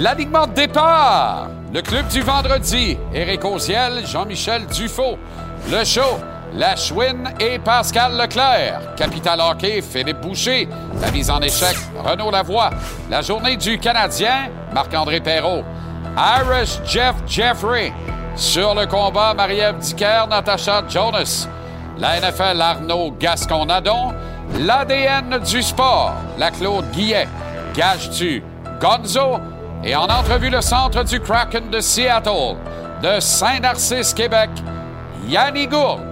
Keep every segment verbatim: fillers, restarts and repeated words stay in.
L'alignement de départ. Le club du vendredi. Éric Auziel, Jean-Michel Dufault. Le show. La Chouine et Pascal Leclerc. Capital Hockey, Philippe Boucher. La mise en échec, Renaud Lavoie. La journée du Canadien, Marc-André Perrault. Irish Jeff Jeffrey. Sur le combat, Marie-Ève Dicker, Natacha Jonas. La N F L, Arnaud Gascon-Nadon. L'A D N du sport, la Claude Guillet. Gage-tu, Gonzo. Et en entrevue, le centre du Kraken de Seattle. De Saint-Narcisse, Québec, Yanni Gourde.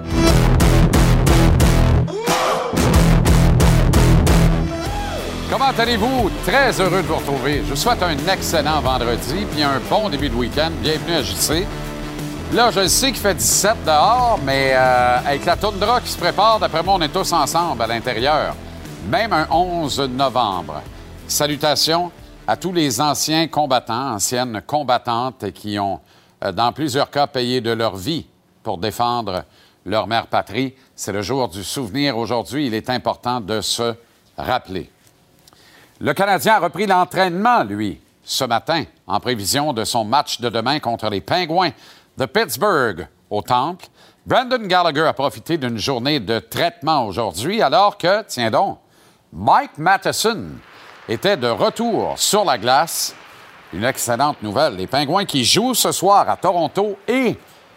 Comment allez-vous? Très heureux de vous retrouver. Je vous souhaite un excellent vendredi puis un bon début de week-end. Bienvenue à J C. Là, je sais qu'il fait dix-sept dehors, mais euh, avec la toundra qui se prépare, d'après moi, on est tous ensemble à l'intérieur. Même un onze novembre. Salutations à tous les anciens combattants, anciennes combattantes qui ont, euh, dans plusieurs cas, payé de leur vie pour défendre leur mère patrie. C'est le jour du souvenir aujourd'hui. Il est important de se rappeler. Le Canadien a repris l'entraînement, lui, ce matin, en prévision de son match de demain contre les Pingouins de Pittsburgh au Temple. Brendan Gallagher a profité d'une journée de traitement aujourd'hui, alors que, tiens donc, Mike Matheson était de retour sur la glace. Une excellente nouvelle. Les Pingouins qui jouent ce soir à Toronto et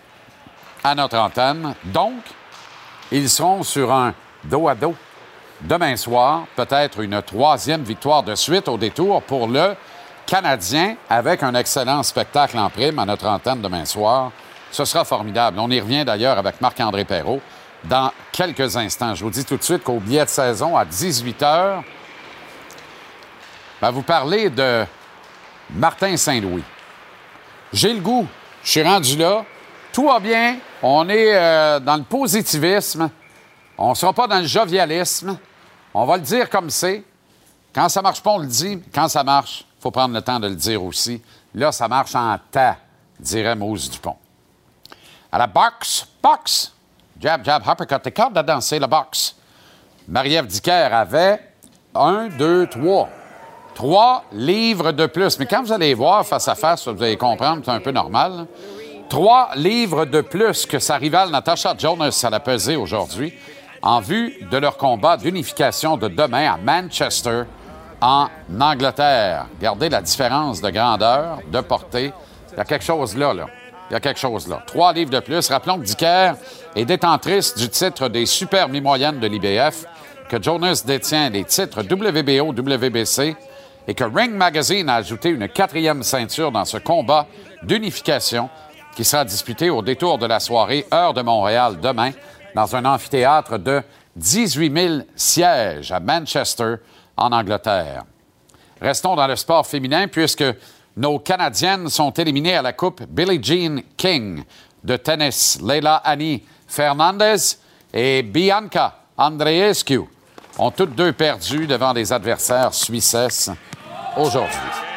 à notre antenne. Donc, ils seront sur un dos à dos. Demain soir, peut-être une troisième victoire de suite au détour pour le Canadien avec un excellent spectacle en prime à notre antenne demain soir. Ce sera formidable. On y revient d'ailleurs avec Marc-André Perrault dans quelques instants. Je vous dis tout de suite qu'au billet de saison à dix-huit heures, ben, vous parlez de Martin Saint-Louis. J'ai le goût. Je suis rendu là. Tout va bien. On est euh, dans le positivisme. On ne sera pas dans le jovialisme. On va le dire comme c'est. Quand ça marche pas, on le dit. Quand ça marche, il faut prendre le temps de le dire aussi. Là, ça marche en tas, dirait Mose Dupont. À la boxe, boxe, jab, jab, uppercut, t'es capable de danser la boxe. Marie-Ève Dicker avait un, deux, trois. Trois livres de plus. Mais quand vous allez voir face à face, vous allez comprendre, c'est un peu normal. Là. Trois livres de plus que sa rivale Natacha Jonas à la pesée aujourd'hui, en vue de leur combat d'unification de demain à Manchester, en Angleterre. Regardez la différence de grandeur, de portée. Il y a quelque chose là, là. Il y a quelque chose là. Trois livres de plus. Rappelons que Dicker est détentrice du titre des super mi-moyennes de l'I B F, que Jonas détient les titres W B O, W B C et que Ring Magazine a ajouté une quatrième ceinture dans ce combat d'unification qui sera disputé au détour de la soirée, heure de Montréal, demain, dans un amphithéâtre de dix-huit mille sièges à Manchester, en Angleterre. Restons dans le sport féminin puisque nos Canadiennes sont éliminées à la Coupe Billie Jean King de tennis. Leila Annie Fernandez et Bianca Andreescu ont toutes deux perdu devant des adversaires suissesses aujourd'hui.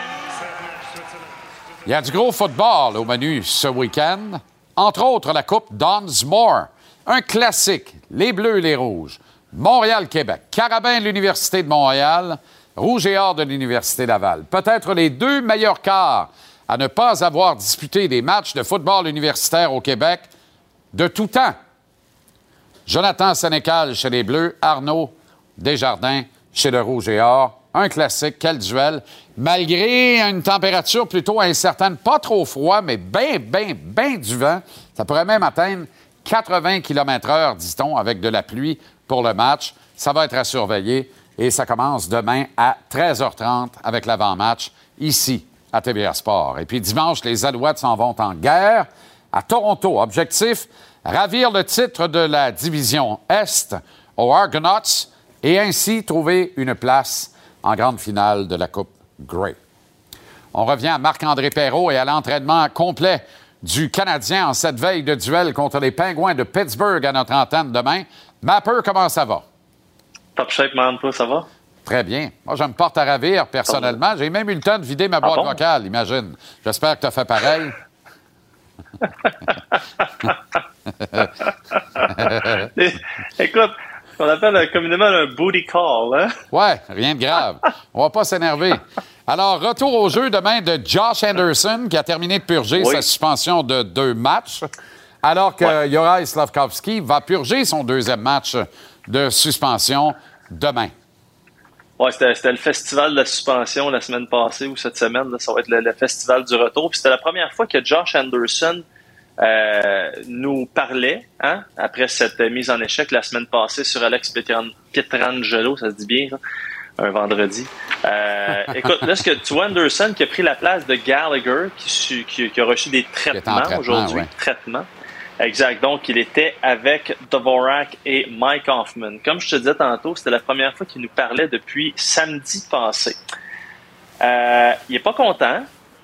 Il y a du gros football au menu ce week-end. Entre autres, la Coupe Dunsmore. Un classique, les Bleus et les Rouges. Montréal-Québec. Carabin de l'Université de Montréal. Rouge et Or de l'Université Laval. Peut-être les deux meilleurs quarts à ne pas avoir disputé des matchs de football universitaire au Québec de tout temps. Jonathan Sénécal chez les Bleus. Arnaud Desjardins chez le Rouge et Or. Un classique, quel duel. Malgré une température plutôt incertaine, pas trop froid, mais bien, bien, bien du vent. Ça pourrait même atteindre quatre-vingts kilomètres heure, dit-on, avec de la pluie pour le match. Ça va être à surveiller et ça commence demain à treize heures trente avec l'avant-match ici à T V A Sport. Et puis dimanche, les Alouettes s'en vont en guerre à Toronto. Objectif, ravir le titre de la division Est aux Argonauts et ainsi trouver une place en grande finale de la Coupe Grey. On revient à Marc-André Perrault et à l'entraînement complet du Canadien en cette veille de duel contre les Pingouins de Pittsburgh à notre antenne demain. Mapper, comment ça va? Top shape, man. Toi, ça va? Très bien. Moi, je me porte à ravir, personnellement. J'ai même eu le temps de vider ma boîte ah bon? vocale, imagine. J'espère que tu as fait pareil. Écoute, on appelle communément un booty call, hein? Ouais, rien de grave. On va pas s'énerver. Alors, retour au jeu demain de Josh Anderson, qui a terminé de purger oui. sa suspension de deux matchs, alors que ouais. Juraj Slafkovský va purger son deuxième match de suspension demain. Oui, c'était, c'était le festival de la suspension la semaine passée ou cette semaine. Là, ça va être le, le festival du retour. Puis c'était la première fois que Josh Anderson euh, nous parlait, hein, après cette mise en échec la semaine passée sur Alex Pietrangelo, ça se dit bien, ça, un vendredi. Euh, écoute, là, ce que tu vois, Anderson qui a pris la place de Gallagher, qui, qui, qui a reçu des traitements, traitements aujourd'hui. Ouais. Traitements. Exact. Donc, il était avec Dvorak et Mike Hoffman. Comme je te disais tantôt, c'était la première fois qu'il nous parlait depuis samedi passé. Euh, il n'est pas content.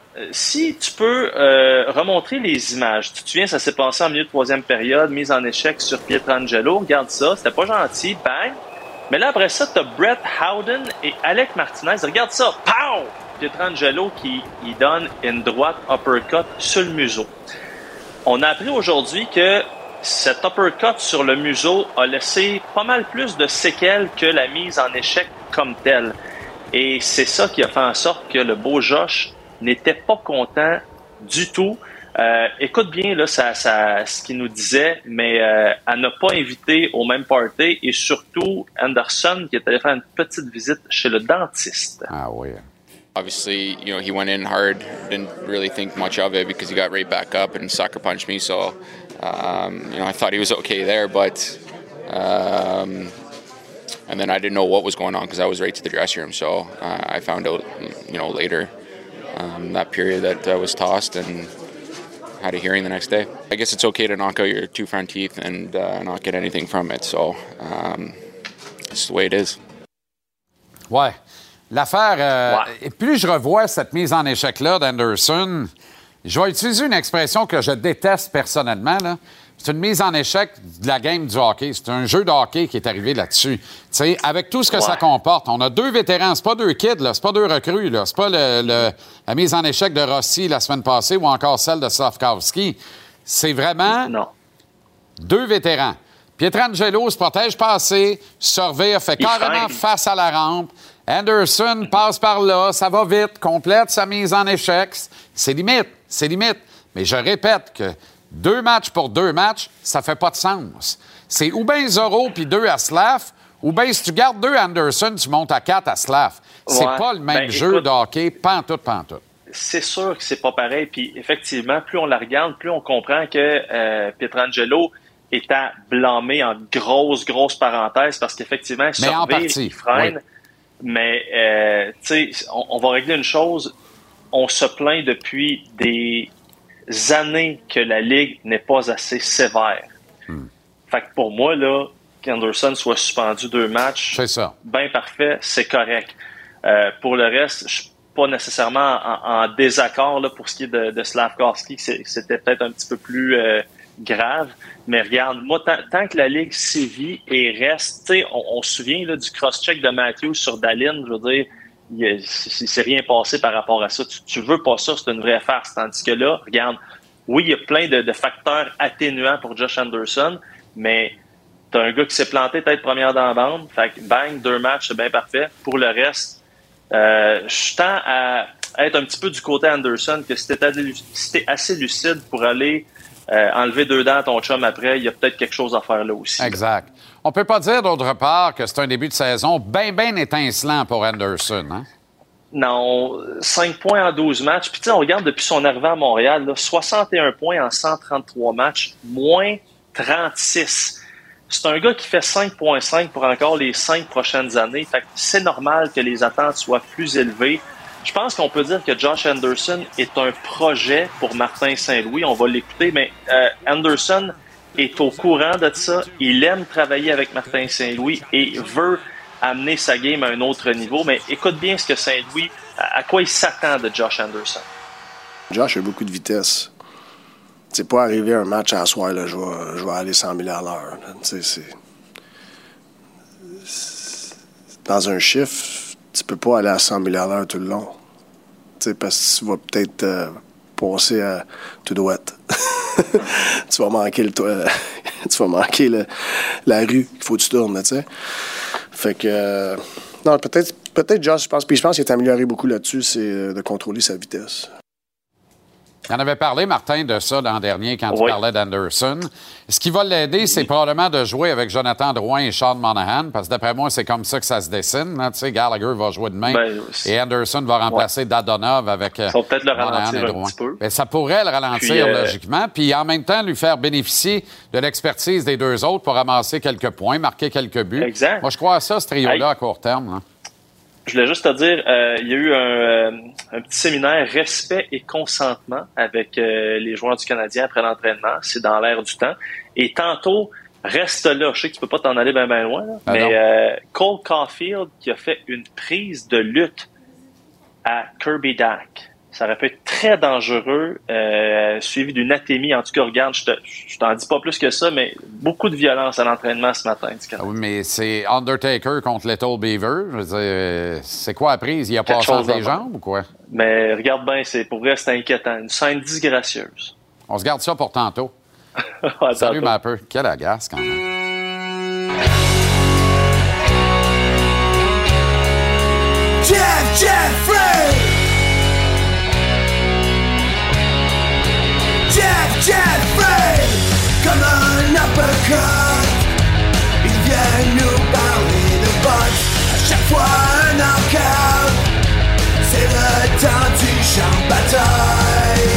Si tu peux euh, remontrer les images. Tu te souviens, ça s'est passé en milieu de troisième période, mise en échec sur Pietrangelo. Regarde ça, c'était pas gentil. Bang! Mais là, après ça, tu as Brett Howden et Alec Martinez. Regarde ça. Pow! Pietrangelo qui il donne une droite uppercut sur le museau. On a appris aujourd'hui que cet uppercut sur le museau a laissé pas mal plus de séquelles que la mise en échec comme telle. Et c'est ça qui a fait en sorte que le beau Josh n'était pas content du tout. Euh, écoute bien là, ça, ça, ce qu'il nous disait, mais euh, à ne pas inviter au même party et surtout Anderson qui est allé faire une petite visite chez le dentiste. Ah oui. Obviously, you know, he went in hard, didn't really think much of it because he got right back up and sucker punched me. So, um, you know, I thought he was okay there, but, um, and then I didn't know what was going on because I was right to the dressing room. So uh, I found out, you know, later um, that period that I was tossed and had a hearing the next day. I guess it's okay to knock out your two front teeth and uh, not get anything from it. So um, it's the way it is. Ouais. L'affaire, euh, ouais. plus je revois cette mise en échec-là d'Anderson, je vais utiliser une expression que je déteste personnellement, là. C'est une mise en échec de la game du hockey. C'est un jeu de hockey qui est arrivé là-dessus. T'sais, avec tout ce que ouais. ça comporte, on a deux vétérans. C'est pas deux kids, là. C'est pas deux recrues, là. C'est pas le, le, la mise en échec de Rossi la semaine passée ou encore celle de Slafkovský. C'est vraiment non. deux vétérans. Pietrangelo se protège pas assez. Surveille, fait Il carrément freine. face à la rampe. Anderson passe par là, ça va vite, complète sa mise en échec. C'est limite, c'est limite. Mais je répète que deux matchs pour deux matchs, ça fait pas de sens. C'est ou bien zéro puis deux à Slav, ou bien si tu gardes deux Anderson, tu montes à quatre à Slav. C'est ouais. pas le même ben, jeu écoute, de hockey, pantoute, pantoute. C'est sûr que c'est pas pareil. Puis effectivement, plus on la regarde, plus on comprend que euh, Pietrangelo est à blâmer en grosse, grosse parenthèse parce qu'effectivement, il surveille, il freine. Oui. Mais, euh, tu sais, on, on va régler une chose. On se plaint depuis des années que la Ligue n'est pas assez sévère. Hmm. Fait que pour moi, là, qu'Anderson soit suspendu deux matchs, c'est ça. Ben parfait, c'est correct. Euh, pour le reste, je suis pas nécessairement en, en désaccord là, pour ce qui est de, de Slafkovský, c'était peut-être un petit peu plus euh, grave. Mais regarde, moi, tant, tant que la Ligue sévit et reste, tu sais, on, on se souvient là, du cross-check de Matthews sur Dahlin, je veux dire, il s'est rien passé par rapport à ça. Tu, tu veux pas ça, c'est une vraie farce. Tandis que là, regarde, oui, il y a plein de, de facteurs atténuants pour Josh Anderson, mais t'as un gars qui s'est planté tête première dans la bande, fait que bang, deux matchs, c'est bien parfait. Pour le reste, euh, je tends à être un petit peu du côté Anderson, que si t'es, si t'es assez lucide pour aller Euh, enlever deux dents à ton chum après, il y a peut-être quelque chose à faire là aussi. Exact. Là. On peut pas dire d'autre part que c'est un début de saison bien, bien étincelant pour Anderson, hein? Non, cinq points en douze matchs. Puis tu sais, on regarde depuis son arrivée à Montréal, là, soixante et un points en cent trente-trois matchs, moins trente-six. C'est un gars qui fait cinq virgule cinq pour encore les cinq prochaines années. Fait que c'est normal que les attentes soient plus élevées. Je pense qu'on peut dire que Josh Anderson est un projet pour Martin Saint-Louis. On va l'écouter, mais euh, Anderson est au courant de ça. Il aime travailler avec Martin Saint-Louis et veut amener sa game à un autre niveau. Mais écoute bien ce que Saint-Louis, à quoi il s'attend de Josh Anderson. Josh a beaucoup de vitesse. C'est pas arriver à un match à soir, là, je vais, je vais aller cent mille à l'heure. C'est, c'est... Dans un chiffre, tu peux pas aller à cent mille à l'heure tout le long. T'sais, parce que tu vas peut-être euh, passer à tout droite. tu vas manquer le euh, tu vas manquer le, la rue qu'il faut que tu tournes, tu sais. Fait que euh, Non, peut-être, peut-être Josh, je pense, puis je pense qu'il est amélioré beaucoup là-dessus, c'est euh, de contrôler sa vitesse. Tu en avais parlé, Martin, de ça l'an dernier quand tu oui. parlais d'Anderson. Ce qui va l'aider, c'est probablement de jouer avec Jonathan Drouin et Sean Monahan, parce que d'après moi, c'est comme ça que ça se dessine. Tu sais, Gallagher va jouer demain ben, et Anderson va remplacer ouais. Dadonov avec ça va peut-être le Monahan ralentir et Drouin. Un petit peu. Bien, ça pourrait le ralentir, puis, euh... logiquement, puis en même temps, lui faire bénéficier de l'expertise des deux autres pour ramasser quelques points, marquer quelques buts. Exact. Moi, je crois à ça, ce trio-là, hey. à court terme. Là. Je voulais juste te dire, euh, il y a eu un, un petit séminaire respect et consentement avec euh, les joueurs du Canadien après l'entraînement. C'est dans l'air du temps. Et tantôt, reste là. Je sais que tu peux pas t'en aller bien ben loin, là, ben mais euh, Cole Caulfield qui a fait une prise de lutte à Kirby Dach. Ça aurait pu être très dangereux, euh, suivi d'une atémie. En tout cas, regarde, je, te, je t'en dis pas plus que ça, mais beaucoup de violence à l'entraînement ce matin. Du oui, mais c'est Undertaker contre Little Beaver. Je veux dire, c'est quoi la prise? Il a Quelque passé entre les jambes ou quoi? Mais regarde bien, c'est, pour vrai, c'est inquiétant. Une scène disgracieuse. On se garde ça pour tantôt. Salut, Mapper. Quelle agace, quand même. Jeff Jeffrey! Jeff Jeffrey, comme un uppercut, il vient nous parler de boxe. À chaque fois un knockout, c'est le temps du champ de bataille.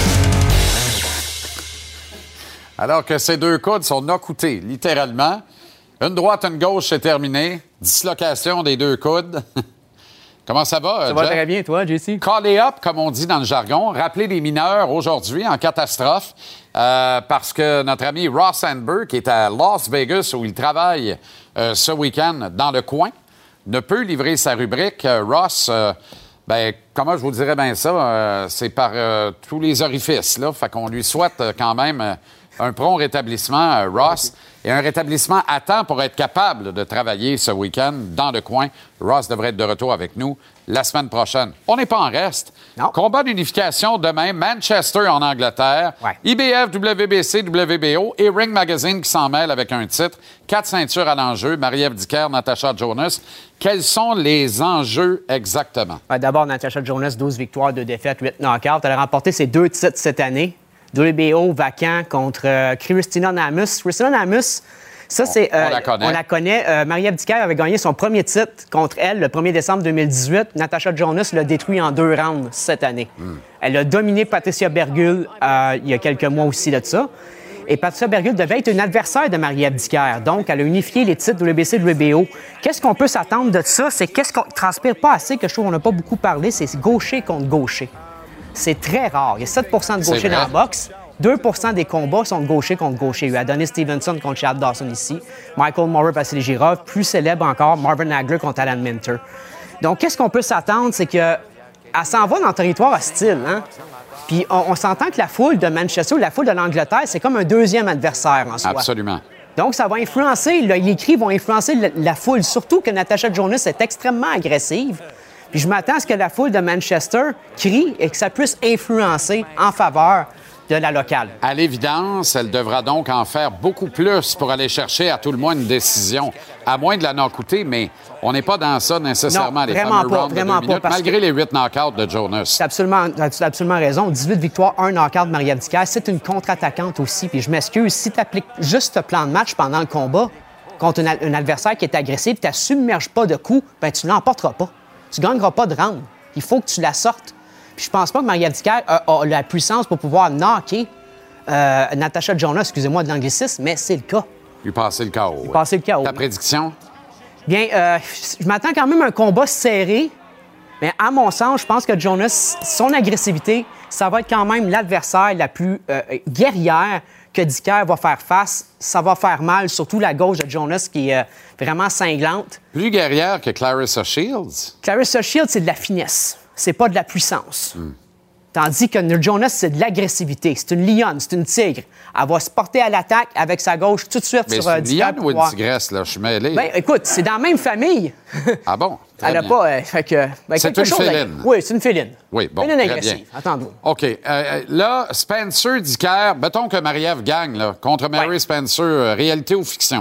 Alors que ces deux coudes sont knockoutés, littéralement. Une droite, une gauche, c'est terminé. Dislocation des deux coudes. Comment ça va, Ça Jeff? va très bien, toi, J C? Call it up, comme on dit dans le jargon. Rappelez les mineurs aujourd'hui en catastrophe euh, parce que notre ami Ross Sandberg, qui est à Las Vegas où il travaille euh, ce week-end dans le coin, ne peut livrer sa rubrique. Euh, Ross, euh, ben, comment je vous dirais bien ça? Euh, c'est par euh, tous les orifices, là. Fait qu'on lui souhaite euh, quand même euh, un prompt rétablissement, euh, Ross, et un rétablissement à temps pour être capable de travailler ce week-end dans le coin. Ross devrait être de retour avec nous la semaine prochaine. On n'est pas en reste. Non. Combat d'unification demain, Manchester en Angleterre, ouais. I B F, W B C, W B O et Ring Magazine qui s'en mêlent avec un titre. Quatre ceintures à l'enjeu. Marie-Ève Dicker, Natasha Jonas. Quels sont les enjeux exactement? Ouais, d'abord, Natasha Jonas, douze victoires, deux défaites, huit knockouts. Elle a remporté ses deux titres cette année. W B O vacant contre euh, Christina Namus. Christina Namus, ça, c'est... On, euh, on la connaît. On la connaît. Euh, Marie-Ève Dicker avait gagné son premier titre contre elle le premier décembre deux mille dix-huit. Natasha Jonas l'a détruit en deux rounds cette année. Mm. Elle a dominé Patricia Bergul euh, il y a quelques mois aussi de ça. Et Patricia Bergul devait être une adversaire de Marie-Ève Dicker. Donc, elle a unifié les titres W B C et W B O. Qu'est-ce qu'on peut s'attendre de ça? C'est qu'est-ce qu'on ne transpire pas assez, que je trouve qu'on n'a pas beaucoup parlé, c'est gaucher contre gaucher. C'est très rare. Il y a sept pour cent de gauchers dans la boxe. deux pour cent des combats sont de gaucher contre gaucher. Il y a Adonis Stevenson contre Chad Dawson ici. Michael Moorer, Vassili Girov. Plus célèbre encore, Marvin Hagler contre Alan Minter. Donc, qu'est-ce qu'on peut s'attendre? C'est qu'elle s'en va dans le territoire hostile. Hein? Puis, on, on s'entend que la foule de Manchester ou la foule de l'Angleterre, c'est comme un deuxième adversaire en soi. Absolument. Donc, ça va influencer, là, les cris vont influencer la, la foule. Surtout que Natasha Jonas est extrêmement agressive. Puis je m'attends à ce que la foule de Manchester crie et que ça puisse influencer en faveur de la locale. À l'évidence, elle devra donc en faire beaucoup plus pour aller chercher à tout le moins une décision, à moins de la knock-outer, mais on n'est pas dans ça nécessairement, non, les vraiment fameux pas, rounds de vraiment deux minutes, pas, malgré que... les huit knockouts de Jonas. Tu as absolument, t'as absolument raison. dix-huit victoires, un knockout de Marie-Ève Dicker. C'est une contre-attaquante aussi. Puis je m'excuse, si tu appliques juste le plan de match pendant le combat contre un, un adversaire qui est agressif, tu ne submerges pas de coups, ben tu ne l'emporteras pas. Tu ne gagneras pas de round. Il faut que tu la sortes. Puis je pense pas que Marie-Ève Dicker a, a la puissance pour pouvoir knocker euh, Natasha Jonas, excusez-moi de l'anglicisme, mais c'est le cas. Lui passer le K O. Lui passer le K O. Ta prédiction? Bien, euh, je m'attends quand même à un combat serré, mais à mon sens, je pense que Jonas, son agressivité, ça va être quand même l'adversaire la plus euh, guerrière que Dicker va faire face. Ça va faire mal, surtout la gauche de Jonas qui est euh, vraiment cinglante. Plus guerrière que Clarissa Shields? Clarissa Shields, c'est de la finesse. C'est pas de la puissance. Mm. Tandis que Jonas, c'est de l'agressivité. C'est une lionne, c'est une tigre. Elle va se porter à l'attaque avec sa gauche tout de suite mais sur euh, Dicker. C'est une lionne ou une tigresse, là? Je suis mêlé. Ben, écoute, c'est dans la même famille. Ah bon? Très Elle n'a pas... Euh, fait que, ben, c'est une féline. Oui, c'est une féline. Oui, bon, féline très agressive. bien. Attends-nous. OK. Euh, là, Spencer Dicker, mettons que Marie-Ève gagne là, contre Mary ouais. Spencer, euh, réalité ou fiction?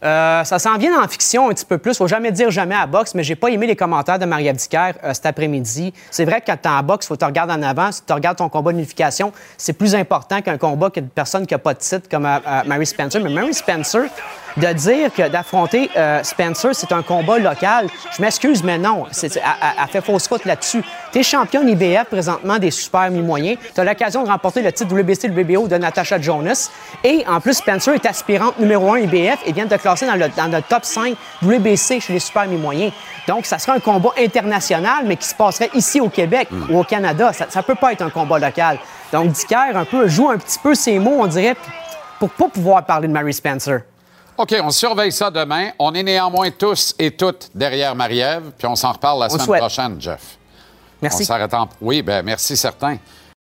Euh, ça s'en vient en fiction un petit peu plus. Faut jamais dire jamais à boxe, mais j'ai pas aimé les commentaires de Marie Abdicaire euh, cet après-midi. C'est vrai que quand t'es en boxe, faut que tu regardes en avant. Si tu regardes ton combat d'unification, c'est plus important qu'un combat qu'une personne qui a pas de titre comme euh, euh, Mary Spencer. Mais Mary Spencer, de dire que d'affronter euh, Spencer, c'est un combat local, je m'excuse, mais non. C'est, c'est, elle, elle fait fausse route là-dessus. Tu es championne I B F présentement des super mi-moyens. Tu as l'occasion de remporter le titre W B C, W B O de Natasha Jonas. Et en plus, Spencer est aspirante numéro un I B F et vient de te classer dans le, dans le top cinq W B C chez les super mi-moyens. Donc, ça serait un combat international, mais qui se passerait ici au Québec mm. ou au Canada. Ça ne peut pas être un combat local. Donc, Dicker, un peu, joue un petit peu ses mots, on dirait, pour pas pouvoir parler de Mary Spencer. OK, on surveille ça demain. On est néanmoins tous et toutes derrière Marie-Ève, puis on s'en reparle la on semaine souhaite. prochaine, Jeff. Merci. On s'arrête en... Oui, bien, merci, certain.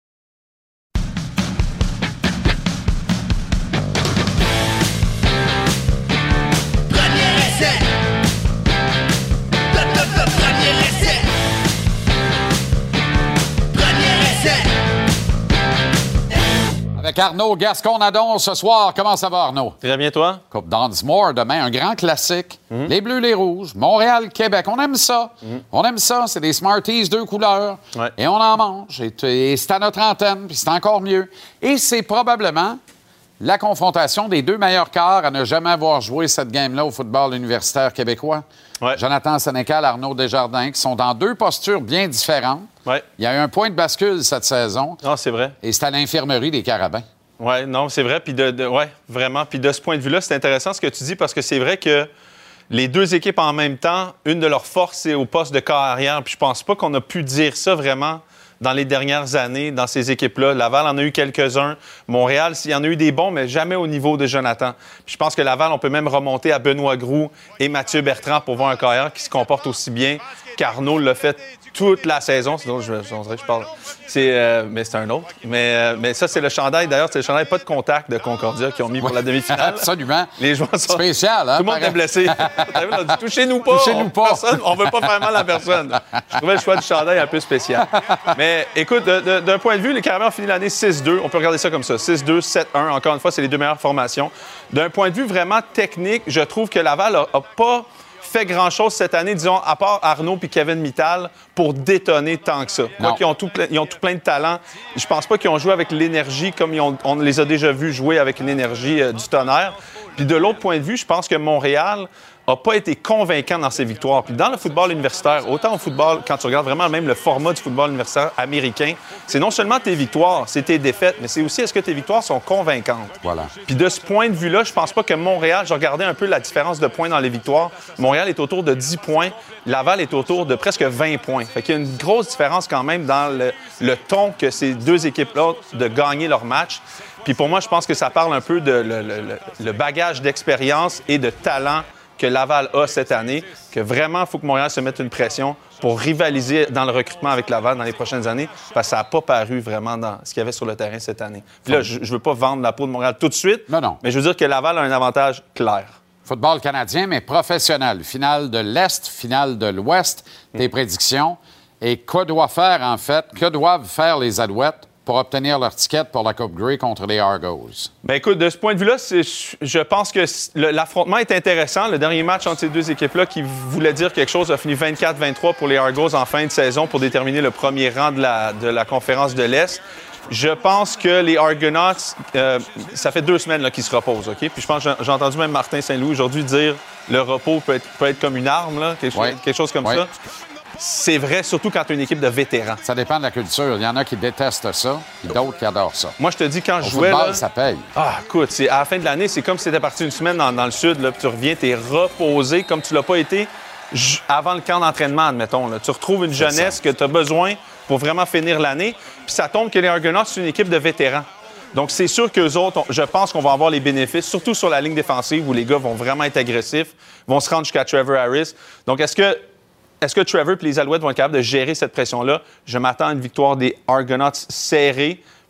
Avec Arnaud Gascon-Nadon ce soir. Comment ça va, Arnaud? Très bien, toi? Coupe Dunsmore demain, un grand classique. Mm-hmm. Les Bleus, les Rouges, Montréal-Québec. On aime ça. Mm-hmm. On aime ça. C'est des Smarties, deux couleurs. Ouais. Et on en mange. Et, et c'est à notre antenne, puis c'est encore mieux. Et c'est probablement la confrontation des deux meilleurs quarts à ne jamais avoir joué cette game-là au football universitaire québécois. Ouais. Jonathan Sénécal, Arnaud Desjardins, qui sont dans deux postures bien différentes. Ouais. Il y a eu un point de bascule cette saison. Non, c'est vrai. Et c'est à l'infirmerie des Carabins. Oui, non, c'est vrai. Puis de, de, ouais, vraiment. Puis de ce point de vue-là, c'est intéressant ce que tu dis parce que c'est vrai que les deux équipes en même temps, une de leurs forces, c'est au poste de quart arrière. Puis je pense pas qu'on a pu dire ça vraiment dans les dernières années, dans ces équipes-là. Laval en a eu quelques-uns. Montréal, il y en a eu des bons, mais jamais au niveau de Jonathan. Puis je pense que Laval, on peut même remonter à Benoît Groux et Mathieu Bertrand pour voir un quart arrière qui se comporte aussi bien qu'Arnaud l'a fait toute la saison. Sinon, je, je, je parle. C'est, euh, mais c'est un autre. Mais, euh, mais ça, c'est le chandail. D'ailleurs, c'est le chandail pas de contact de Concordia qu'ils ont mis pour la demi-finale. Absolument. Les joueurs sont... Spécial, hein? Tout le monde est blessé. On a dit, touchez-nous pas. Touchez-nous pas. Personne, on veut pas faire mal à personne. Je trouvais le choix du chandail un peu spécial. Mais écoute, de, de, d'un point de vue, les Carabins ont fini l'année six deux. On peut regarder ça comme ça. six deux, sept un. Encore une fois, c'est les deux meilleures formations. D'un point de vue vraiment technique, je trouve que Laval a, a pas fait grand-chose cette année, disons, à part Arnaud puis Kevin Mittal, pour détonner tant que ça. Quoi qu'ils ont tout, ils ont tout plein de talent. Je pense pas qu'ils ont joué avec l'énergie comme ils ont, on les a déjà vus jouer avec une énergie euh, du tonnerre. Puis de l'autre point de vue, je pense que Montréal n'a pas été convaincant dans ses victoires. Puis dans le football universitaire, autant au football, quand tu regardes vraiment même le format du football universitaire américain, c'est non seulement tes victoires, c'est tes défaites, mais c'est aussi est-ce que tes victoires sont convaincantes. Voilà. Puis de ce point de vue-là, je pense pas que Montréal, je regardais un peu la différence de points dans les victoires, Montréal est autour de dix points, Laval est autour de presque vingt points. Fait qu'il y a une grosse différence quand même dans le, le ton que ces deux équipes-là de gagner leur match. Puis pour moi, je pense que ça parle un peu de le, le, le bagage d'expérience et de talent que Laval a cette année, que vraiment, il faut que Montréal se mette une pression pour rivaliser dans le recrutement avec Laval dans les prochaines années, parce que ça n'a pas paru vraiment dans ce qu'il y avait sur le terrain cette année. Puis là, je ne veux pas vendre la peau de Montréal tout de suite, non, non. mais je veux dire que Laval a un avantage clair. Football canadien, mais professionnel. Finale de l'Est, finale de l'Ouest. Tes mmh. prédictions. Et que doit faire, en fait, que doivent faire les Alouettes pour obtenir leur ticket pour la Coupe Grey contre les Argos? Bien, écoute, de ce point de vue-là, c'est, je pense que l'affrontement est intéressant. Le dernier match entre ces deux équipes-là qui voulait dire quelque chose a fini vingt-quatre vingt-trois pour les Argos en fin de saison pour déterminer le premier rang de la, de la conférence de l'Est. Je pense que les Argonauts, euh, ça fait deux semaines là, qu'ils se reposent, OK? Puis je pense que j'ai entendu même Martin Saint-Louis aujourd'hui dire le repos peut être, peut être comme une arme, là, quelque, ouais. chose, quelque chose comme ouais. ça. C'est vrai, surtout quand tu as une équipe de vétérans. Ça dépend de la culture. Il y en a qui détestent ça, et d'autres qui adorent ça. Moi, je te dis, quand Au je jouais... football, là, ça paye. Ah, écoute, c'est, à la fin de l'année, c'est comme si tu étais parti une semaine dans, dans le sud, là, puis tu reviens, tu es reposé comme tu l'as pas été j- avant le camp d'entraînement, admettons. Là. Tu retrouves une c'est jeunesse ça. que tu as besoin pour vraiment finir l'année. Puis ça tombe que les Argonauts, c'est une équipe de vétérans. Donc, c'est sûr qu'eux autres, on, je pense qu'on va avoir les bénéfices, surtout sur la ligne défensive où les gars vont vraiment être agressifs, vont se rendre jusqu'à Trevor Harris. Donc, est-ce que Est-ce que Trevor et les Alouettes vont être capables de gérer cette pression-là? Je m'attends à une victoire des Argonauts serrée.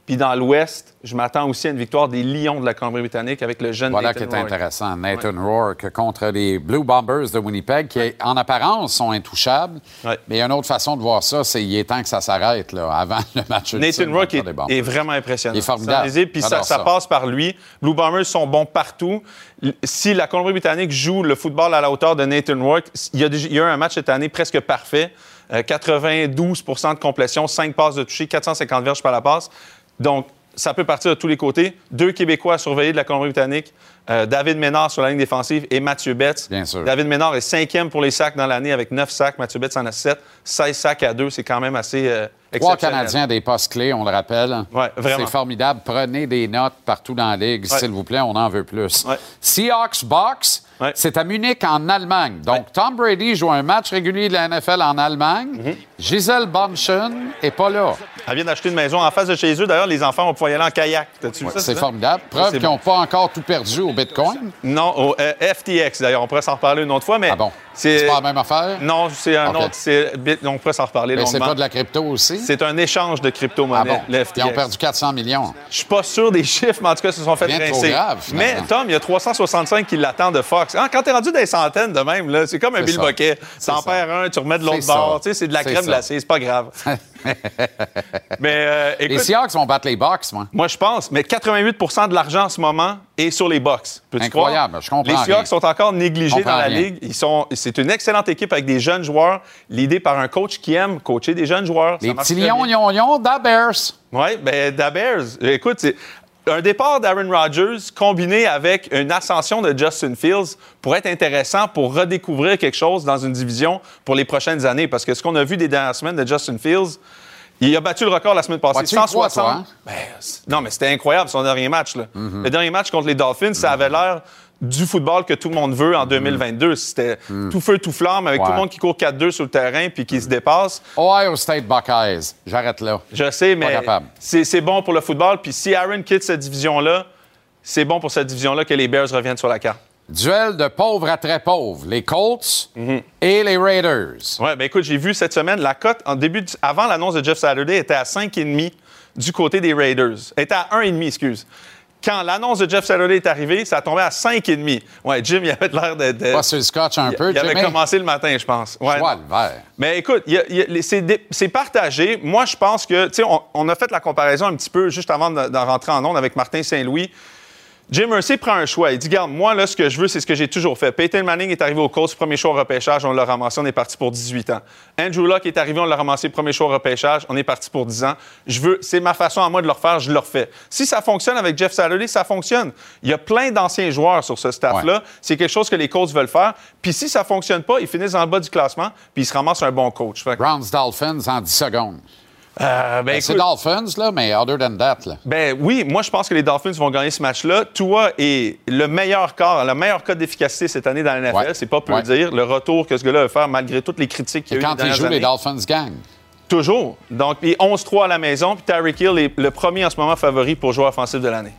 Puis dans l'Ouest, je m'attends aussi à une victoire des Lions de la Colombie-Britannique avec le jeune Voilà Nathan qui est Rourke. intéressant. Nathan Rourke contre les Blue Bombers de Winnipeg, qui, en apparence, sont intouchables. Ouais. Mais il y a une autre façon de voir ça, c'est qu'il est temps que ça s'arrête là, avant le match. Nathan Rourke est, est vraiment impressionnant. Il est formidable. Puis ça, ça, ça passe par lui. Blue Bombers sont bons partout. Si la Colombie-Britannique joue le football à la hauteur de Nathan Rourke, il y a, il y a eu un match cette année presque parfait. Euh, quatre-vingt-douze pour cent de complétion, cinq passes de toucher, quatre cent cinquante verges par la passe. Donc, ça peut partir de tous les côtés. Deux Québécois à surveiller de la Colombie-Britannique. Euh, David Ménard sur la ligne défensive et Mathieu Betts. Bien sûr. David Ménard est cinquième pour les sacs dans l'année avec neuf sacs. Mathieu Betts en a sept. seize sacs à deux. C'est quand même assez euh, Trois exceptionnel. Canadiens des postes clés, on le rappelle. Ouais, vraiment. C'est formidable. Prenez des notes partout dans la Ligue, Ouais. s'il vous plaît, on en veut plus. Ouais. Seahawks Box, Ouais. c'est à Munich, en Allemagne. Donc, Ouais. Tom Brady joue un match régulier de la N F L en Allemagne. Mm-hmm. Gisèle Bündchen n'est pas là. Elle vient d'acheter une maison en face de chez eux. D'ailleurs, les enfants vont pouvoir y aller en kayak. T'as-tu vu Ouais, ça, c'est ça? formidable. Preuve c'est qu'ils bon. n'ont pas encore tout perdu au Bitcoin. Non, au euh, F T X, d'ailleurs. On pourrait s'en reparler une autre fois, mais... Ah bon? C'est pas la même affaire? Non, c'est un OK. autre... c'est- On pourrait s'en reparler Mais c'est longuement. pas de la crypto aussi? C'est un échange de Ah crypto-monnaie, bon? le F T Ils X. ont perdu quatre cents millions. Je suis pas sûr des chiffres, mais en tout cas, ils se sont fait Rien de trop rincer. grave, Mais finalement. Tom, il y a trois cent soixante-cinq qui l'attendent de Fox. Ah, quand t'es rendu des centaines de même, là, c'est comme un C'est Bill ça. Bucket. C'est T'en ça. perds un, tu remets de l'autre C'est bord. ça. Tu sais, c'est de la C'est crème ça. glacée, c'est pas grave. Mais euh, Les écoute, Seahawks vont battre les Bucks, moi. moi, je pense, mais quatre-vingt-huit pour cent de l'argent en ce moment est sur les Bucks. Peux-tu Incroyable, croire? je comprends Les Seahawks rien. sont encore négligés Je comprends dans la rien. Ligue. Ils sont, c'est une excellente équipe avec des jeunes joueurs, l'idée par un coach qui aime coacher des jeunes joueurs. Ça Les marche petits très lions, bien. lions, lions, da Bears. Oui, bien, Da Bears, écoute, c'est un départ d'Aaron Rodgers combiné avec une ascension de Justin Fields pourrait être intéressant pour redécouvrir quelque chose dans une division pour les prochaines années. Parce que ce qu'on a vu des dernières semaines de Justin Fields, il a battu le record la semaine passée. Ouais, tu y crois, toi, hein? Ben, c'est- non, mais c'était incroyable son dernier match. Là. Mm-hmm. Le dernier match contre les Dolphins, ça avait l'air du football que tout le monde veut en deux mille vingt-deux. C'était tout feu, tout flamme, avec Mm. Ouais. tout le monde qui court quatre deux sur le terrain puis qui se dépasse. Ohio State Buckeyes. J'arrête là. Je sais, mais capable. c'est c'est bon pour le football. Puis si Aaron quitte cette division-là, c'est bon pour cette division-là que les Bears reviennent sur la carte. Duel de pauvres à très pauvres. Les Colts Mm-hmm. et les Raiders. Oui, bien écoute, j'ai vu cette semaine, la cote, en début de- avant l'annonce de Jeff Saturday, était à cinq virgule cinq du côté des Raiders. Elle était à un virgule cinq, excuse. Quand l'annonce de Jeff Saturday est arrivée, ça a tombé à cinq virgule cinq. Oui, Jim, il avait l'air de... de- Pas sur le scotch un peu, il avait Jimmy? commencé le matin, je pense. Ouais, Joie non. le vert. Mais écoute, il y a- il y a- les- c'est dé- c'est partagé. Moi, je pense que, tu sais, on, on a fait la comparaison un petit peu juste avant de- d'en rentrer en onde avec Martin Saint-Louis. Jim Irsay prend un choix. Il dit, regarde, moi, là, ce que je veux, c'est ce que j'ai toujours fait. Peyton Manning est arrivé au Colts, premier choix au repêchage, on l'a ramassé, on est parti pour dix-huit ans. Andrew Luck est arrivé, on l'a ramassé, premier choix au repêchage, on est parti pour dix ans. Je veux, c'est ma façon à moi de le refaire, je le refais. Si ça fonctionne avec Jeff Saturday, ça fonctionne. Il y a plein d'anciens joueurs sur ce staff-là. Ouais. C'est quelque chose que les Colts veulent faire. Puis si ça fonctionne pas, ils finissent dans le bas du classement, puis ils se ramassent un bon coach. Fait que, Browns Dolphins en dix secondes. euh, ben, Ben, c'est écoute, Dolphins, là, mais other than that, là. Ben oui, moi je pense que les Dolphins vont gagner ce match-là. Tua est le meilleur corps, le meilleur code d'efficacité cette année dans la N F L. Ouais. C'est pas peu Ouais. dire. Le retour que ce gars-là va faire malgré toutes les critiques qu'il Et y a eu quand les ils dernières jouent, les années. Dolphins gagnent. Toujours. Donc, puis onze trois à la maison. Puis Tyreek Hill est le premier en ce moment favori pour joueur offensif de l'année.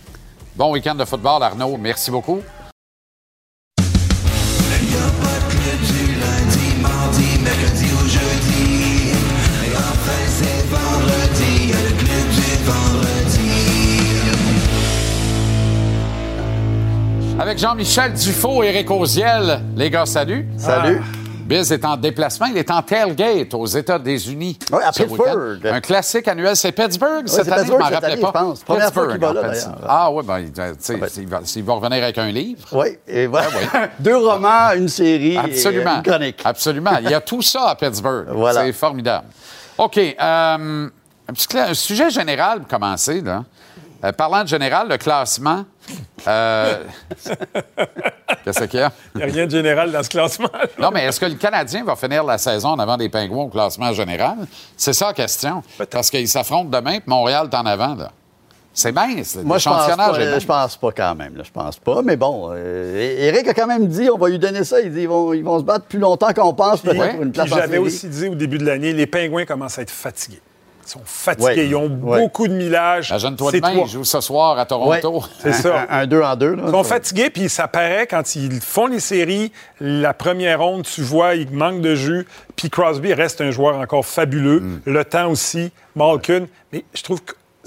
Bon week-end de football, Arnaud. Merci beaucoup. Y'a pas de club du lundi, mardi, mercredi ou jeudi. Et enfin c'est vendredi, y'a le club du vendredi. Avec Jean-Michel Dufault et Éric Oziel. Les gars, salut. Salut. Biz est en déplacement. Il est en tailgate aux États-Unis. Oui, à ce week-end. Pittsburgh. Un classique annuel. C'est Pittsburgh cette c'est année? Pittsburgh je m'en cette rappelais année, pas. je pense. Première fois Pittsburgh, qu'il va là, en fait. d'ailleurs. Ah oui, ben, tu sais, ben. s'il va, s'il va revenir avec un livre. Oui, et voilà. Deux romans, une série Absolument. et une chronique. Absolument. Il y a tout ça à Pittsburgh. Voilà. C'est formidable. OK. euh, un, petit cla- un sujet général pour commencer, là. Euh, parlant de général, le classement. euh, Qu'est-ce qu'il y a? Il n'y a rien de général dans ce classement. Non, mais est-ce que le Canadien va finir la saison en avant des Pingouins au classement général? C'est ça la question. Parce qu'ils s'affrontent demain, puis Montréal est en avant, là. C'est mince. Moi, je pense L'échantillonnage pas, est beau. je pense pas quand même. là, Je pense pas. Mais bon, euh, Éric a quand même dit, on va lui donner ça. Il dit, ils vont, ils vont se battre plus longtemps qu'on pense, peut-être, Ouais. pour une Puis place en j'avais série. aussi dit au début de l'année, les Pingouins commencent à être fatigués. Ils sont fatigués, Ouais. ils ont Ouais. beaucoup de millage. Imagine-toi C'est demain, toi. ils jouent ce soir à Toronto. C'est ça. Un, un deux en deux. Là, Ils sont fatigués, puis ça paraît quand ils font les séries, la première ronde, tu vois, il manque de jus. Puis Crosby reste un joueur encore fabuleux. Mm. Le temps aussi, Malkin. Mais je trouve que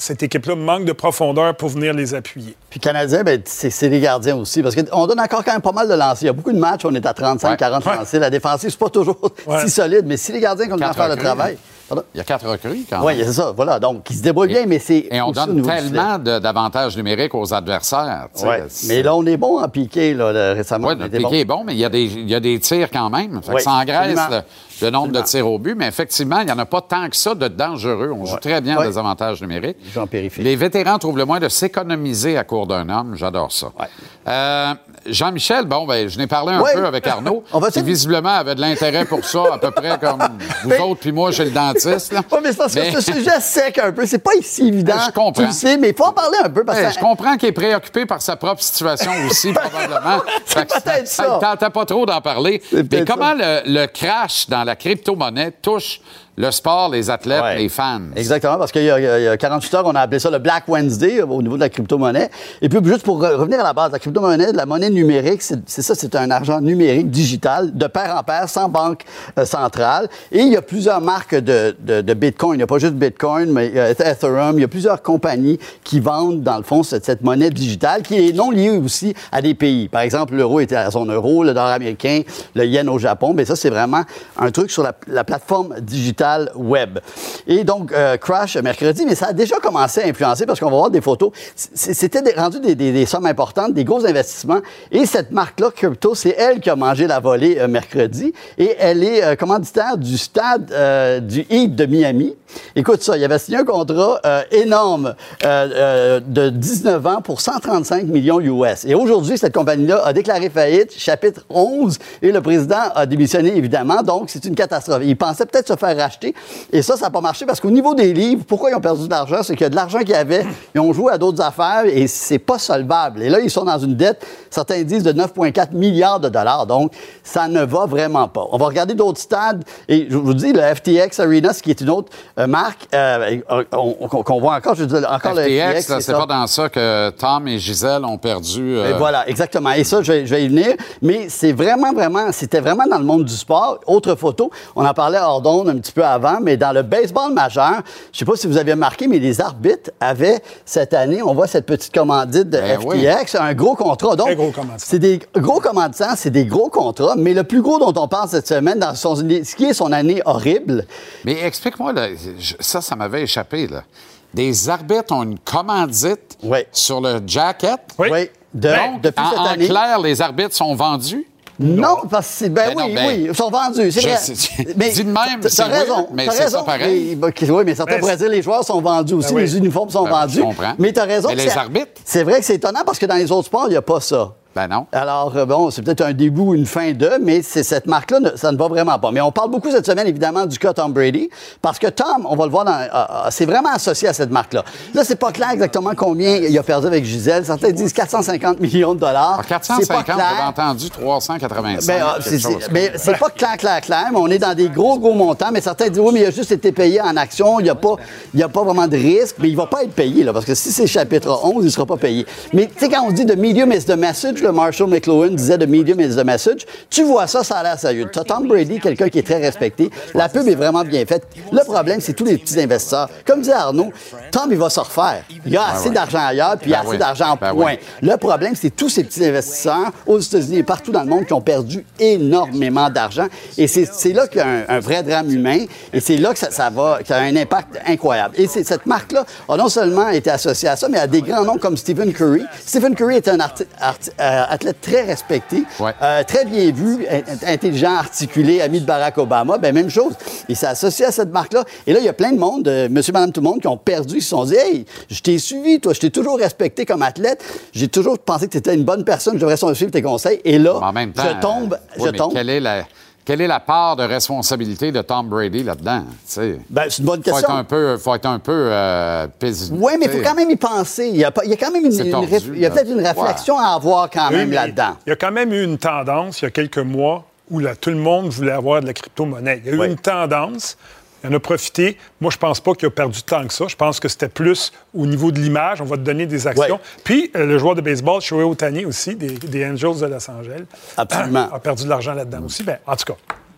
cette équipe-là manque de profondeur pour venir les appuyer. Puis Canadien, ben, c'est, c'est les gardiens aussi. Parce qu'on donne encore quand même pas mal de lancers. Il y a beaucoup de matchs où on est à trente-cinq, quarante Ouais. lancers. La défensive, c'est pas toujours Ouais. si solide. Mais si les gardiens continuent à Quatre faire le recrues. travail... Pardon? Il y a quatre recrues quand Oui, même. c'est ça. Voilà. Donc, ils se débrouillent bien, mais c'est. Et on aussi au donne niveau du tellement de- d'avantages numériques aux adversaires. tu sais. Ouais. C'est- Mais là, on est bon en piqué, là, là, récemment. Oui, On notre était piqué bon. est bon, mais il y, a des, il y a des tirs quand même. Fait que Oui, ça engraisse absolument. le, le nombre Absolument. de tirs au but. Mais effectivement, il n'y en a pas tant que ça de dangereux. On joue Ouais. très bien Ouais. des avantages numériques. Ils jouent en périphérie. Les vétérans trouvent le moyen de s'économiser à court d'un homme. J'adore ça. Ouais. Euh, Jean-Michel, bon, ben, je n'ai parlé un Ouais. peu avec Arnaud, On va qui ça? visiblement avait de l'intérêt pour ça, à peu près comme vous Mais- autres, puis moi, chez le dentiste. là. Oui, mais c'est parce que Mais- ce sujet sec un peu. C'est pas si évident. Je comprends. Tu le sais, mais il faut en parler un peu parce Ouais, que. je comprends qu'il est préoccupé par sa propre situation aussi, probablement. C'est Fait que peut-être ça. ça. ne tentait pas trop d'en parler. C'est Mais peut-être comment le, le crash dans la crypto-monnaie touche le sport, les athlètes, Ouais. les fans? Exactement, parce qu'il y a, il y a- il y a quarante-huit heures, on a appelé ça le Black Wednesday euh, au niveau de la crypto-monnaie. Et puis, juste pour re- revenir à la base, la crypto-monnaie, la monnaie numérique, c'est, c'est ça, c'est un argent numérique, digital, de pair en pair, sans banque euh, centrale. Et il y a plusieurs marques de, de, de Bitcoin. Il n'y a pas juste Bitcoin, mais il y a Ethereum. Il y a plusieurs compagnies qui vendent, dans le fond, cette, cette monnaie digitale qui est non liée aussi à des pays. Par exemple, l'euro était à la zone euro, le dollar américain, le yen au Japon. Mais ça, c'est vraiment un truc sur la, la plateforme digitale web. Et donc, euh, crash mercredi, mais ça a déjà commencé à influencer parce qu'on va voir des photos. C- C'était des- rendu des, des- des sommes importantes, des gros investissements. Et cette marque-là, Crypto, c'est elle qui a mangé la volée euh, mercredi. Et elle est euh, commanditaire du stade euh, du Heat de Miami. Écoute ça, il avait signé un contrat euh, énorme euh, euh, de dix-neuf ans pour cent trente-cinq millions U S. Et aujourd'hui, cette compagnie-là a déclaré faillite, chapitre onze, et le président a démissionné, évidemment. Donc, c'est une catastrophe. Il pensait peut-être se faire racheter. Et ça, ça n'a pas marché parce qu'au niveau des livres, pourquoi ils ont perdu de l'argent? C'est qu'il y a de l'argent qu'il y avait, ils ont joué à d'autres affaires et c'est pas solvable. Et là, ils sont dans une dette, certains disent, de neuf virgule quatre milliards de dollars. Donc, ça ne va vraiment pas. On va regarder d'autres stades et je vous dis, le F T X Arena, ce qui est une autre euh, marque euh, on- on- qu'on voit encore, je veux dire, encore le F T X, F T X. là, c'est c'est ça. pas dans ça que Tom et Gisèle ont perdu. euh, Et voilà, exactement. Et ça, je vais, je vais y venir. Mais c'est vraiment, vraiment, c'était vraiment dans le monde du sport. Autre photo, on en parlait hors d'onde un petit peu avant, mais dans le baseball majeur, je sais pas si vous avez remarqué, mais les arbitres avaient, cette année, on voit cette petite commandite de Ben F T X, un gros contrat. Donc, Très gros commanditaire. c'est des gros commanditaires, c'est des gros contrats, mais le plus gros dont on parle cette semaine, dans son, ce qui est son année horrible, Mais explique-moi, là, je- ça, ça m'avait échappé. Là. Des arbitres ont une commandite Oui. sur le jacket. Oui. oui, de- Donc, depuis en, cette en année. clair, les arbitres sont vendus. Non, parce que c'est. Ben, Ben non, oui, ben, oui, ils sont vendus, c'est je vrai. sais- dis de même, t'as- c'est t'as raison, weird, mais t'as c'est raison. ça pareil. Mais, ben, oui, mais certains Ben, pourraient dire les joueurs sont vendus aussi, Ben oui. les uniformes sont Ben, vendus. je comprends. Mais t'as raison. Mais que les c'est- arbitres? C'est vrai que c'est étonnant parce que dans les autres sports, il n'y a pas ça. Ben non. Alors, euh, bon, c'est peut-être un début ou une fin de, mais c'est cette marque-là, ne- ça ne va vraiment pas. Mais on parle beaucoup cette semaine, évidemment, du cas Tom Brady, parce que Tom, on va le voir, dans, euh, euh, c'est vraiment associé à cette marque-là. Là, c'est pas clair exactement combien il a perdu avec Gisèle. Certains disent quatre cent cinquante millions de dollars. Ah, quatre cent C'est pas cinquante, clair. j'avais entendu trois cent quatre-vingt-cinq. Ben, ah, quelque c'est, chose c'est- comme mais ça. c'est pas clair, clair, clair, mais on est dans des gros, gros montants. Mais certains disent, oui, mais il a juste été payé en action. Il n'y a, pas- il y a pas vraiment de risque, mais il va pas être payé, là, parce que si c'est chapitre onze, il ne sera pas payé. Mais tu sais, quand on dit the medium is the message, le Marshall McLuhan disait the medium is the message, tu vois ça, ça a l'air sérieux. Tu as Tom Brady, quelqu'un qui est très respecté. La pub est vraiment bien faite. Le problème, c'est tous les petits investisseurs. Comme disait Arnaud, Tom, il va se refaire. Il a assez ouais. d'argent ailleurs, puis il a Ben assez oui. d'argent en Ben point. oui. Le problème, c'est tous ces petits investisseurs aux États-Unis et partout dans le monde qui ont perdu énormément d'argent. Et c'est, c'est là qu'il y a un, un vrai drame humain. Et c'est là que ça, ça va, que ça a un impact incroyable. Et c'est, cette marque-là a non seulement été associée à ça, mais à des grands noms comme Stephen Curry. Stephen Curry est un arti- arti- euh, athlète très respecté, Ouais. euh, très bien vu, in- intelligent, articulé, ami de Barack Obama. Ben même chose. Il s'est associé à cette marque-là. Et là, il y a plein de monde, euh, monsieur, madame, tout le monde, qui ont perdu. Ils se sont dit, hey, je t'ai suivi, toi, je t'ai toujours respecté comme athlète. J'ai toujours pensé que tu étais une bonne personne, je devrais suivre tes conseils. Et là, Mais en même temps, je tombe, euh, oui, je mais tombe. Quelle est, la, quelle est la part de responsabilité de Tom Brady là-dedans? Tu sais? Ben, c'est une bonne faut question. être un peu, faut être un peu euh, paisible. Oui, mais il Tu faut sais. quand même y penser. Il y a, pas- il y a quand même une, C'est une tordu, réf- il y a là. peut-être une réflexion à avoir quand Oui, même mais là-dedans. Il y a quand même eu une tendance, il y a quelques mois, où là, tout le monde voulait avoir de la crypto-monnaie. Il y a eu Oui. une tendance, il en a profité. Moi, je pense pas qu'il a perdu tant que ça. Je pense que c'était plus au niveau de l'image. On va te donner des actions. Oui. Puis, euh, le joueur de baseball, Shohei Ohtani aussi, des, des Angels de Los Angeles, Absolument. a perdu de l'argent là-dedans aussi. Ben, en tout cas,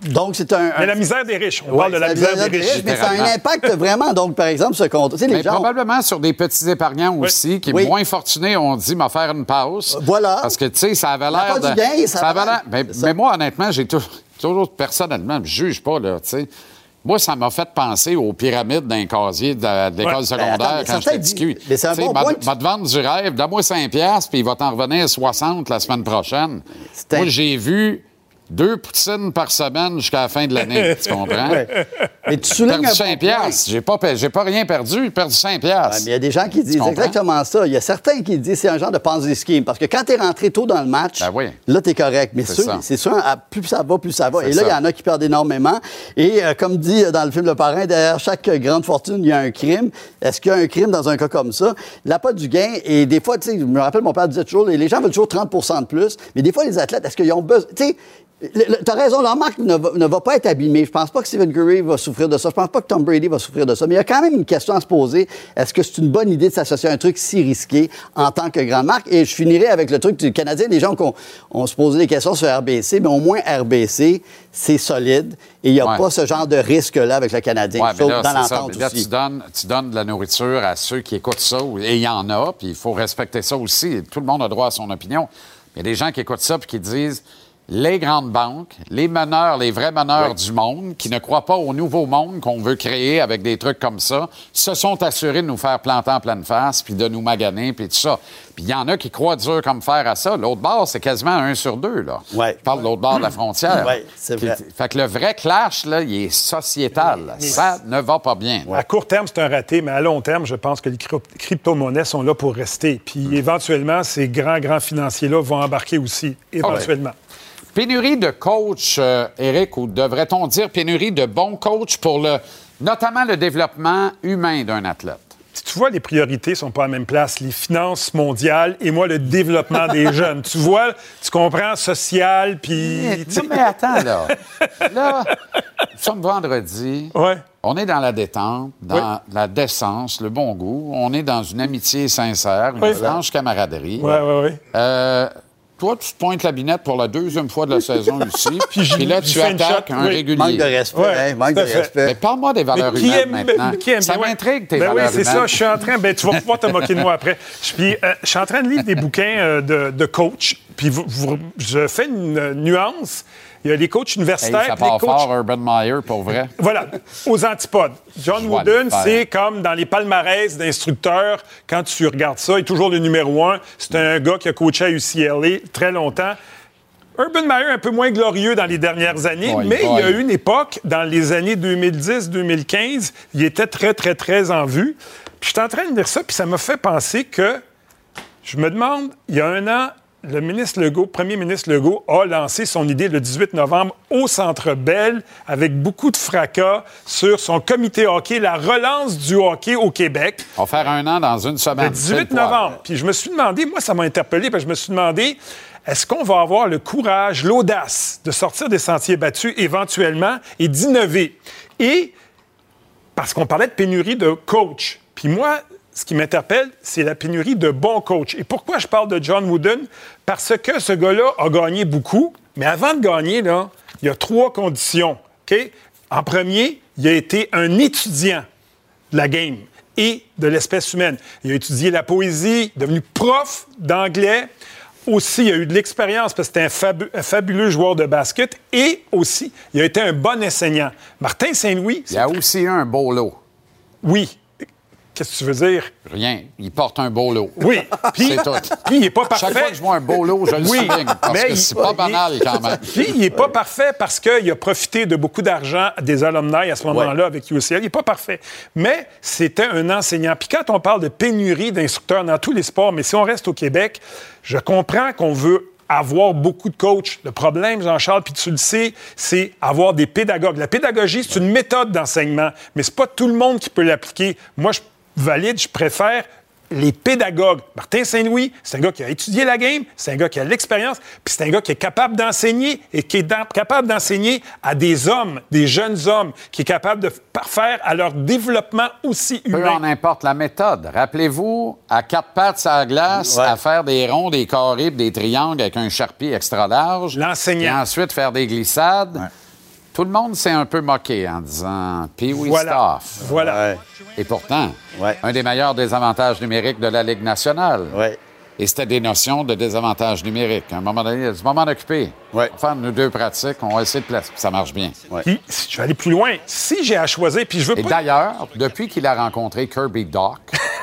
Donc, c'est un... Mais la misère des riches. On Ouais, parle de la c'est misère des riches. Mais ça a un impact vraiment. Donc, par exemple, ce compte. Tu sais, les Mais gens. probablement sur des petits épargnants aussi, qui, Oui. moins fortunés, ont dit m'a faire une pause. Voilà. Parce que, tu sais, ça avait l'air pas de. du gain, ça avait va. l'air. Ben, C'est ça. mais moi, honnêtement, j'ai tou- toujours, personnellement, je juge pas, là, tu sais. Moi, ça m'a fait penser aux pyramides d'un casier de, de l'école Ouais. secondaire Ben, attends, mais quand certains j'étais petit disent- cul. mais c'est un Tu sais, bon m'a- point que- m'a te vendre du rêve, donne-moi cinq piastres, puis il va t'en revenir soixante la semaine prochaine. C'est un- Moi, j'ai vu deux poutines par semaine jusqu'à la fin de l'année, tu comprends? Mais tu J'ai soulignes perdu un bon cinq point. piastres. J'ai pas, pa- j'ai pas rien perdu, j'ai perdu cinq Ouais, piastres. mais il y a des gens qui disent comprends? exactement ça. Il y a certains qui disent que c'est un genre de Ponzi scheme. Parce que quand tu es rentré tôt dans le match, Ben oui. là, tu es correct. Mais C'est ceux- ça. c'est sûr, à- plus ça va, plus ça va. C'est Et là, il y ça. en a qui perdent énormément. Et euh, comme dit euh, dans le film Le Parrain, derrière chaque euh, grande fortune, il y a un crime. Est-ce qu'il y a un crime dans un cas comme ça? L'appât du gain, et des fois, tu sais, je me rappelle, mon père disait toujours, les gens veulent toujours trente pour cent de plus. Mais des fois, les athlètes, est-ce qu'ils ont besoin. Tu sais, tu as raison, leur marque ne va, ne va pas être abîmée. Je pense pas que Stephen Curry va souffrir de ça. Je pense pas que Tom Brady va souffrir de ça. Mais il y a quand même une question à se poser. Est-ce que c'est une bonne idée de s'associer à un truc si risqué en tant que grande marque? Et je finirai avec le truc du Canadien. Les gens qu'on on se posait des questions sur R B C, mais au moins R B C, c'est solide. Et il n'y a Ouais. pas ce genre de risque-là avec le Canadien. Ouais, mais sauf là, dans c'est ça. l'entente Mais là, aussi. tu donnes, tu donnes de la nourriture à ceux qui écoutent ça, et il y en a, puis il faut respecter ça aussi. Tout le monde a droit à son opinion. Il y a des gens qui écoutent ça puis qui disent les grandes banques, les meneurs, les vrais meneurs du monde, qui ne croient pas au nouveau monde qu'on veut créer avec des trucs comme ça, se sont assurés de nous faire planter en pleine face, puis de nous maganer, puis tout ça. Puis il y en a qui croient dur comme fer à ça. L'autre bord, c'est quasiment un sur deux, là. Ouais. Je parle de l'autre bord de la frontière. Ouais, c'est Puis- vrai. Fait que le vrai clash, là, il est sociétal. Ça ne va pas bien. À court terme, c'est un raté, mais à long terme, je pense que les cryp- crypto-monnaies sont là pour rester. Puis éventuellement, ces grands, grands financiers-là vont embarquer aussi, éventuellement. Pénurie de coach, euh, Éric, ou devrait-on dire pénurie de bons coachs pour le, notamment le développement humain d'un athlète? Si tu vois, les priorités ne sont pas à la même place. Les finances mondiales et moi, le développement des jeunes. Tu vois, tu comprends, social, puis... Mais, tu sais- non, mais attends, là. Là, nous sommes vendredi. Ouais. On est dans la détente, dans la décence, le bon goût. On est dans une amitié sincère, une Oui. franche camaraderie. Ouais, ouais, ouais. Euh, toi, tu te pointes la binette pour la deuxième fois de la saison ici. Puis j'y- Et là, j'y tu fais une attaques shot, un oui. régulier. Manque de respect. Ouais, hein, manque tout à de fait. respect. Mais parle-moi des valeurs Mais qui humaines aime- maintenant. qui aime- Ça ouais. m'intrigue, tes Ben valeurs oui, c'est humaines. ça. Je suis en train... Ben, tu vas pouvoir te moquer de moi après. Je, puis, euh, je suis en train de lire des bouquins euh, de, de coach. Puis vous- vous- je fais une euh, nuance. Il y a les coachs Hey, universitaires. ça puis les part coachs... fort, Urban Meyer, pour vrai. Voilà, aux antipodes. John Je vois Wooden, le faire. c'est comme dans les palmarès d'instructeurs, quand tu regardes ça, il est toujours le numéro un. C'est un gars qui a coaché à U C L A très longtemps. Urban Meyer, un peu moins glorieux dans les dernières années, Ouais, mais il y a ouais. eu une époque, dans les années deux mille dix deux mille quinze, il était très, très, très en vue. Puis je suis en train de lire ça, puis ça m'a fait penser que, je me demande, il y a un an, le ministre Legault, premier ministre Legault, a lancé son idée le dix-huit novembre au Centre Bell avec beaucoup de fracas sur son comité hockey, la relance du hockey au Québec. On va faire un an dans une semaine. Le dix-huit C'est le poil. novembre. Puis je me suis demandé, moi, ça m'a interpellé, parce que je me suis demandé, est-ce qu'on va avoir le courage, l'audace de sortir des sentiers battus éventuellement et d'innover? Et parce qu'on parlait de pénurie de coach. Puis moi, ce qui m'interpelle, c'est la pénurie de bons coachs. Et pourquoi je parle de John Wooden? Parce que ce gars-là a gagné beaucoup, mais avant de gagner, là, il y a trois conditions. OK? En premier, il a été un étudiant de la game et de l'espèce humaine. Il a étudié la poésie, devenu prof d'anglais. Aussi, il a eu de l'expérience parce que c'était un, fabu- un fabuleux joueur de basket. Et aussi, il a été un bon enseignant. Martin Saint-Louis, Il y a aussi eu un beau lot. oui. Qu'est-ce que tu veux dire? Rien. Il porte un beau lot. Oui. Puis, C'est tout. puis il n'est pas parfait. Chaque fois que je vois un beau lot, je le Oui, souligne. Parce mais que il- c'est pas il- banal quand même. Puis, il n'est pas parfait parce qu'il a profité de beaucoup d'argent des alumni à ce moment-là avec U C L. Il n'est pas parfait. Mais c'était un enseignant. Puis quand on parle de pénurie d'instructeurs dans tous les sports, mais si on reste au Québec, je comprends qu'on veut avoir beaucoup de coachs. Le problème, Jean-Charles, puis tu le sais, c'est avoir des pédagogues. La pédagogie, c'est une méthode d'enseignement, mais c'est pas tout le monde qui peut l'appliquer. Moi, je valide, je préfère les pédagogues. Martin Saint-Louis, c'est un gars qui a étudié la game, c'est un gars qui a l'expérience, puis c'est un gars qui est capable d'enseigner et qui est dans- capable d'enseigner à des hommes, des jeunes hommes, qui est capable de parfaire à leur développement aussi Peu humain. en importe la méthode. Rappelez-vous, à quatre pattes à la glace, Ouais. à faire des ronds, des carrés, puis des triangles avec un charpie extra large. L'enseignant. Et ensuite faire des glissades. Tout le monde s'est un peu moqué en disant « Pee-wee Voilà. stuff ». Voilà. Ouais. Et pourtant, Ouais. un des meilleurs désavantages numériques de la Ligue nationale. Ouais. Et c'était des notions de désavantage numérique. À un moment donné, il y a du moment occupé. Ouais. On va faire nos deux pratiques, on va essayer de placer, puis ça marche bien. Puis, si je vais aller plus loin. Si j'ai à choisir, puis je veux Et pas... d'ailleurs, depuis qu'il a rencontré Kirby Doc,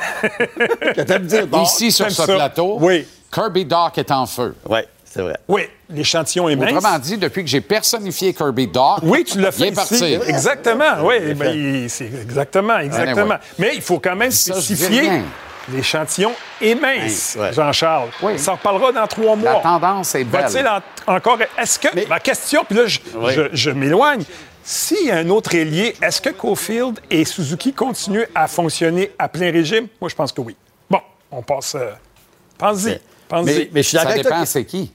Que t'aimes dire bon. ici sur j'aime ce ça. plateau, Oui. Kirby Doc est en feu. Oui, c'est vrai. Oui, l'échantillon est mince. Autrement dit, depuis que j'ai personnifié Kirby Doc, Oui, tu l'as fait il est parti. ici. Exactement, oui. Ben, il- c'est exactement, exactement. Anyway. Mais il faut quand même Ça, je dis spécifier. rien. L'échantillon est mince, Ouais. Jean-Charles. Oui. On s'en reparlera dans trois mois. La tendance est belle. Va-t-il en- encore... Est-ce que... Mais- Ma question, puis là, je, Oui. je- je m'éloigne. S'il y a un autre ailier, est-ce que Caulfield et Suzuki continuent à fonctionner à plein régime? Moi, je pense que oui. Bon, on passe... euh, Pense-y. Pense-y. Mais, mais je suis Ça d'accord avec toi. dépend que- c'est qui.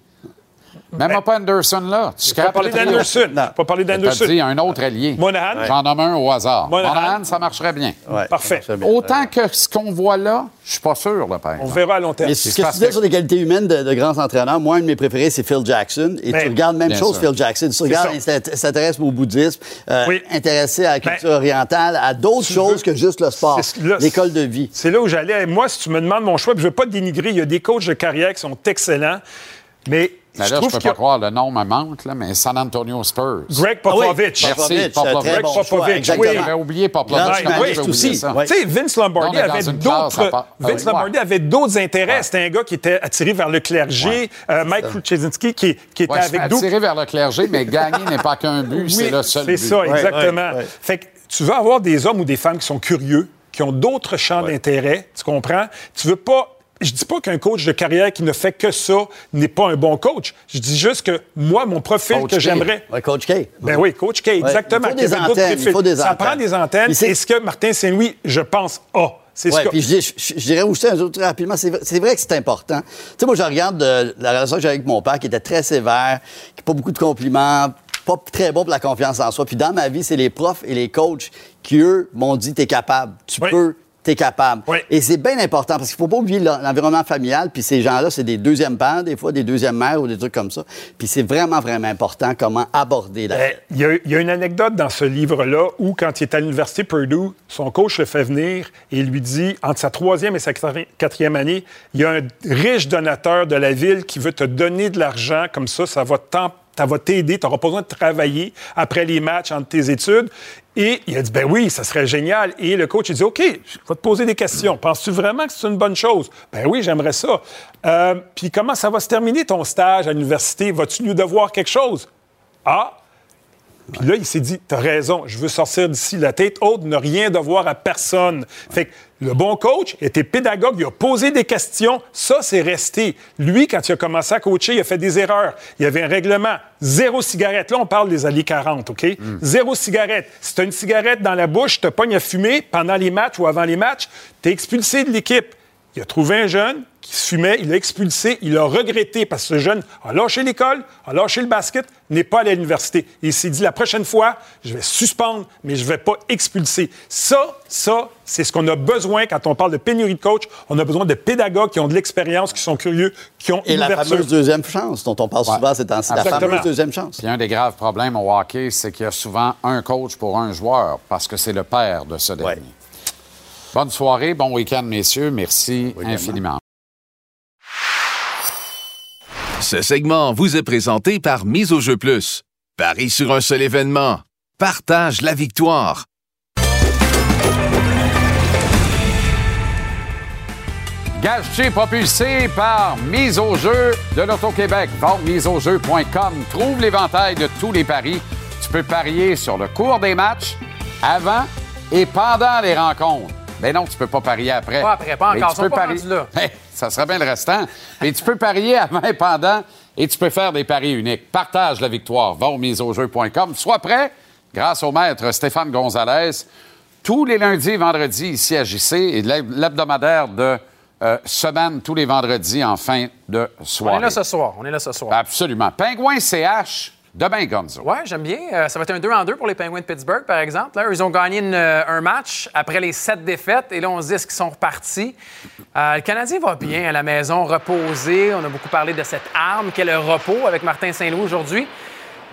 Même pas Anderson là. Tu On va scrapes parler le trio. d'Anderson. Non. On va parler T'as d'Anderson. dit un autre allié. Monahan. J'en nomme un au hasard. Monahan. Monahan, ça marcherait bien. Ouais, Parfait. ça marche bien. Autant que ce qu'on voit là, je suis pas sûr, là, par On exemple. verra à long terme. Mais ce que parce tu disais que- sur les qualités humaines de, de grands entraîneurs, moi, un de mes préférés, c'est Phil Jackson. Et Ben, tu regardes même bien chose, sûr. Phil Jackson. Tu regardes, il ça. s'int- s'intéresse au bouddhisme, euh, Oui. intéressé à la culture Ben, orientale, à d'autres tu choses veux- que juste le sport, C'est là- l'école de vie. C'est là où j'allais. Moi, si tu me demandes mon choix, puis je ne veux pas te dénigrer, il y a des coachs de carrière qui sont excellents, mais Mais je là, je trouve peux qu'il y pas a croire, le nom me manque, là, mais San Antonio Spurs. Greg Ah oui, Popovich. Merci, Popovich, Popovich. euh, très Greg bon choix, Popovich, exactement. oui. J'avais oublié Popovich. Grand Comment humaniste j'ai oublié aussi. ça? Ouais. Tu sais, Vince Lombardi On est dans avait une classe à d'autres. part. Ah Vince oui, Lombardi ouais. avait d'autres intérêts. Ouais. C'était un gars qui était attiré vers le clergé. Euh, Mike Krzyzewski qui, qui était Ouais, je suis avec d'autres. attiré vers le clergé, mais gagner n'est pas qu'un but, c'est le seul c'est but. ça, exactement. ouais, ouais. Fait que tu veux avoir des hommes ou des femmes qui sont curieux, qui ont d'autres champs d'intérêt, tu comprends? Tu veux pas... Je dis pas qu'un coach de carrière qui ne fait que ça n'est pas un bon coach. Je dis juste que moi, mon profil Coach que K. j'aimerais... Ouais, Coach K. Ben oui, Coach K, exactement. Il faut Qui des avait d'autres antennes, il profils. faut des Ça antennes. prend des antennes. Mais c'est- Et ce que Martin Saint-Louis, je pense, a. C'est ce Ouais, que... puis je, dis- je- je dirais aussi un autre très rapidement, c'est vrai, c'est vrai que c'est important. Tu sais, moi, je regarde euh, la relation que j'ai avec mon père, qui était très sévère, qui n'a pas beaucoup de compliments, pas très bon pour la confiance en soi. Puis dans ma vie, c'est les profs et les coachs qui, eux, m'ont dit, t'es capable, tu Oui. peux, t'es capable. Oui. Et c'est bien important, parce qu'il faut pas oublier l'en- l'environnement familial, puis ces gens-là, c'est des deuxièmes pères, des fois, des deuxièmes mères ou des trucs comme ça. Puis c'est vraiment, vraiment important comment aborder la... Euh, Il y, a, il y a une anecdote dans ce livre-là où, quand il est à l'université Purdue, son coach le fait venir et il lui dit, entre sa troisième et sa quatri- quatrième année, il y a un riche donateur de la ville qui veut te donner de l'argent, comme ça, ça va t'en- ça va t'aider, tu n'auras pas besoin de travailler après les matchs, entre tes études. Et il a dit, ben oui, ça serait génial. Et le coach, il dit, OK, je vais te poser des questions. Penses-tu vraiment que c'est une bonne chose? Ben oui, j'aimerais ça. Euh, Puis comment ça va se terminer ton stage à l'université? Vas-tu nous devoir quelque chose? Ah! Puis là, il s'est dit, t'as raison, je veux sortir d'ici la tête haute, ne rien devoir à personne. Fait que le bon coach était pédagogue, il a posé des questions, ça, c'est resté. Lui, quand il a commencé à coacher, il a fait des erreurs. Il y avait un règlement, zéro cigarette. Là, on parle des années quarante, OK? Zéro cigarette. Si t'as une cigarette dans la bouche, te pognes à fumer pendant les matchs ou avant les matchs, t'es expulsé de l'équipe. Il a trouvé un jeune qui se fumait, il l'a expulsé, il a regretté parce que ce jeune a lâché l'école, a lâché le basket, n'est pas allé à l'université. Et il s'est dit, la prochaine fois, je vais suspendre, mais je ne vais pas expulser. Ça, ça, c'est ce qu'on a besoin quand on parle de pénurie de coach. On a besoin de pédagogues qui ont de l'expérience, qui sont curieux, qui ont Et une la ouverture. fameuse deuxième chance dont on parle souvent ces temps-ci. La Exactement. fameuse deuxième chance. Puis un des graves problèmes au hockey, c'est qu'il y a souvent un coach pour un joueur, parce que c'est le père de ce dernier. Ouais. Bonne soirée, bon week-end, messieurs. Merci Oui, infiniment. Ce segment vous est présenté par Mise au jeu plus. Parie sur un seul événement. Partage la victoire. Gage-T propulsé par Mise au jeu de l'Auto-Québec. Vente mise au jeu point com. Trouve l'éventail de tous les paris. Tu peux parier sur le cours des matchs, avant et pendant les rencontres. Ben non, tu peux pas parier après. Pas après, pas Mais encore, tu ils sont peux pas parier- rendus là. Hey, ça serait bien le restant. Mais tu peux parier avant et pendant et tu peux faire des paris uniques. Partage la victoire. Va au mise au jeu point com. Sois prêt, grâce au maître Stéphane Gonzalez, tous les lundis et vendredis ici à J C et l'hebdomadaire de euh, semaine tous les vendredis en fin de soirée. On est là ce soir. On est là ce soir. Absolument. Pingouin C H, demain, Gonzo. Oui, j'aime bien. Euh, ça va être un deux en deux pour les Penguins de Pittsburgh, par exemple. Là, ils ont gagné une, euh, un match après les sept défaites. Et là, on se dit est-ce qu'ils sont repartis. Euh, le Canadien va bien à la maison, reposé. On a beaucoup parlé de cette arme qu'est le repos avec Martin Saint-Louis aujourd'hui.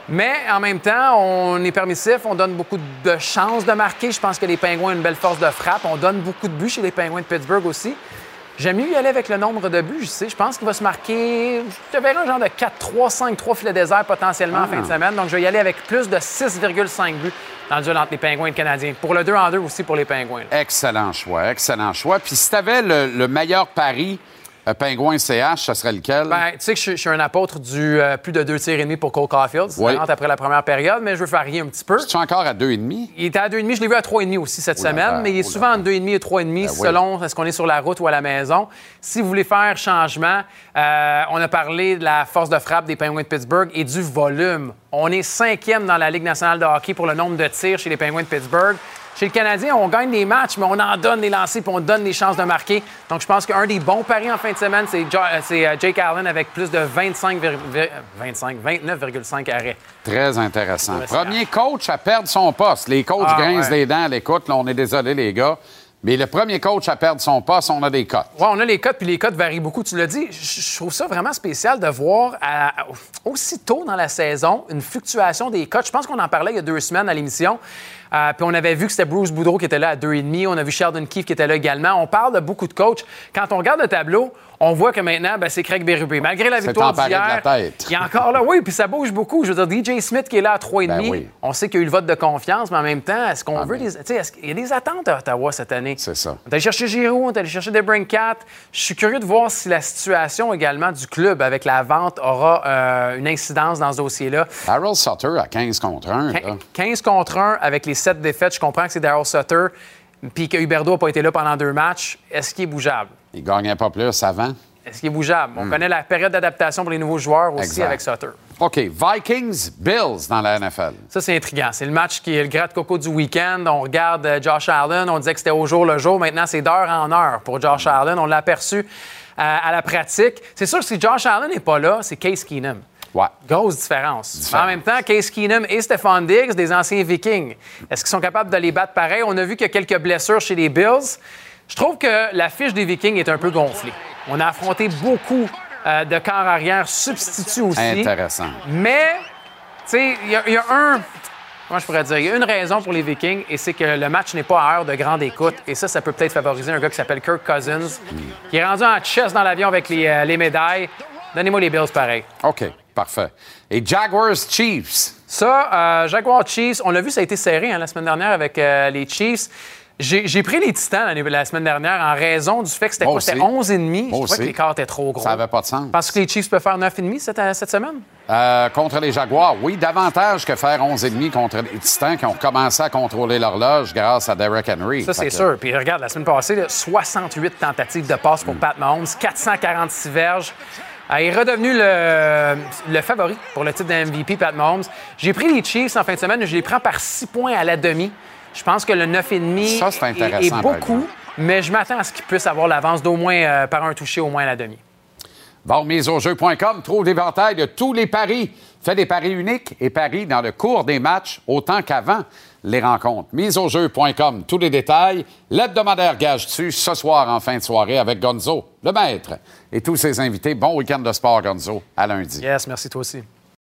Mais en même temps, on est permissif, on donne beaucoup de chances de marquer. Je pense que les Pingouins ont une belle force de frappe. On donne beaucoup de buts chez les Pingouins de Pittsburgh aussi. J'aime mieux y aller avec le nombre de buts, je sais. Je pense qu'il va se marquer, je te verrai un genre de quatre trois, cinq trois filets déserts potentiellement ah. en fin de semaine. Donc, je vais y aller avec plus de six virgule cinq buts dans le duel entre les Pingouins et le Canadien. Pour le deux en deux aussi pour les Pingouins. Là. Excellent choix, excellent choix. Puis si tu avais le, le meilleur pari euh, Pingouin C H, ce serait lequel? Ben, tu sais que je, je suis un apôtre du euh, plus de deux tirs et demi pour Cole Caulfield. C'est oui. après la première période, mais je veux varier un petit peu. Es-tu encore à deux et demi? Il était à deux et demi. Je l'ai vu à trois et demi aussi cette Oula, semaine, ben, mais il est souvent entre deux et demi et trois et demi ben, selon oui. est-ce qu'on est sur la route ou à la maison. Si vous voulez faire changement, euh, on a parlé de la force de frappe des Penguins de Pittsburgh et du volume. On est cinquième dans la Ligue nationale de hockey pour le nombre de tirs chez les Penguins de Pittsburgh. Chez le Canadien, on gagne des matchs, mais on en donne des lancers puis on donne des chances de marquer. Donc, je pense qu'un des bons paris en fin de semaine, c'est, jo- c'est Jake Allen avec plus de vingt-cinq, vingt-cinq, vingt-neuf virgule cinq arrêts. Très intéressant. Premier coach à perdre son poste. Les coachs ah, grincent ouais. les dents à l'écoute. Là, on est désolé, les gars. Mais le premier coach à perdre son poste, on a des cotes. Oui, on a les cotes, puis les cotes varient beaucoup. Tu l'as dit, je trouve ça vraiment spécial de voir à, aussitôt dans la saison une fluctuation des cotes. Je pense qu'on en parlait il y a deux semaines à l'émission. Euh, puis on avait vu que c'était Bruce Boudreau qui était là à deux virgule cinq. On a vu Sheldon Keefe qui était là également. On parle de beaucoup de coachs. Quand on regarde le tableau, on voit que maintenant, ben, c'est Craig Berube. Malgré la victoire d'hier, il est encore là. Oui, puis ça bouge beaucoup. Je veux dire, D J Smith qui est là à trois virgule cinq. Ben oui. On sait qu'il y a eu le vote de confiance, mais en même temps, est-ce qu'on ah, veut... des... Est-ce qu'il y a des attentes à Ottawa cette année? C'est ça. On est allé chercher Giroux, on est allé chercher DeBrincat. Je suis curieux de voir si la situation également du club avec la vente aura euh, une incidence dans ce dossier-là. Darryl Sutter à quinze contre un. Là. quinze contre un avec les sept défaites. Je comprends que c'est Darryl Sutter puis que Huberdeau n'a pas été là pendant deux matchs. Est-ce qu'il est bougeable? Il ne gagnait pas plus avant. Est-ce qu'il est bougeable? On mm. connaît la période d'adaptation pour les nouveaux joueurs aussi exact. Avec Sutter. OK. Vikings-Bills dans la N F L. Ça, c'est intriguant. C'est le match qui est le gratte-coco du week-end. On regarde euh, Josh Allen. On disait que c'était au jour le jour. Maintenant, c'est d'heure en heure pour Josh mm. Allen. On l'a aperçu euh, à la pratique. C'est sûr que si Josh Allen n'est pas là, c'est Case Keenum. Ouais. Grosse différence. différence. En même temps, Case Keenum et Stephon Diggs, des anciens Vikings, est-ce qu'ils sont capables de les battre pareil? On a vu qu'il y a quelques blessures chez les Bills. Je trouve que la fiche des Vikings est un peu gonflée. On a affronté beaucoup euh, de corps arrière substituts aussi. Intéressant. Mais, tu sais, il y, y a un... Comment je pourrais dire? Il y a une raison pour les Vikings, et c'est que le match n'est pas à heure de grande écoute. Et ça, ça peut peut-être favoriser un gars qui s'appelle Kirk Cousins, mm. qui est rendu en chest dans l'avion avec les, euh, les médailles. Donnez-moi les Bills pareil. OK, parfait. Et Jaguars-Chiefs? Ça, euh, Jaguars-Chiefs, on l'a vu, ça a été serré hein, la semaine dernière avec euh, les Chiefs. J'ai, j'ai pris les Titans la, la semaine dernière en raison du fait que c'était quoi? C'était onze virgule cinq. Je trouvais que l'écart était trop gros. Ça n'avait pas de sens. Parce que les Chiefs peuvent faire neuf virgule cinq cette, cette semaine? Euh, contre les Jaguars, oui. Davantage que faire onze virgule cinq contre les Titans qui ont commencé à contrôler l'horloge grâce à Derrick Henry. Ça, c'est que... sûr. Puis regarde, la semaine passée, là, soixante-huit tentatives de passe pour mm. Pat Mahomes, quatre cent quarante-six verges. Euh, il est redevenu le, le favori pour le titre de M V P, Pat Mahomes. J'ai pris les Chiefs en fin de semaine, je les prends par six points à la demi. Je pense que le neuf virgule cinq Ça, c'est est, est beaucoup, mais je m'attends à ce qu'il puisse avoir l'avance d'au moins euh, par un touché au moins à la demi. Bon, mise au jeu point com trouve l'éventail de tous les paris. Fait des paris uniques et paris dans le cours des matchs autant qu'avant les rencontres. mise au jeu point com, tous les détails. L'hebdomadaire gage dessus ce soir en fin de soirée avec Gonzo, le maître, et tous ses invités. Bon week-end de sport, Gonzo. À lundi. Yes, merci toi aussi.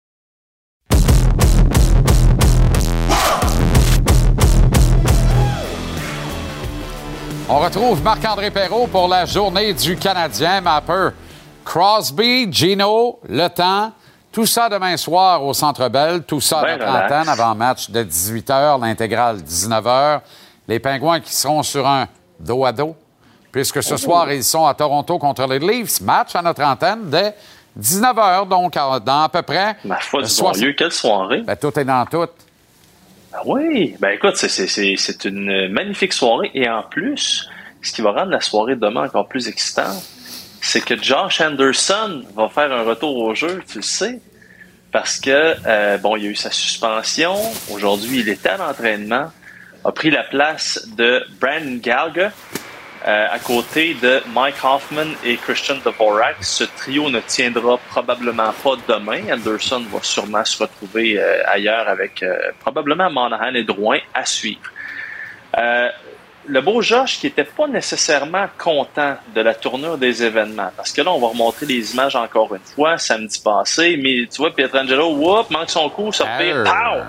On retrouve Marc-André Perreault pour la journée du Canadien, Mapper. Crosby, Gino, Le Temps, tout ça demain soir au Centre Bell, tout ça à notre antenne avant match de dix-huit heures, l'intégrale dix-neuf heures. Les Pingouins qui seront sur un dos à dos, puisque ce oh. soir, ils sont à Toronto contre les Leafs. Match à notre antenne dès dix-neuf heures, donc dans à peu près... Ma foi du bon Dieu, quelle soirée! Ben, tout est dans tout. Ah oui, ben écoute, c'est, c'est, c'est, c'est une magnifique soirée. Et en plus, ce qui va rendre la soirée de demain encore plus excitante, c'est que Josh Anderson va faire un retour au jeu, tu le sais, parce que, euh, bon, il y a eu sa suspension. Aujourd'hui, il était à l'entraînement, a pris la place de Brandon Gallagher euh, à côté de Mike Hoffman et Christian Dvorak. Ce trio ne tiendra probablement pas demain. Anderson va sûrement se retrouver euh, ailleurs avec euh, probablement Monahan et Drouin à suivre. Euh, le beau Josh qui n'était pas nécessairement content de la tournure des événements. Parce que là, on va remontrer les images encore une fois, samedi passé. Mais tu vois, Pietrangelo, whoop, manque son coup, ça fait pow!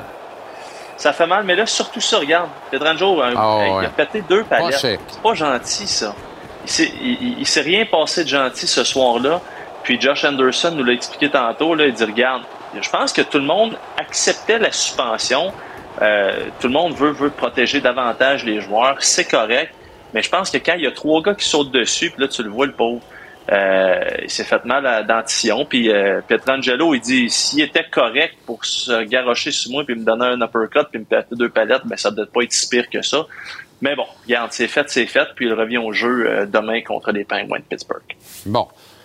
Ça fait mal, mais là, surtout ça, regarde. Pietrangelo, un, oh, il ouais. a pété deux palettes. C'est pas gentil, ça. Il s'est, il, il s'est rien passé de gentil ce soir-là. Puis Josh Anderson nous l'a expliqué tantôt. Là, il dit, regarde, je pense que tout le monde acceptait la suspension. Euh, tout le monde veut, veut protéger davantage les joueurs. C'est correct. Mais je pense que quand il y a trois gars qui sautent dessus, puis là, tu le vois, le pauvre, euh, il s'est fait mal à la dentition. Puis euh, Pietrangelo, il dit, s'il était correct pour se garrocher sur moi puis me donner un uppercut puis me péter deux palettes, ben ça ne doit pas être si pire que ça. Mais bon, regarde, c'est fait, c'est fait. Puis il revient au jeu euh, demain contre les Penguins de Pittsburgh. Bon.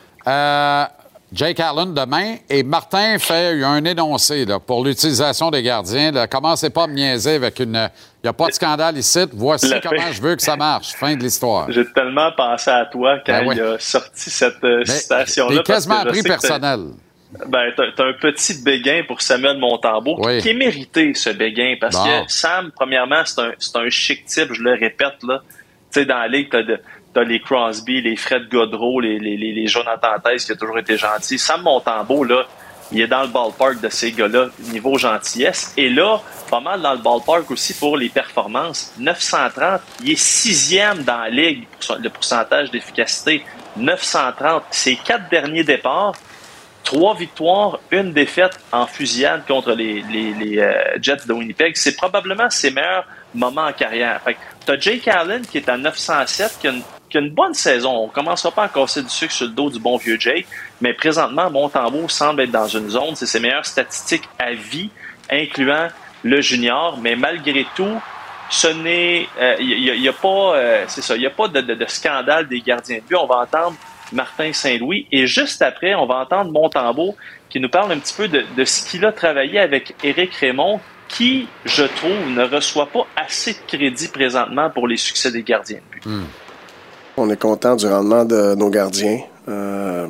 Euh, Jake Allen demain. Et Martin fait un énoncé là, pour l'utilisation des gardiens. Là. Commencez pas à me niaiser avec une... Il n'y a pas de scandale ici. Voici La comment fin. je veux que ça marche. Fin de l'histoire. J'ai tellement pensé à toi quand ben oui. il a sorti cette euh, citation-là. T'es quasiment parce que je pris sais que personnel. t'as, ben, t'as, t'as un petit béguin pour Samuel Montembeault oui. qui est mérité, ce béguin. Parce bon. que Sam, premièrement, c'est un, c'est un chic type, je le répète. Là. Tu sais, dans la ligue, t'as, de, t'as les Crosby, les Fred Gaudreau, les, les, les, les Jonathan Taze qui a toujours été gentil. Sam Montembeault, là, il est dans le ballpark de ces gars-là, niveau gentillesse. Et là, pas mal dans le ballpark aussi pour les performances. neuf cent trente, il est sixième dans la ligue pour le pourcentage d'efficacité. neuf cent trente, ses quatre derniers départs, trois victoires, une défaite en fusillade contre les, les, les euh, Jets de Winnipeg. C'est probablement ses meilleurs moments en carrière. Fait que t'as Jake Allen qui est à neuf cent sept, qui a une qui a une bonne saison. On ne commencera pas à casser du sucre sur le dos du bon vieux Jake, mais présentement, Montembeault semble être dans une zone. C'est ses meilleures statistiques à vie, incluant le junior, mais malgré tout, ce n'est... Il euh, n'y a, a pas... Euh, c'est ça, il n'y a pas de, de, de scandale des gardiens de but. On va entendre Martin Saint-Louis et juste après, on va entendre Montembeault qui nous parle un petit peu de, de ce qu'il a travaillé avec Éric Raymond, qui, je trouve, ne reçoit pas assez de crédit présentement pour les succès des gardiens de but. Mm. On est content du rendement de nos gardiens. Euh,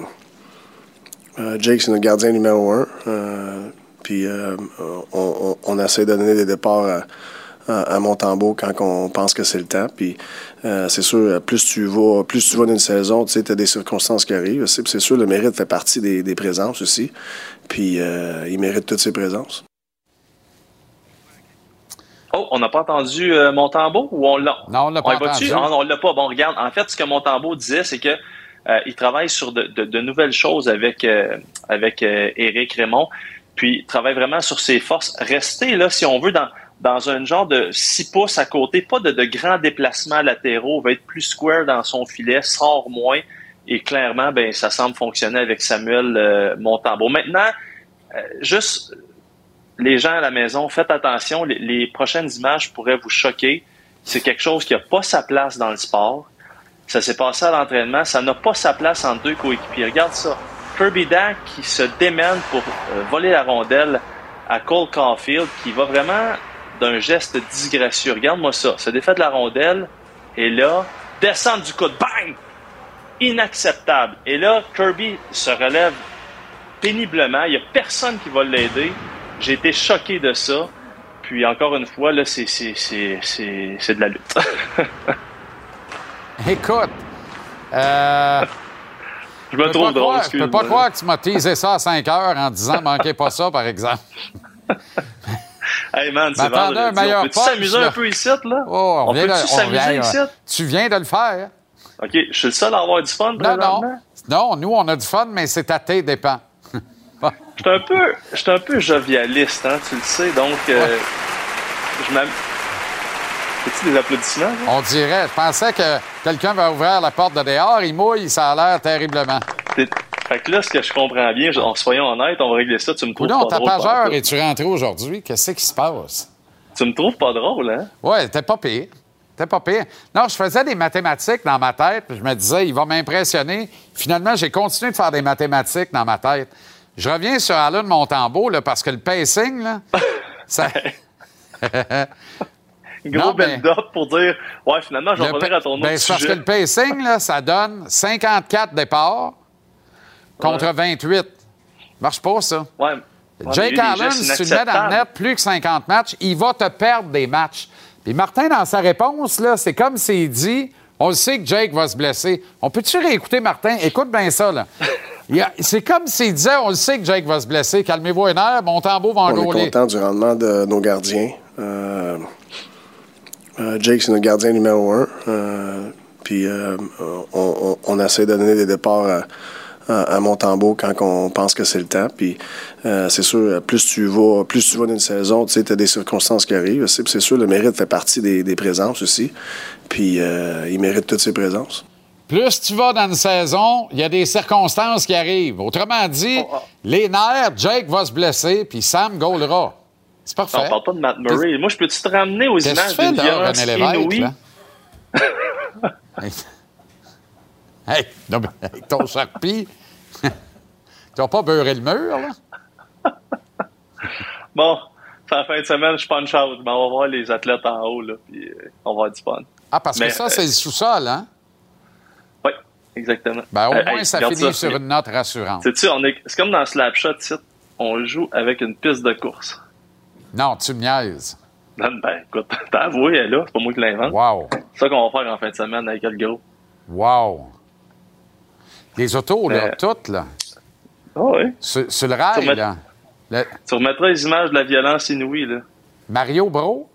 euh, Jake, c'est notre gardien numéro un. Euh, puis euh, on, on, on essaie de donner des départs à, à, à Montembeault quand on pense que c'est le temps. Puis euh, c'est sûr, plus tu vas, plus tu vas d'une saison, tu sais, tu as des circonstances qui arrivent. C'est, c'est sûr, le mérite fait partie des, des présences aussi. Puis euh, il mérite toutes ses présences. Oh, on n'a pas entendu euh, Montembeault ou on l'a? Non, on l'a pas on entendu. Ah, non, on l'a pas. Bon, regarde, en fait, ce que Montembeault disait, c'est que euh, il travaille sur de, de, de nouvelles choses avec euh, avec euh, Éric Raymond, puis il travaille vraiment sur ses forces. Rester là, si on veut, dans dans un genre de six pouces à côté, pas de, de grands déplacements latéraux, va être plus square dans son filet, sort moins, et clairement, ben ça semble fonctionner avec Samuel euh, Montembeault. Maintenant, euh, juste... Les gens à la maison, faites attention, les, les prochaines images pourraient vous choquer. C'est quelque chose qui n'a pas sa place dans le sport. Ça s'est passé à l'entraînement, ça n'a pas sa place entre deux coéquipiers. Regarde ça. Kirby Dach qui se démène pour euh, voler la rondelle à Cole Caulfield, qui va vraiment d'un geste disgracieux. Regarde-moi ça. Se défait de la rondelle, et là, descend du coude. Bang! Inacceptable. Et là, Kirby se relève péniblement. Il n'y a personne qui va l'aider. J'ai été choqué de ça. Puis encore une fois, là, c'est, c'est, c'est, c'est, c'est de la lutte. Écoute, euh, je me trouve drôle. Je peux pas croire que tu m'as teasé ça à cinq heures en disant « manquez pas ça », par exemple. Hey man, c'est vendredi. Un meilleur on peut-tu s'amuser là? Un peu ici, là? Oh, on, on vient peut-tu de, s'amuser on vient, ici? Tu viens de le faire. OK, je suis le seul à avoir du fun, non, non. Non, nous, on a du fun, mais c'est à tes dépens. Je suis un peu, je suis un peu jovialiste, hein, tu le sais, donc euh, ouais. je m'am... Fais-tu des applaudissements? Hein? On dirait. Je pensais que quelqu'un va ouvrir la porte de dehors, il mouille, ça a l'air terriblement. C'est... Fait que là, ce que je comprends bien, en soyons honnêtes, on va régler ça, tu me trouves non, pas drôle. Non, ta pageur, es-tu rentré aujourd'hui? Qu'est-ce qui se passe? Tu me trouves pas drôle, hein? Ouais, t'es pas pire. T'es pas pire. Non, je faisais des mathématiques dans ma tête, puis je me disais, il va m'impressionner. Finalement, j'ai continué de faire des mathématiques dans ma tête. Je reviens sur Allen Montembeault, là, parce que le pacing, là, ça... Gros non, build-up pour dire, ouais, finalement, je vais revenir à ton autre ben, sujet. Parce que le pacing, là, ça donne cinquante-quatre départs contre ouais. vingt-huit. Marche pas, ça. Ouais. Jake Allen, si tu le mets dans le net plus que cinquante matchs, il va te perdre des matchs. Puis Martin, dans sa réponse, là, c'est comme s'il dit, on le sait que Jake va se blesser. On peut-tu réécouter Martin? Écoute bien ça, là. A, c'est comme s'il disait, on le sait que Jake va se blesser. Calmez-vous un air, Montembeau va en On gauler. est content du rendement de nos gardiens. Euh, euh, Jake, c'est notre gardien numéro un. Euh, puis euh, on, on, on essaie de donner des départs à, à, à Montembeau quand on pense que c'est le temps. Puis euh, c'est sûr, plus tu vas, plus tu vas d'une saison, tu sais, tu as des circonstances qui arrivent. C'est, c'est sûr, le mérite fait partie des, des présences aussi. Puis euh, il mérite toutes ses présences. Plus tu vas dans une saison, il y a des circonstances qui arrivent. Autrement dit, oh, oh. les nerfs, Jake va se blesser, puis Sam goalera. C'est parfait. On parle pas de Matt Murray. Qu'est-ce... Moi, je peux-tu te ramener aux Qu'est-ce images d'une violence inouïe? hey, hey, non, mais, avec ton Sharpie, tu vas pas beurrer le mur, là? Bon, c'est la fin de semaine, je punch out. Ben, on va voir les athlètes en haut, là, puis euh, on va avoir du fun. Ah, parce mais, que ça, euh, c'est le sous-sol, hein? Oui, exactement. Ben, au euh, moins, hey, ça finit ça, sur mais... une note rassurante. C'est-tu, on est... c'est comme dans Slapshot, ici, on joue avec une piste de course. Non, tu me niaises. Ben, écoute, t'as avoué, elle est là, c'est pas moi qui l'invente. Wow. C'est ça qu'on va faire en fin de semaine avec le gros. Wow. Les autos, là, euh... toutes, là. Ah oh, oui. Sur, sur le rail, remet... là. Le... Tu remettras les images de la violence inouïe, là. Mario Bro?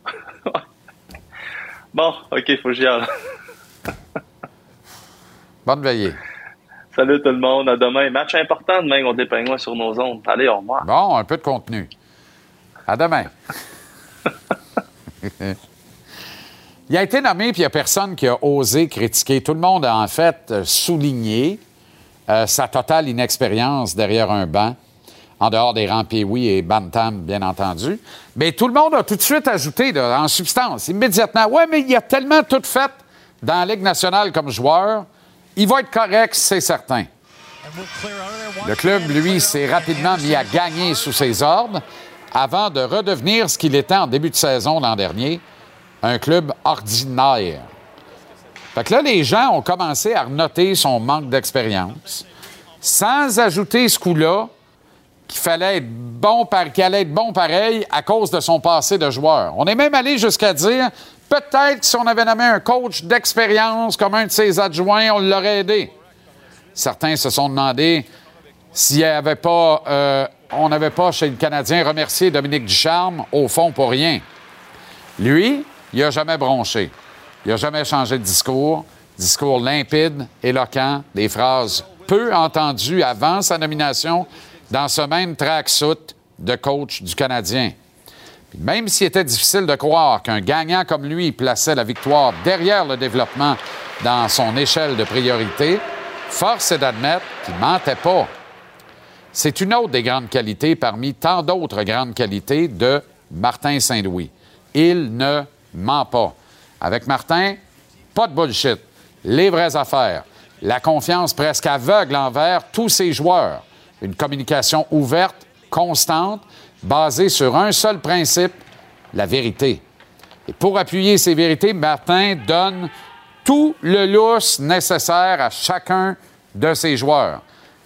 Bon, OK, faut que j'y aille. Bonne veillée. Salut tout le monde, à demain. Match important demain contre les Pingouins sur nos ondes. Allez, au revoir. Bon, un peu de contenu. À demain. Il a été nommé, puis il n'y a personne qui a osé critiquer. Tout le monde a en fait souligné euh, sa totale inexpérience derrière un banc, en dehors des rangs Pee-Wee et Bantam, bien entendu. Mais tout le monde a tout de suite ajouté, là, en substance, immédiatement, « Ouais, mais il a tellement tout fait dans la Ligue nationale comme joueur, il va être correct, c'est certain. » Le club, lui, s'est rapidement mis à gagner sous ses ordres avant de redevenir ce qu'il était en début de saison l'an dernier, un club ordinaire. Fait que là, les gens ont commencé à noter son manque d'expérience, sans ajouter ce coup-là qu'il fallait être bon, par... qu'il allait être bon pareil à cause de son passé de joueur. On est même allé jusqu'à dire, peut-être que si on avait nommé un coach d'expérience comme un de ses adjoints, on l'aurait aidé. Certains se sont demandé s'il n'y avait pas... Euh, on n'avait pas, chez le Canadien, remercié Dominique Ducharme, au fond, pour rien. Lui, il n'a jamais bronché. Il n'a jamais changé de discours. Discours limpide, éloquent, des phrases peu entendues avant sa nomination dans ce même tracksuit de coach du Canadien. Puis même s'il était difficile de croire qu'un gagnant comme lui plaçait la victoire derrière le développement dans son échelle de priorité, force est d'admettre qu'il ne mentait pas. C'est une autre des grandes qualités parmi tant d'autres grandes qualités de Martin Saint-Louis. Il ne ment pas. Avec Martin, pas de bullshit. Les vraies affaires. La confiance presque aveugle envers tous ses joueurs. Une communication ouverte, constante, basée sur un seul principe, la vérité. Et pour appuyer ces vérités, Martin donne tout le lousse nécessaire à chacun de ses joueurs.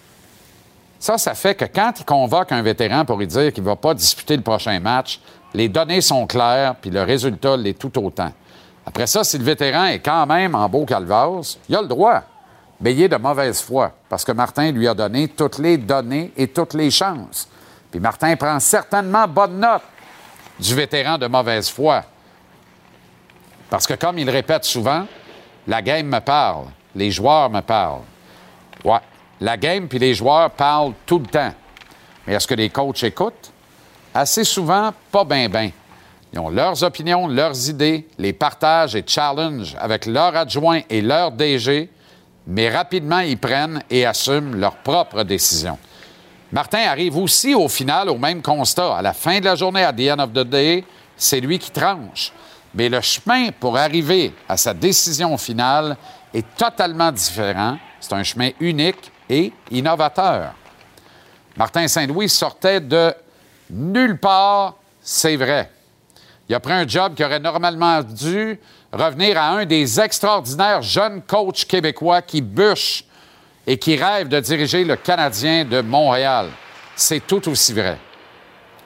Ça, ça fait que quand il convoque un vétéran pour lui dire qu'il ne va pas disputer le prochain match, les données sont claires, puis le résultat l'est tout autant. Après ça, si le vétéran est quand même en beau calvasse, il a le droit, mais il est de mauvaise foi, parce que Martin lui a donné toutes les données et toutes les chances. Puis Martin prend certainement bonne note du vétéran de mauvaise foi. Parce que, comme il répète souvent, la game me parle, les joueurs me parlent. Ouais. La game puis les joueurs parlent tout le temps. Mais est-ce que les coachs écoutent? Assez souvent, pas bien, bien. Ils ont leurs opinions, leurs idées, les partagent et challengent avec leurs adjoints et leurs D G, mais rapidement, ils prennent et assument leurs propres décisions. Martin arrive aussi, au final, au même constat. À la fin de la journée, à the end of the day, c'est lui qui tranche. Mais le chemin pour arriver à sa décision finale est totalement différent. C'est un chemin unique et innovateur. Martin Saint-Louis sortait de nulle part, c'est vrai. Il a pris un job qui aurait normalement dû revenir à un des extraordinaires jeunes coachs québécois qui bûchent et qui rêvent de diriger le Canadien de Montréal. C'est tout aussi vrai.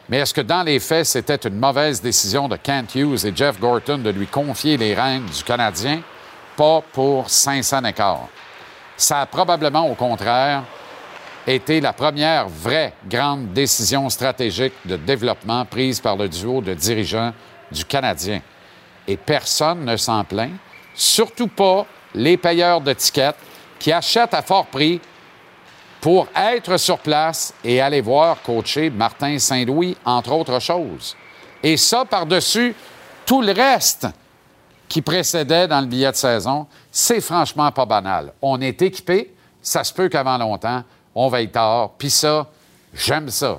Mais est-ce que dans les faits, c'était une mauvaise décision de Kent Hughes et Jeff Gorton de lui confier les rênes du Canadien? Pas pour cinq cents écarts. Ça a probablement, au contraire, été la première vraie grande décision stratégique de développement prise par le duo de dirigeants du Canadien. Et personne ne s'en plaint, surtout pas les payeurs de tickets qui achètent à fort prix pour être sur place et aller voir coacher Martin Saint-Louis, entre autres choses. Et ça, par-dessus tout le reste qui précédait dans le billet de saison, c'est franchement pas banal. On est équipé, ça se peut qu'avant longtemps, on veille tard. Puis ça, j'aime ça.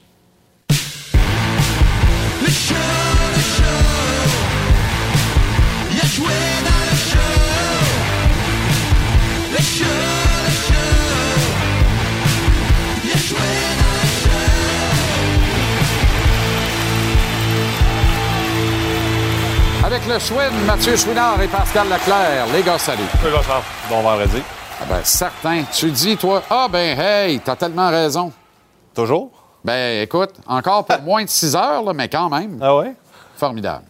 Le show, le show. Il a joué dans le show. Le show, le show. Il a joué dans le show. Avec le Chouine, Mathieu Chouinard et Pascal Leclerc. Les gars, salut. Oui, bonsoir. Bon vendredi. Ah ben, certain. Tu dis, toi, ah ben, hey, t'as tellement raison. Toujours? Ben, écoute, encore pour moins de six heures, là, mais quand même. Ah ouais? Formidable.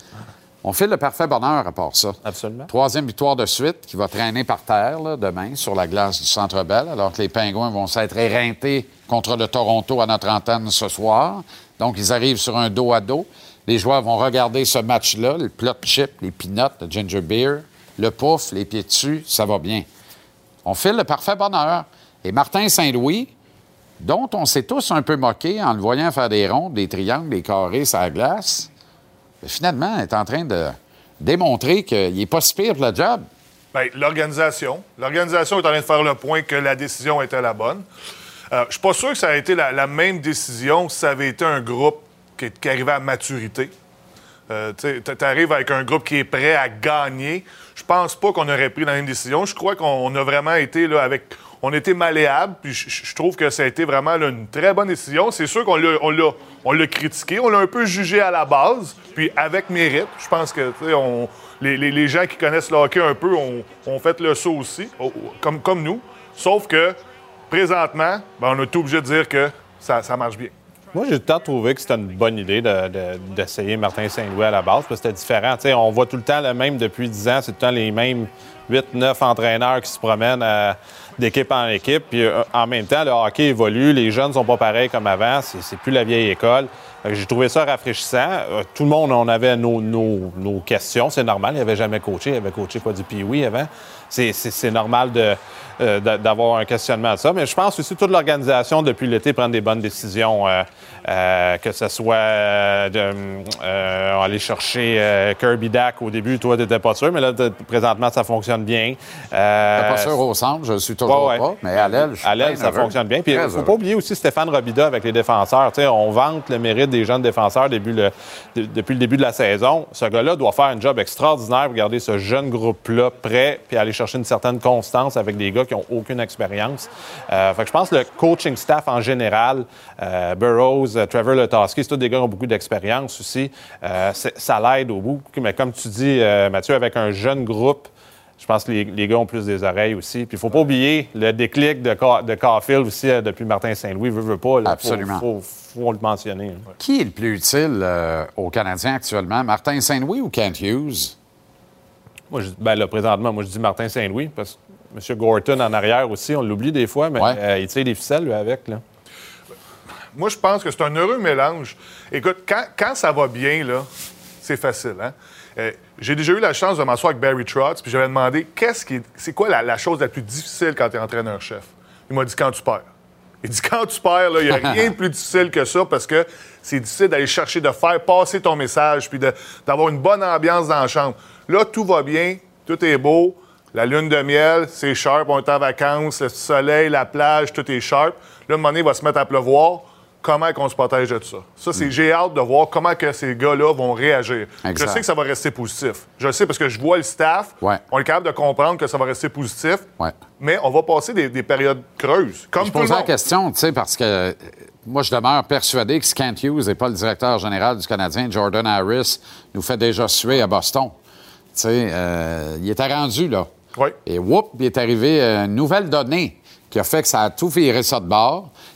On fait le parfait bonheur à part ça. Absolument. Troisième victoire de suite qui va traîner par terre là, demain sur la glace du Centre Bell, alors que les Pingouins vont s'être éreintés contre le Toronto à notre antenne ce soir. Donc, ils arrivent sur un dos à dos. Les joueurs vont regarder ce match-là, le plot chip, les peanuts, le ginger beer, le pouf, les pieds dessus, ça va bien. On file le parfait bonheur. Et Martin Saint-Louis, dont on s'est tous un peu moqués en le voyant faire des rondes, des triangles, des carrés sur la glace, bien, finalement, est en train de démontrer qu'il n'est pas si pire pour le job. Bien, l'organisation. L'organisation est en train de faire le point que la décision était la bonne. Euh, je suis pas sûr que ça a été la, la même décision si ça avait été un groupe qui, qui arrivait à maturité. Euh, tu arrives avec un groupe qui est prêt à gagner. Je pense pas qu'on aurait pris la même décision. Je crois qu'on a vraiment été là avec... On était malléable, puis je, je trouve que ça a été vraiment là, une très bonne décision. C'est sûr qu'on l'a, on l'a, on l'a critiqué, on l'a un peu jugé à la base, puis avec mérite. Je pense que on, les, les, les gens qui connaissent le hockey un peu ont, ont fait le saut aussi, comme, comme nous. Sauf que, présentement, ben, on a tout obligé de dire que ça, ça marche bien. Moi, j'ai tout le temps trouvé que c'était une bonne idée de, de, d'essayer Martin Saint-Louis à la base, parce que c'était différent. T'sais, on voit tout le temps le même depuis dix ans, c'est tout le temps les mêmes huit neuf entraîneurs qui se promènent euh, d'équipe en équipe. Puis euh, en même temps, le hockey évolue, les jeunes sont pas pareils comme avant, c'est, c'est plus la vieille école. Fait que j'ai trouvé ça rafraîchissant. Euh, tout le monde, on avait nos, nos, nos questions, c'est normal, il n'avait jamais coaché, il avait coaché quoi du Pee-Wee avant. C'est, c'est, c'est normal de, euh, de, d'avoir un questionnement de ça. Mais je pense aussi que toute l'organisation, depuis l'été, prend des bonnes décisions. Euh, euh, que ce soit euh, de, euh, aller chercher euh, Kirby Dack au début, toi, tu n'étais pas sûr, mais là, présentement, ça fonctionne bien. Euh, T'es pas sûr au centre, je le suis toujours ouais, ouais. pas, mais à l'aile, je suis à l'aile, ça heureux. Fonctionne bien. Puis il ne faut pas oublier aussi Stéphane Robida avec les défenseurs. T'sais, on vante le mérite des jeunes défenseurs depuis le, de, depuis le début de la saison. Ce gars-là doit faire un job extraordinaire pour garder ce jeune groupe-là prêt puis aller chercher une certaine constance avec des gars qui n'ont aucune expérience. Euh, fait que je pense que le coaching staff en général, euh, Burroughs, Trevor Letowski, c'est tous des gars qui ont beaucoup d'expérience aussi. Euh, ça l'aide au bout. Mais comme tu dis, euh, Mathieu, avec un jeune groupe, je pense que les, les gars ont plus des oreilles aussi. Puis il ne faut pas oublier le déclic de, Ca- de Caulfield aussi euh, depuis Martin Saint-Louis. Veut, veut pas. Là, absolument. Il faut, faut, faut le mentionner. Hein. Qui est le plus utile euh, aux Canadiens actuellement? Martin Saint-Louis ou Kent Hughes? Moi, je, ben là, présentement, moi, je dis Martin Saint-Louis parce que M. Gorton en arrière aussi, on l'oublie des fois, mais ouais. euh, il tire des ficelles, lui, avec. Là. Moi, je pense que c'est un heureux mélange. Écoute, quand, quand ça va bien, là, c'est facile, hein? Euh, j'ai déjà eu la chance de m'asseoir avec Barry Trotz, puis j'avais demandé qu'est-ce qui est, c'est quoi la, la chose la plus difficile quand tu es entraîneur-chef. Il m'a dit quand tu perds. Il dit quand tu perds, il n'y a rien de plus difficile que ça parce que c'est difficile d'aller chercher, de faire passer ton message, puis de, d'avoir une bonne ambiance dans la chambre. Là, tout va bien, tout est beau, la lune de miel, c'est sharp, on est en vacances, le soleil, la plage, tout est sharp. Là, à un moment donné, il va se mettre à pleuvoir. Comment on se protège de ça? Ça, c'est, mm. j'ai hâte de voir comment que ces gars-là vont réagir. Exact. Je sais que ça va rester positif. Je le sais parce que je vois le staff. Ouais. On est capable de comprendre que ça va rester positif. Ouais. Mais on va passer des, des périodes creuses. Comme je tout le monde. Je pose la question, tu sais, parce que moi, je demeure persuadé que si Kent Hughes n'est pas le directeur général du Canadien, Jordan Harris nous fait déjà suer à Boston. Tu sais, euh, il était rendu, là. Oui. Et whoop, il est arrivé une nouvelle donnée qui a fait que ça a tout viré ça de bord.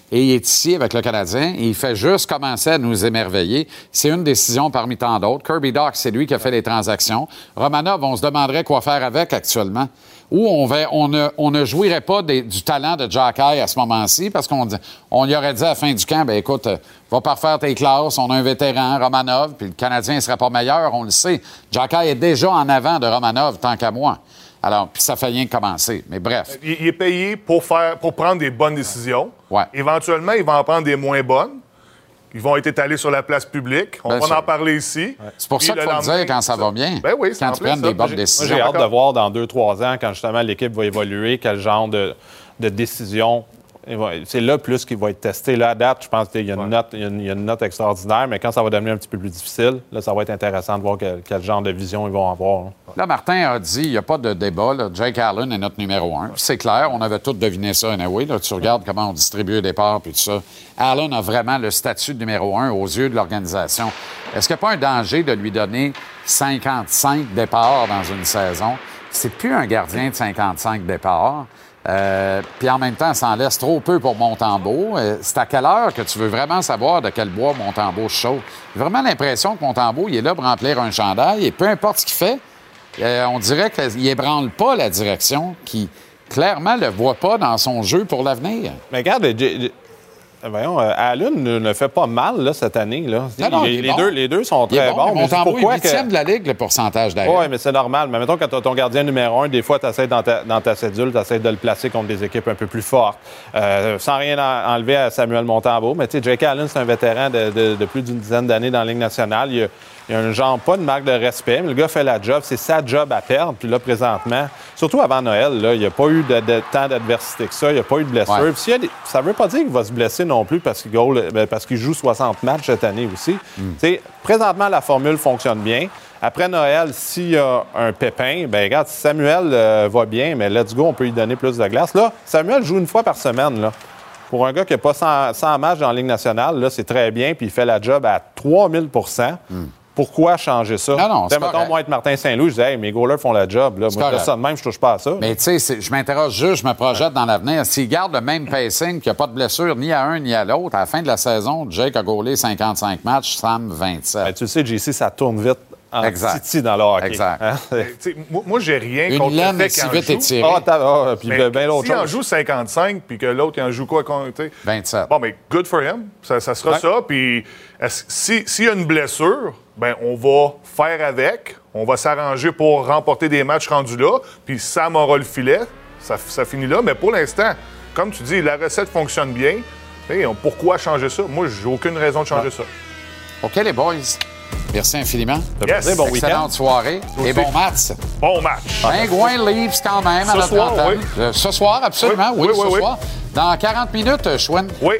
et il est ici avec le Canadien et il fait juste commencer à nous émerveiller. C'est une décision parmi tant d'autres. Kirby Dach, c'est lui qui a fait les transactions. Romanov, on se demanderait quoi faire avec actuellement. Ou on, va, on, ne, on ne jouirait pas des, du talent de Jack Eye à ce moment-ci parce qu'on on lui aurait dit à la fin du camp, bien écoute, euh, va parfaire tes classes, on a un vétéran, Romanov, puis le Canadien ne serait pas meilleur, on le sait. Jack Eye est déjà en avant de Romanov, tant qu'à moi. Alors, puis ça fait rien que commencer. Mais bref. Il, il est payé pour, faire, pour prendre des bonnes décisions. Ouais. Éventuellement, il va en prendre des moins bonnes. Ils vont être étalés sur la place publique. On Bien va sûr. en parler ici. Ouais. C'est pour Puis ça qu'il faut le dire quand ça va bien. Ben oui, c'est quand en ils plein prennent ça. des bonnes Moi, décisions. Moi, j'ai hâte de voir dans deux trois ans, quand justement l'équipe va évoluer, quel genre de, de décision. C'est là plus qu'il va être testé. Là, à date, je pense qu'il y a une, ouais. note, il y a une, il y a une note extraordinaire, mais quand ça va devenir un petit peu plus difficile, là, ça va être intéressant de voir quel, quel genre de vision ils vont avoir. Là, là Martin a dit, il n'y a pas de débat. Là. Jake Allen est notre numéro un. C'est clair, on avait tous deviné ça anyway. Là. Tu regardes comment on distribue les départs puis tout ça. Allen a vraiment le statut de numéro un aux yeux de l'organisation. Est-ce qu'il n'y a pas un danger de lui donner cinquante-cinq départs dans une saison? C'est plus un gardien de cinquante-cinq départs. Euh, puis en même temps, ça en laisse trop peu pour Montembeault. Euh, c'est à quelle heure que tu veux vraiment savoir de quel bois Montembeault chauffe? J'ai vraiment l'impression que Montembeault, il est là pour remplir un chandail et peu importe ce qu'il fait, euh, on dirait qu'il ébranle pas la direction, qui clairement ne le voit pas dans son jeu pour l'avenir. Mais regarde, j- voyons, euh, Allen ne, ne fait pas mal là, cette année. Là. Non, non, les, les, bon. deux, les deux sont il très est bon. bons. Mais Montembeault est huitième que... de la Ligue, le pourcentage d'arrêt. Oui, mais c'est normal. Mais mettons, quand tu as ton gardien numéro un, des fois, tu essaies dans ta, dans ta cédule, tu essaies de le placer contre des équipes un peu plus fortes. Euh, sans rien en, enlever à Samuel Montembeault. Mais tu sais, Jake Allen, c'est un vétéran de, de, de plus d'une dizaine d'années dans la Ligue nationale. Il a, il y a un genre, pas de marque de respect, mais le gars fait la job. C'est sa job à perdre. Puis là, présentement, surtout avant Noël, là, il n'y a pas eu de, de tant d'adversité que ça. Il n'y a pas eu de blessure. Ouais. Puis des... ça ne veut pas dire qu'il va se blesser non plus parce qu'il, goal, parce qu'il joue soixante matchs cette année aussi. Mm. Présentement, la formule fonctionne bien. Après Noël, s'il y a un pépin, bien, regarde, si Samuel euh, va bien, mais let's go, on peut lui donner plus de glace. Là, Samuel joue une fois par semaine, là. Pour un gars qui n'a pas cent, cent matchs dans la Ligue nationale, là, c'est très bien, puis il fait la job à trois mille pour cent. Mm. Pourquoi changer ça? Non, non, c'est mettons, correct. Moi, être Martin Saint-Louis, je dis, hey, mes goalers font la job. Là. Moi, je fais ça de même, je touche pas à ça. Mais tu sais, je m'interroge juste, je me projette ouais. dans l'avenir. S'il garde le même pacing, qu'il n'y a pas de blessure ni à un ni à l'autre, à la fin de la saison, Jake a goalé cinquante-cinq matchs, Sam vingt-sept. Ben, tu le sais, J C, ça tourne vite. En Titi dans le hockey. Exact. Hein? moi, moi, j'ai rien Une contre le fait qu'il en joue. Étirée. Ah, ah, puis ben, ben l'autre s'il chose. en joue cinquante-cinq, puis que l'autre, il en joue quoi? vingt-sept. Bon, mais good for him. Ça, ça sera ouais. ça. Puis s'il si y a une blessure, ben on va faire avec. On va s'arranger pour remporter des matchs rendus là. Puis Sam aura le filet. Ça, ça finit là. Mais pour l'instant, comme tu dis, la recette fonctionne bien. Et pourquoi changer ça? Moi, j'ai aucune raison de changer ouais. ça. OK, les boys. Merci infiniment. Yes. Bon Excellente soirée et bon match. Bon match. Pingouin Leafs quand même ce à notre soir, antenne. Oui. Euh, ce soir, absolument. Oui, oui, oui ce oui, soir. Oui. Dans quarante minutes, Chouine. Oui.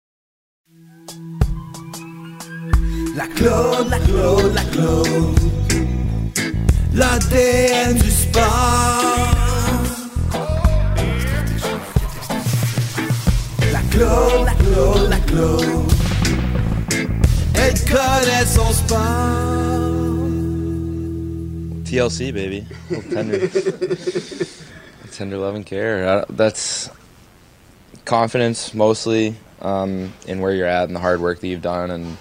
La Claude, la Claude, la Claude. L'A D N du sport. La Claude, la Claude, la Claude. Elle connaît son sport. T L C, baby. Tender. Tender love and care. Uh, that's confidence mostly um, in where you're at and the hard work that you've done. And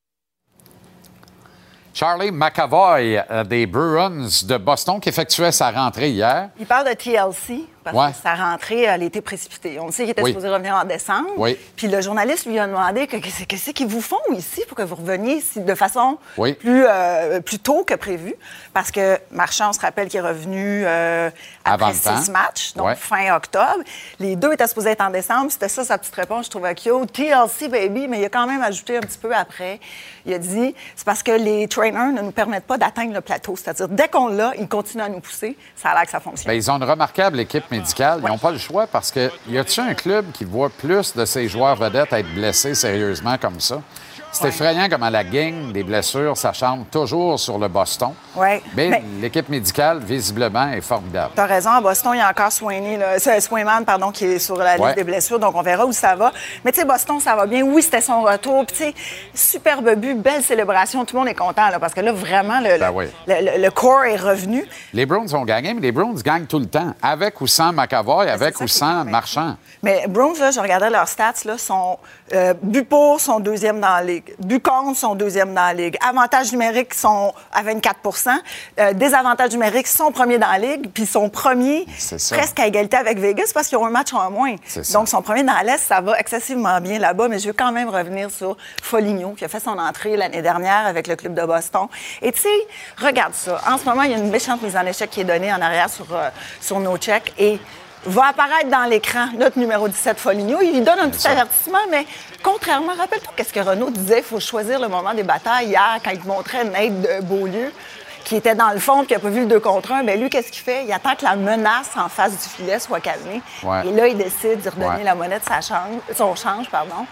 Charlie McAvoy euh, des Bruins de Boston qui effectuait sa rentrée hier. Il parle de T L C parce ouais. que sa rentrée, elle a été précipitée. On sait qu'il était oui. supposé revenir en décembre. Oui. Puis le journaliste lui a demandé que, qu'est-ce, qu'est-ce qu'ils vous font ici pour que vous reveniez ici de façon oui. plus, euh, plus tôt que prévu. Parce que Marchand, on se rappelle qu'il est revenu euh, après six matchs, donc ouais. fin octobre. Les deux étaient supposés être en décembre. C'était ça sa petite réponse, je trouvais cute. T L C, baby, mais il a quand même ajouté un petit peu après. Il a dit, c'est parce que les trainers ne nous permettent pas d'atteindre le plateau. C'est-à-dire, dès qu'on l'a, ils continuent à nous pousser. Ça a l'air que ça fonctionne. Bien, ils ont une remarquable équipe médicale. Ils n'ont ouais. pas le choix parce que y a-t-il un club qui voit plus de ses joueurs vedettes être blessés sérieusement comme ça? C'est effrayant comment la gang des blessures s'acharne toujours sur le Boston. Oui. Mais, Mais l'équipe médicale, visiblement, est formidable. tu as raison, à Boston, il y a encore Sweeney, là, c'est Swayman, pardon, qui est sur la liste Ouais. des blessures, donc on verra où ça va. Mais tu sais, Boston, ça va bien. Oui, c'était son retour. Puis tu sais, superbe but, belle célébration. Tout le monde est content, là, parce que là, vraiment, le, Ben le, oui. le- le- le corps est revenu. Les Bruins ont gagné, mais les Bruins gagnent tout le temps, avec ou sans McAvoy, avec ça ou qui est sans quand même- Marchand. Mais Bruins, là, je regardais leurs stats, là, sont euh, but pour, sont deuxième dans la ligue. But contre, sont deuxième dans la ligue. Avantages numériques sont à vingt-quatre pour cent. Euh, désavantages numériques sont premiers dans la ligue, puis sont premiers C'est ça. presque à égalité avec Vegas parce qu'ils ont un match en moins. C'est ça. Donc, sont premiers dans l'Est, ça va excessivement bien là-bas, mais je veux quand même revenir sur Foligno, qui a fait son entrée l'année dernière avec le club de Boston. Et tu sais, regarde ça. En ce moment, il y a une méchante mise en échec qui est donnée en arrière sur, euh, sur nos checks et va apparaître dans l'écran notre numéro dix-sept, Foligno. Il lui donne un petit avertissement, mais contrairement, rappelle-toi qu'est-ce que Renaud disait, il faut choisir le moment des batailles hier quand il montrait Nate de Beaulieu, qui était dans le fond et qui n'a pas vu le deux contre un. Bien, lui, qu'est-ce qu'il fait? Il attend que la menace en face du filet soit calmée. Ouais. Et là, il décide de redonner Ouais. la monnaie de sa change, son change. Pardon.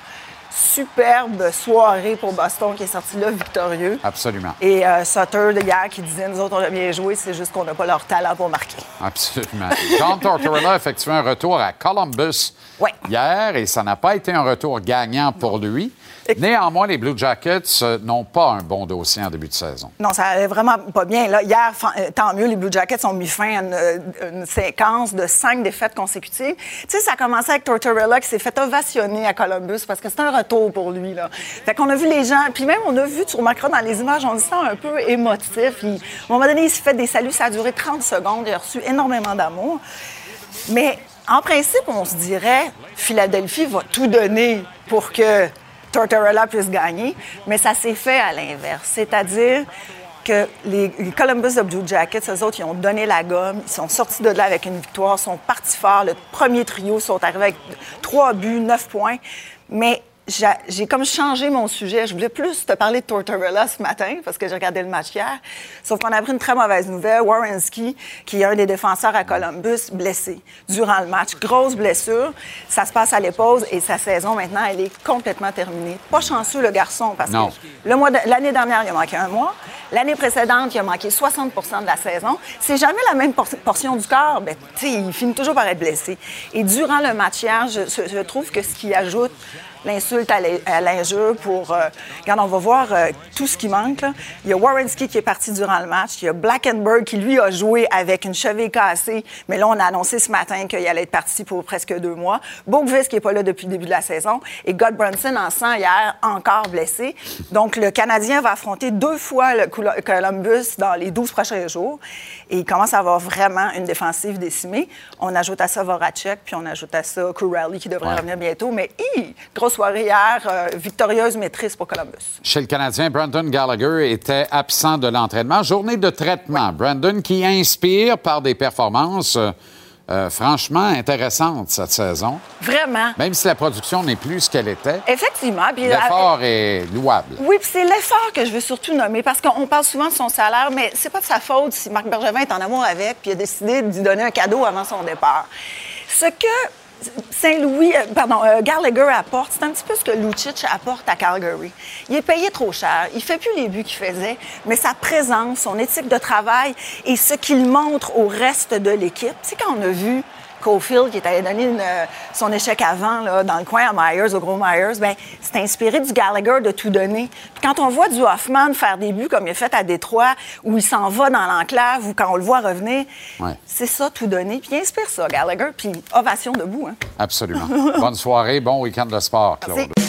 Superbe soirée pour Boston qui est sorti là victorieux. Absolument. Et euh, Sutter, de hier, qui disait, nous autres, on a bien joué, c'est juste qu'on n'a pas leur talent pour marquer. Absolument. John Tortorella a effectué un retour à Columbus Ouais. hier et ça n'a pas été un retour gagnant pour lui. Néanmoins, les Blue Jackets euh, n'ont pas un bon dossier en début de saison. Non, ça allait vraiment pas bien. Là, hier, fa- euh, tant mieux, les Blue Jackets ont mis fin à une, euh, une séquence de cinq défaites consécutives. Tu sais, ça a commencé avec Tortorella qui s'est fait ovationner à Columbus parce que c'était un retour pour lui. Là. Fait qu'on a vu les gens, puis même on a vu, tu remarqueras dans les images, on le sent un peu émotif. Il- à un moment donné, il s'est fait des saluts, ça a duré trente secondes, il a reçu énormément d'amour. Mais en principe, on se dirait, Philadelphie va tout donner pour que Tortorella puisse gagner, mais ça s'est fait à l'inverse. C'est-à-dire que les, les Columbus de Blue Jackets, eux autres, ils ont donné la gomme, ils sont sortis de là avec une victoire, sont partis fort. Le premier trio sont arrivés avec trois buts, neuf points. Mais j'ai, j'ai comme changé mon sujet. Je voulais plus te parler de Tortorella ce matin parce que j'ai regardé le match hier. Sauf qu'on a appris une très mauvaise nouvelle. Werenski, qui est un des défenseurs à Columbus, blessé durant le match. Grosse blessure. Ça se passe à l'épaule et sa saison, maintenant, elle est complètement terminée. Pas chanceux, le garçon, parce Non. que le mois de- l'année dernière, il a manqué un mois. L'année précédente, il a manqué soixante pour cent de la saison. C'est jamais la même por- portion du corps. Ben, tu sais, il finit toujours par être blessé. Et durant le match hier, je, je- je trouve que ce qui ajoute l'insulte à l'in- à l'injure pour... euh, regarde, on va voir euh, tout ce qui manque. Là. Il y a Werenski qui est parti durant le match. Il y a Blackenberg qui, lui, a joué avec une cheville cassée. Mais là, on a annoncé ce matin qu'il allait être parti pour presque deux mois. Bookvis qui n'est pas là depuis le début de la saison. Et Godbranson, en sang hier, encore blessé. Donc, le Canadien va affronter deux fois le Col- Columbus dans les douze prochains jours. Et il commence à avoir vraiment une défensive décimée. On ajoute à ça Voracek, puis on ajoute à ça Kurali qui devrait Ouais. revenir bientôt. Mais, hi, grosse soirée hier, euh, victorieuse mais triste pour Columbus. Chez le Canadien, Brandon Gallagher était absent de l'entraînement. Journée de traitement. Brandon qui inspire par des performances euh, euh, franchement intéressantes cette saison. Vraiment. Même si la production n'est plus ce qu'elle était, Effectivement. Puis, l'effort est louable. Oui, puis c'est l'effort que je veux surtout nommer, parce qu'on parle souvent de son salaire, mais c'est pas de sa faute si Marc Bergevin est en amour avec puis il a décidé de lui donner un cadeau avant son départ. Ce que Saint-Louis, euh, pardon, euh, Gallagher apporte, c'est un petit peu ce que Lucic apporte à Calgary. Il est payé trop cher, il fait plus les buts qu'il faisait, mais sa présence, son éthique de travail et ce qu'il montre au reste de l'équipe. Tu sais, quand on a vu Caulfield, qui est allé donner une, euh, son échec avant, là, dans le coin à Myers, au gros Myers, bien, c'est inspiré du Gallagher de tout donner. Puis quand on voit du Hoffman faire des buts comme il a fait à Détroit, où il s'en va dans l'enclave, ou quand on le voit revenir, Ouais. c'est ça, tout donner. Puis il inspire ça, Gallagher, puis ovation debout. Hein. Absolument. Bonne soirée, bon week-end de sport, Claude. Merci.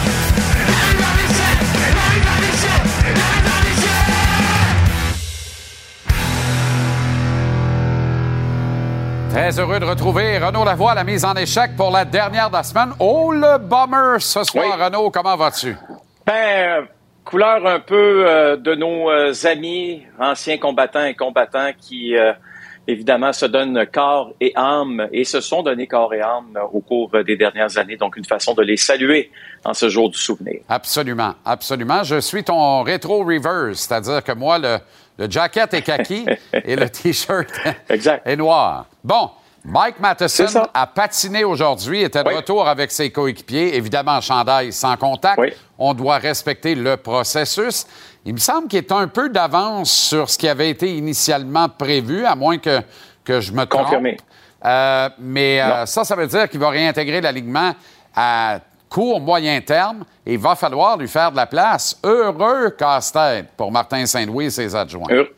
Très heureux de retrouver Renaud Lavoie à la mise en échec pour la dernière de la semaine. Oh, le bummer ce soir, Oui. Renaud, comment vas-tu? Ben, euh, couleur un peu euh, de nos euh, amis, anciens combattants et combattants qui, euh, évidemment, se donnent corps et âme et se sont donnés corps et âme au cours des dernières années. Donc, une façon de les saluer en ce jour du souvenir. Absolument, absolument. Je suis ton rétro reverse, c'est-à-dire que moi, le, le jacket est kaki et le T-shirt Exact. est noir. Bon, Mike Matheson a patiné aujourd'hui, était de oui. retour avec ses coéquipiers, évidemment chandail sans contact. Oui. On doit respecter le processus. Il me semble qu'il est un peu d'avance sur ce qui avait été initialement prévu, à moins que, que je me trompe. Confirmé. Euh, mais euh, ça, ça veut dire qu'il va réintégrer l'alignement à court, moyen terme, et il va falloir lui faire de la place. Heureux casse-tête pour Martin Saint-Louis et ses adjoints. Heureux.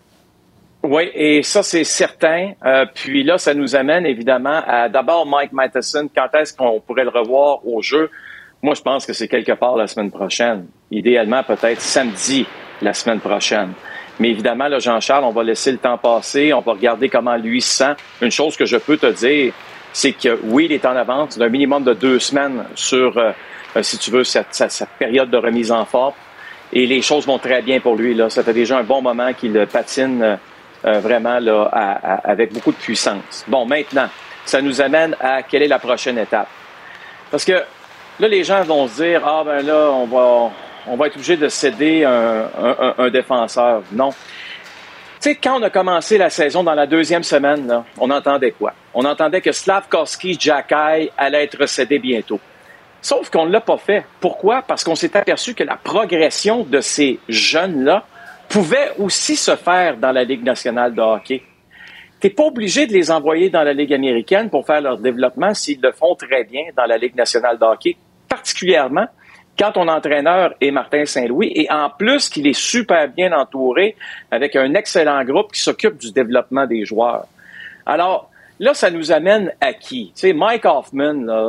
Oui, et ça, c'est certain. Euh, puis là, ça nous amène évidemment à d'abord Mike Matheson. Quand est-ce qu'on pourrait le revoir au jeu? Moi, je pense que c'est quelque part la semaine prochaine. Idéalement, peut-être samedi la semaine prochaine. Mais évidemment, là, Jean-Charles, on va laisser le temps passer. On va regarder comment lui se sent. Une chose que je peux te dire, c'est que oui, il est en avance d'un minimum de deux semaines sur, euh, si tu veux, cette, cette, cette période de remise en forme. Et les choses vont très bien pour lui. Là. Ça fait déjà un bon moment qu'il patine euh, Euh, vraiment là, à, à, avec beaucoup de puissance. Bon, maintenant, ça nous amène à quelle est la prochaine étape. Parce que là, les gens vont se dire, ah ben là, on va, on va être obligé de céder un, un, un défenseur. Non. Tu sais, quand on a commencé la saison dans la deuxième semaine, là, on entendait quoi? On entendait que Slavkovski Xhekaj allait être cédé bientôt. Sauf qu'on ne l'a pas fait. Pourquoi? Parce qu'on s'est aperçu que la progression de ces jeunes-là pouvait aussi se faire dans la Ligue nationale de hockey. Tu n'es pas obligé de les envoyer dans la Ligue américaine pour faire leur développement s'ils le font très bien dans la Ligue nationale de hockey, particulièrement quand ton entraîneur est Martin Saint-Louis et en plus qu'il est super bien entouré avec un excellent groupe qui s'occupe du développement des joueurs. Alors, là, ça nous amène à qui? Tu sais, Mike Hoffman, là,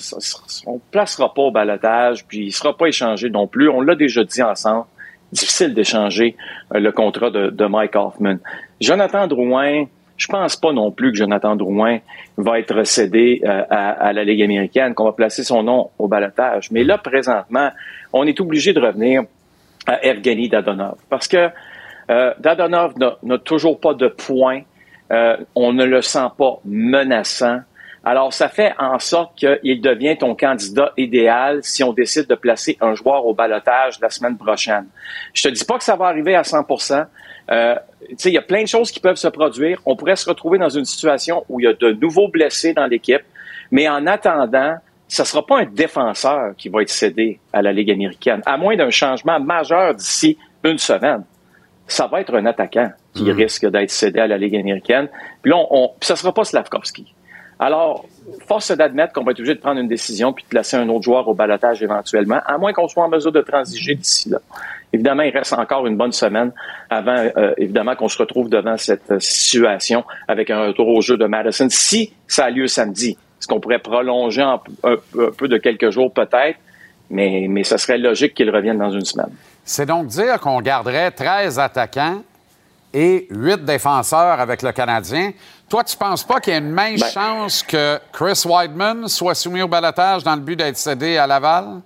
on ne placera pas au balotage, puis il ne sera pas échangé non plus. On l'a déjà dit ensemble. Difficile d'échanger euh, le contrat de, de Mike Hoffman. Jonathan Drouin, je pense pas non plus que Jonathan Drouin va être cédé euh, à, à la Ligue américaine, qu'on va placer son nom au balotage. Mais là, présentement, on est obligé de revenir à Evgeny Dadonov. Parce que euh, Dadonov n'a, n'a toujours pas de points. Euh, on ne le sent pas menaçant. Alors, ça fait en sorte qu'il devient ton candidat idéal si on décide de placer un joueur au balotage la semaine prochaine. Je te dis pas que ça va arriver à cent pour cent. Euh, tu sais, il y a plein de choses qui peuvent se produire. On pourrait se retrouver dans une situation où il y a de nouveaux blessés dans l'équipe. Mais en attendant, ce ne sera pas un défenseur qui va être cédé à la Ligue américaine, à moins d'un changement majeur d'ici une semaine. Ça va être un attaquant qui mmh. risque d'être cédé à la Ligue américaine. Puis là, on, on, puis ça ne sera pas Slavkovski. Alors, force d'admettre qu'on va être obligé de prendre une décision puis de placer un autre joueur au balotage éventuellement, à moins qu'on soit en mesure de transiger d'ici là. Évidemment, il reste encore une bonne semaine avant, euh, évidemment, qu'on se retrouve devant cette euh, situation avec un retour au jeu de Madison. Si ça a lieu samedi, est-ce qu'on pourrait prolonger en, un, un peu de quelques jours peut-être, mais, mais ce serait logique qu'il revienne dans une semaine. C'est donc dire qu'on garderait treize attaquants et huit défenseurs avec le Canadien. Toi, tu ne penses pas qu'il y a une mince ben, chance que Chris Wideman soit soumis au balotage dans le but d'être cédé à Laval?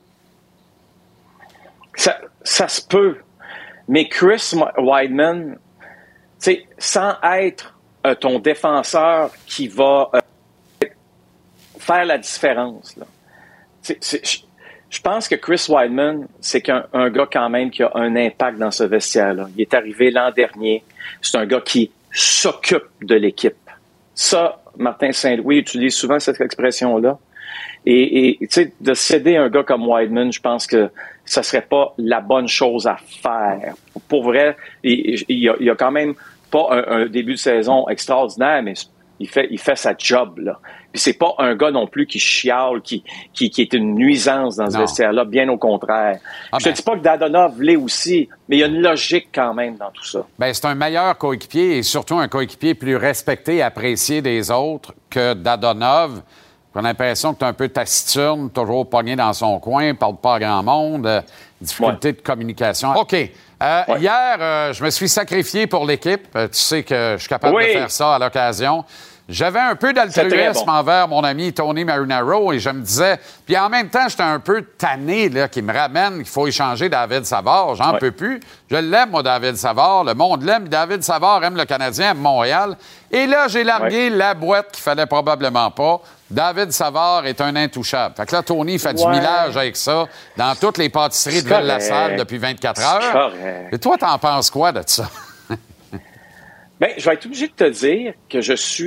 Ça, ça se peut. Mais Chris Wideman, tu sais, sans être euh, ton défenseur qui va euh, faire la différence, là. C'est, c'est, je, je pense que Chris Wideman, c'est qu'un un gars quand même qui a un impact dans ce vestiaire-là. Il est arrivé l'an dernier. C'est un gars qui s'occupe de l'équipe. Ça, Martin Saint-Louis utilise souvent cette expression-là. Et tu sais, de céder un gars comme Wideman, je pense que ça serait pas la bonne chose à faire. Pour vrai, il, il, a, il a quand même pas un, un début de saison extraordinaire, mais il fait, il fait sa job, là. Puis c'est pas un gars non plus qui chiale, qui, qui, qui est une nuisance dans ce vestiaire-là, bien au contraire. Ah je ben. te dis pas que Dadonov l'est aussi, mais il y a une logique quand même dans tout ça. Bien, c'est un meilleur coéquipier et surtout un coéquipier plus respecté et apprécié des autres que Dadonov. J'ai l'impression que tu es un peu taciturne, toujours pogné dans son coin, parle pas à grand monde, euh, difficulté ouais. de communication. OK. Euh, ouais. Hier, euh, je me suis sacrifié pour l'équipe. Euh, tu sais que je suis capable oui. de faire ça à l'occasion. J'avais un peu d'altruisme bon. envers mon ami Tony Marinaro et je me disais... Puis en même temps, j'étais un peu tanné là, qui me ramène qu'il faut échanger David Savard. J'en ouais. peux plus. Je l'aime, moi, David Savard. Le monde l'aime. David Savard aime le Canadien, aime Montréal. Et là, j'ai largué ouais. la boîte qu'il fallait probablement pas. David Savard est un intouchable. Fait que là, Tony fait ouais. du millage avec ça dans toutes les pâtisseries C'est de Ville-la-Salle depuis vingt-quatre heures. Et toi, t'en penses quoi de ça? Bien, je vais être obligé de te dire que je suis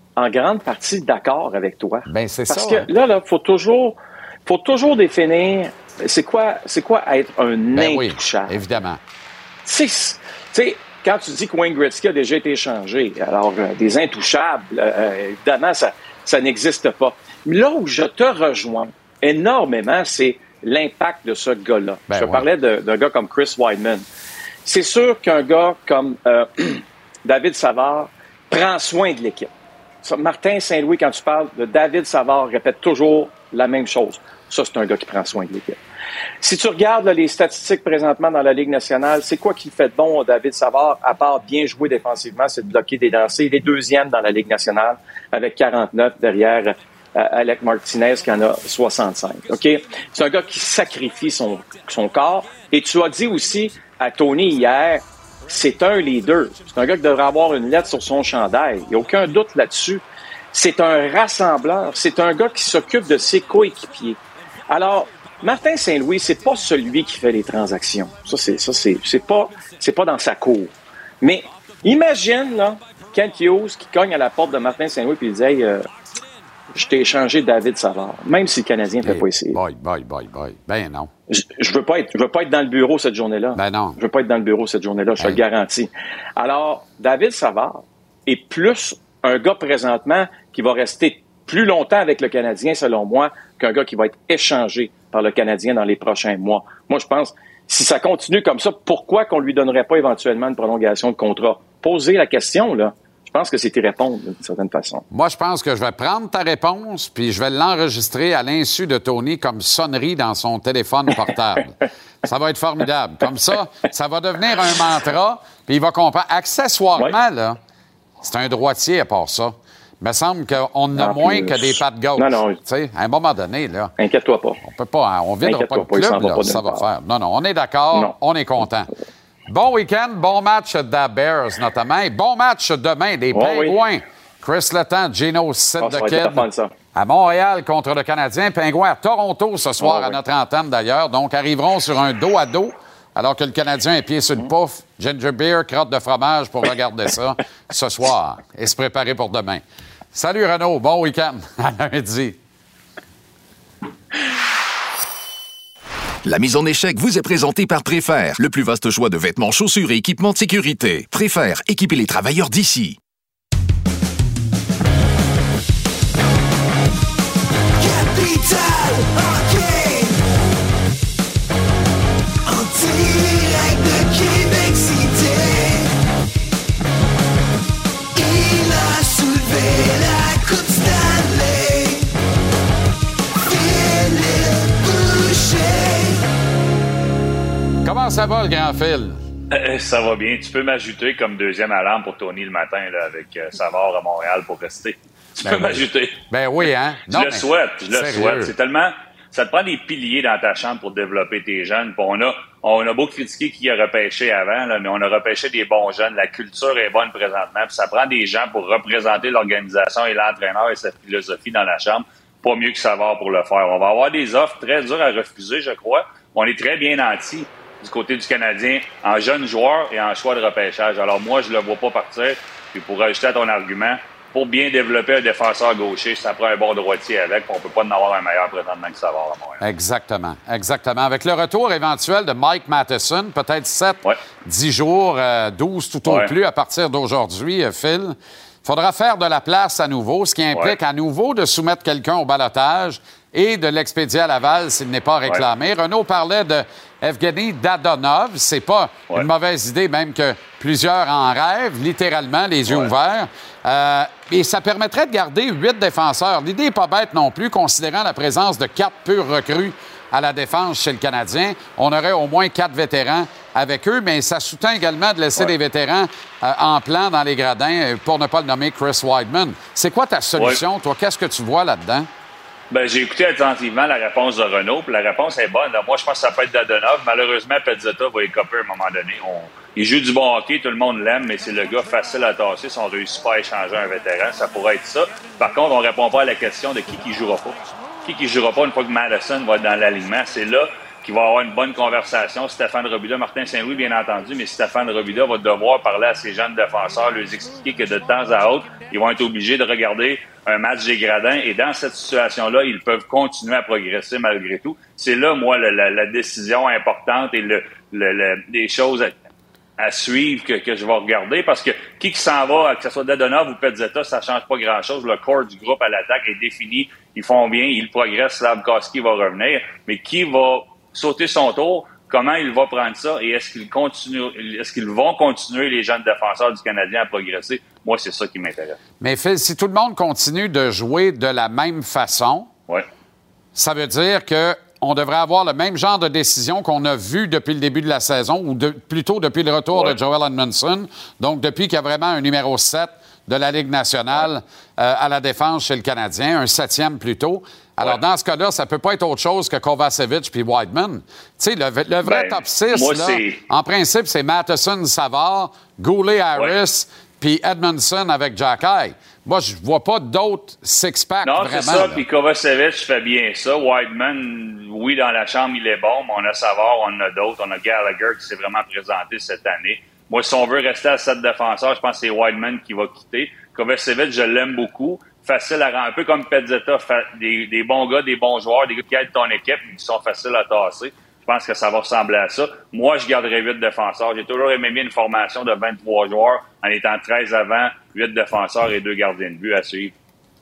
en grande partie d'accord avec toi. Ben, c'est Parce ça. que hein. là, là, faut toujours, faut toujours définir c'est quoi, c'est quoi être un Ben oui, intouchable. évidemment. Tu sais, quand tu dis que Wayne Gretzky a déjà été échangé, alors euh, des intouchables, euh, évidemment, ça, ça n'existe pas. Mais là où je te rejoins énormément, c'est l'impact de ce gars-là. Ben je ouais. parlais de- d'un gars comme Chris Weidman. C'est sûr qu'un gars comme euh, David Savard prend soin de l'équipe. Ça, Martin Saint-Louis, quand tu parles de David Savard, répète toujours la même chose. Ça, c'est un gars qui prend soin de l'équipe. Si tu regardes là, les statistiques présentement dans la Ligue nationale, c'est quoi qui fait de bon David Savard, à part bien jouer défensivement, c'est de bloquer des lancers. Il est deuxième dans la Ligue nationale avec quarante-neuf derrière euh, Alec Martinez qui en a soixante-cinq. OK? C'est un gars qui sacrifie son, son corps. Et tu as dit aussi à Tony hier, c'est un leader. C'est un gars qui devrait avoir une lettre sur son chandail. Il n'y a aucun doute là-dessus. C'est un rassembleur. C'est un gars qui s'occupe de ses coéquipiers. Alors, Martin Saint-Louis, c'est pas celui qui fait les transactions. Ça, c'est, ça, c'est, c'est pas, c'est pas dans sa cour. Mais imagine, là, Kent Hughes qui cogne à la porte de Martin Saint-Louis puis il dit, hey, euh, je t'ai échangé David Savard. Même si le Canadien ne fait Hey, pas essayer. Bye, bye, bye, bye. Ben non. Je, je veux pas être, je veux pas être dans le bureau cette journée-là. Ben non. Je veux pas être dans le bureau cette journée-là, je te Hey. le garantis. Alors, David Savard est plus un gars présentement qui va rester plus longtemps avec le Canadien, selon moi, qu'un gars qui va être échangé par le Canadien dans les prochains mois. Moi, je pense, si ça continue comme ça, pourquoi qu'on lui donnerait pas éventuellement une prolongation de contrat? Poser la question, là. Je pense que c'est y répondre d'une certaine façon. Moi, je pense que je vais prendre ta réponse, puis je vais l'enregistrer à l'insu de Tony comme sonnerie dans son téléphone portable. Ça va être formidable. Comme ça, ça va devenir un mantra, puis il va comprendre. Accessoirement, Ouais. là, c'est un droitier à part ça. Il me semble qu'on en a Non, moins puis, que des pattes gauches. non, non. Tu sais, à un moment donné, là, Inquiète-toi pas. on peut pas, hein, on videra pas Inquiète-toi le pas, il s'en club, va là, pas ça nulle va part. faire. Non, non, on est d'accord, Non. on est content. Bon week-end, bon match de Bears notamment, et bon match demain des Oh, oui. Pingouins. Chris Letang, Gino Sid Ah, de ça va être Kid. le fun, ça. À Montréal contre le Canadien. Pingouins à Toronto ce soir Oh, à oui. notre antenne d'ailleurs. Donc, arriveront sur un dos à dos alors que le Canadien est pied sur le pouf. Ginger beer, crotte de fromage pour regarder ça ce soir et se préparer pour demain. Salut Renaud, bon week-end. À lundi. La mise en échec vous est présentée par Préfère, le plus vaste choix de vêtements, chaussures et équipements de sécurité. Préfère, équipez les travailleurs d'ici. Capital Hockey en direct de Québec City. Il a soulevé la Coupe Stanley. Philippe Boucher. Comment ça va, le grand Phil? Euh, ça va bien. Tu peux m'ajouter comme deuxième alarme pour Tony le matin là, avec euh, Savard à Montréal pour rester. Tu Ben peux oui. m'ajouter. Ben oui, hein? Je Non, le mais- souhaite. Je le Sérieux. souhaite. C'est tellement. Ça te prend des piliers dans ta chambre pour développer tes jeunes. Puis on a, on a beau critiquer qui a repêché avant, là, mais on a repêché des bons jeunes. La culture est bonne présentement. Puis ça prend des gens pour représenter l'organisation et l'entraîneur et sa philosophie dans la chambre. Pas mieux que Savard pour le faire. On va avoir des offres très dures à refuser, je crois. On est très bien nantis du côté du Canadien en jeunes joueurs et en choix de repêchage. Alors moi, je le vois pas partir. Puis pour ajouter à ton argument, pour bien développer un défenseur gaucher, ça prend un bon droitier avec. On peut pas en avoir un meilleur présentement que Savard à Montréal. Exactement, exactement. Avec le retour éventuel de Mike Matheson, peut-être sept, dix jours, euh, douze tout au Ouais. plus à partir d'aujourd'hui, euh, Phil, il faudra faire de la place à nouveau, ce qui implique Ouais. à nouveau de soumettre quelqu'un au ballottage et de l'expédier à Laval s'il n'est pas réclamé. Renaud parlait de Evgeny Dadonov. C'est pas Ouais. une mauvaise idée, même que plusieurs en rêvent, littéralement, les yeux Ouais. ouverts. Euh, et ça permettrait de garder huit défenseurs. L'idée n'est pas bête non plus, considérant la présence de quatre purs recrues à la défense chez le Canadien. On aurait au moins quatre vétérans avec eux, mais ça sous-tend également de laisser Ouais. des vétérans euh, en plan dans les gradins, euh, pour ne pas le nommer Chris Weidman. C'est quoi ta solution, toi? Qu'est-ce que tu vois là-dedans? Ben, j'ai écouté attentivement la réponse de Renaud, puis la réponse est bonne. Moi, je pense que ça peut être Dadonov. Malheureusement, Pezzetta va écoper à un moment donné. On... Il joue du bon hockey, tout le monde l'aime, mais c'est le gars facile à tasser si on réussit pas à échanger un vétéran. Ça pourrait être ça. Par contre, on répond pas à la question de qui qui jouera pas. Qui qui jouera pas une fois que Madison va être dans l'alignement. C'est là qu'il va avoir une bonne conversation. Stéphane Robida, Martin Saint-Louis, bien entendu, mais Stéphane Robida va devoir parler à ces jeunes défenseurs, leur expliquer que de temps à autre, ils vont être obligés de regarder un match des gradins. Et dans cette situation-là, ils peuvent continuer à progresser malgré tout. C'est là, moi, la, la, la décision importante et le, le, le, les choses à, à suivre que, que je vais regarder. Parce que qui qui s'en va, que ce soit Dadonov ou Pezzetta, ça change pas grand-chose. Le corps du groupe à l'attaque est défini. Ils font bien, ils progressent. Slafkovský va revenir. Mais qui va sauter son tour? Comment il va prendre ça et est-ce qu'ils continuent, est-ce qu'ils vont continuer, les jeunes défenseurs du Canadien, à progresser? Moi, c'est ça qui m'intéresse. Mais Phil, si tout le monde continue de jouer de la même façon, ouais. ça veut dire qu'on devrait avoir le même genre de décision qu'on a vu depuis le début de la saison, ou de, plutôt depuis le retour ouais. de Joel Edmondson, donc depuis qu'il y a vraiment un numéro sept de la Ligue nationale euh, à la défense chez le Canadien, un septième plutôt. Alors, ouais. dans ce cas-là, ça peut pas être autre chose que Kovacevic puis Wideman. Tu sais, le, le vrai ben, top six, moi, là, en principe, c'est Matheson, Savard, Goulet-Harris, puis Edmondson avec Jacky. Moi, je vois pas d'autres six-packs non, vraiment. Non, c'est ça, puis Kovacevic fait bien ça. Wideman, oui, dans la chambre, il est bon, mais on a Savard, on a d'autres. On a Gallagher qui s'est vraiment présenté cette année. Moi, si on veut rester à sept défenseurs, je pense que c'est Wideman qui va quitter. Kovacevic, je l'aime beaucoup. Facile à rendre, un peu comme Pezzetta, des, des bons gars, des bons joueurs, des gars qui aident ton équipe, qui sont faciles à tasser. Je pense que ça va ressembler à ça. Moi, je garderais huit défenseurs. J'ai toujours aimé bien une formation de vingt-trois joueurs en étant treize avant, huit défenseurs et deux gardiens de but à suivre.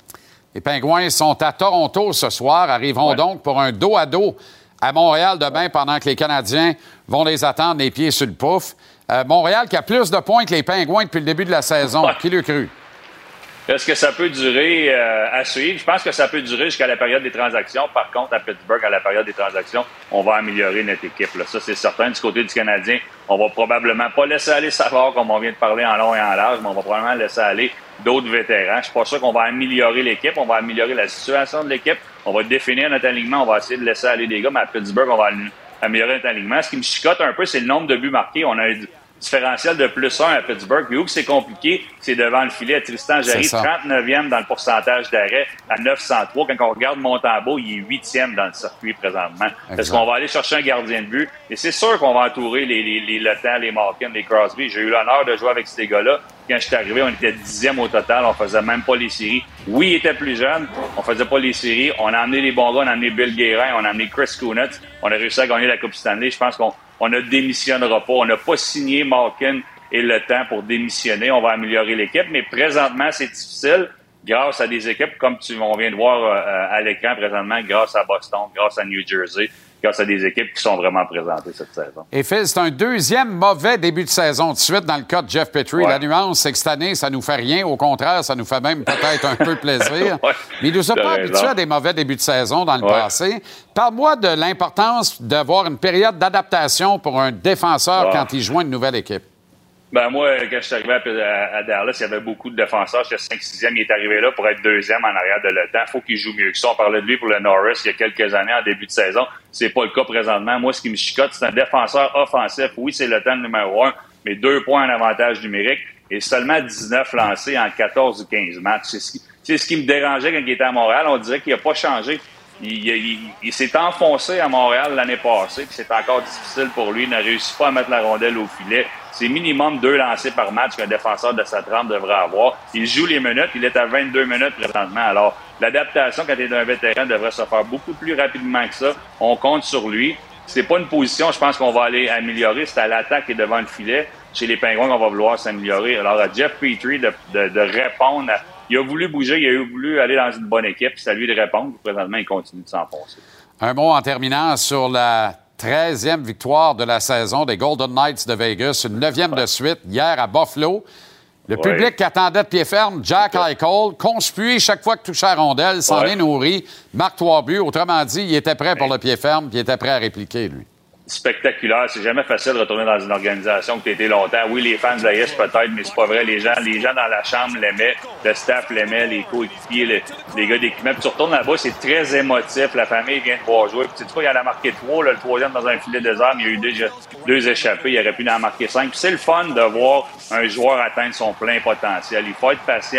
Les Pingouins sont à Toronto ce soir, arriveront ouais. donc pour un dos à dos à Montréal demain pendant que les Canadiens vont les attendre les pieds sur le pouf. Euh, Montréal qui a plus de points que les Pingouins depuis le début de la saison. Ouais. Qui l'eût cru? Est-ce que ça peut durer euh, à suivre? Je pense que ça peut durer jusqu'à la période des transactions. Par contre, à Pittsburgh, à la période des transactions, on va améliorer notre équipe. Là. Ça, c'est certain. Du côté du Canadien, on va probablement pas laisser aller Savard, comme on vient de parler en long et en large, mais on va probablement laisser aller d'autres vétérans. Je suis pas sûr qu'on va améliorer l'équipe. On va améliorer la situation de l'équipe. On va définir notre alignement. On va essayer de laisser aller des gars, mais à Pittsburgh, on va améliorer notre alignement. Ce qui me chicote un peu, c'est le nombre de buts marqués. On a un différentiel de plus un à Pittsburgh. Puis où que c'est compliqué, c'est devant le filet. Tristan Jarry, trente-neuvième dans le pourcentage d'arrêt à neuf cent trois. Quand on regarde Montembeault, il est huitième dans le circuit présentement. Est-ce qu'on va aller chercher un gardien de but? Et c'est sûr qu'on va entourer les, les, les Le Temps, les Malkin, les Crosby. J'ai eu l'honneur de jouer avec ces gars-là. Quand je suis arrivé, on était dixième au total. On faisait même pas les séries. Oui, il était plus jeune. On faisait pas les séries. On a amené les bons gars. On a amené Bill Guérin. On a amené Chris Kunitz. On a réussi à gagner la Coupe Stanley. Je pense qu'on on ne démissionnera pas. On n'a pas signé Malkin et Le Temps pour démissionner. On va améliorer l'équipe. Mais présentement, c'est difficile grâce à des équipes comme tu, on vient de voir euh, à l'écran présentement, grâce à Boston, grâce à New Jersey, grâce à des équipes qui sont vraiment présentées cette saison. Et Phil, c'est un deuxième mauvais début de saison de suite dans le cas de Jeff Petrie. Ouais. La nuance, c'est que cette année, ça nous fait rien. Au contraire, ça nous fait même peut-être un peu plaisir. Ouais. Mais il nous a pas habitués à des mauvais débuts de saison dans le ouais. passé. Parle-moi de l'importance d'avoir une période d'adaptation pour un défenseur ouais. quand il joint une nouvelle équipe. Ben moi, quand je suis arrivé à, à Dallas, il y avait beaucoup de défenseurs. J'étais cinq sixième, il est arrivé là pour être deuxième en arrière de Le Temps. Il faut qu'il joue mieux que ça. On parlait de lui pour le Norris il y a quelques années en début de saison. C'est pas le cas présentement. Moi, ce qui me chicote, c'est un défenseur offensif. Oui, c'est Le Temps le numéro un, mais deux points en avantage numérique et seulement dix-neuf lancés en quatorze ou quinze matchs. C'est ce qui, c'est ce qui me dérangeait quand il était à Montréal. On dirait qu'il n'a pas changé. Il, il, il, il s'est enfoncé à Montréal l'année passée, puis c'est encore difficile pour lui. Il n'a réussi pas à mettre la rondelle au filet. C'est minimum deux lancés par match qu'un défenseur de sa trempe devrait avoir. Il joue les minutes, il est à vingt-deux minutes présentement. Alors, l'adaptation quand il est un vétéran devrait se faire beaucoup plus rapidement que ça. On compte sur lui. C'est pas une position, je pense qu'on va aller améliorer. C'est à l'attaque et devant le filet. Chez les Pingouins, on va vouloir s'améliorer. Alors, à Jeff Petrie de, de, de répondre à... Il a voulu bouger, il a voulu aller dans une bonne équipe, c'est à lui de répondre. Présentement, il continue de s'enfoncer. Un mot en terminant sur la treizième victoire de la saison des Golden Knights de Vegas, une neuvième de suite, hier à Buffalo. Le ouais. public qui attendait de pied ferme, Jack Eichel, conspué chaque fois que touchait la rondelle, s'en ouais. est nourri, marque trois buts. Autrement dit, il était prêt pour le pied ferme, puis il était prêt à répliquer, lui. Spectaculaire. C'est jamais facile de retourner dans une organisation que tu as été longtemps. Oui, les fans de l'A S peut-être, mais c'est pas vrai. Les gens, les gens dans la chambre l'aimaient, le staff l'aimait, les coéquipiers, les, les gars d'équipement. Puis tu retournes là-bas, c'est très émotif. La famille vient de voir jouer. Puis tu sais quoi, il en a marqué trois, là, le troisième dans un filet désert, mais il y a eu deux, deux échappés. Il aurait pu en marquer cinq. Puis c'est le fun de voir un joueur atteindre son plein potentiel. Il faut être patient.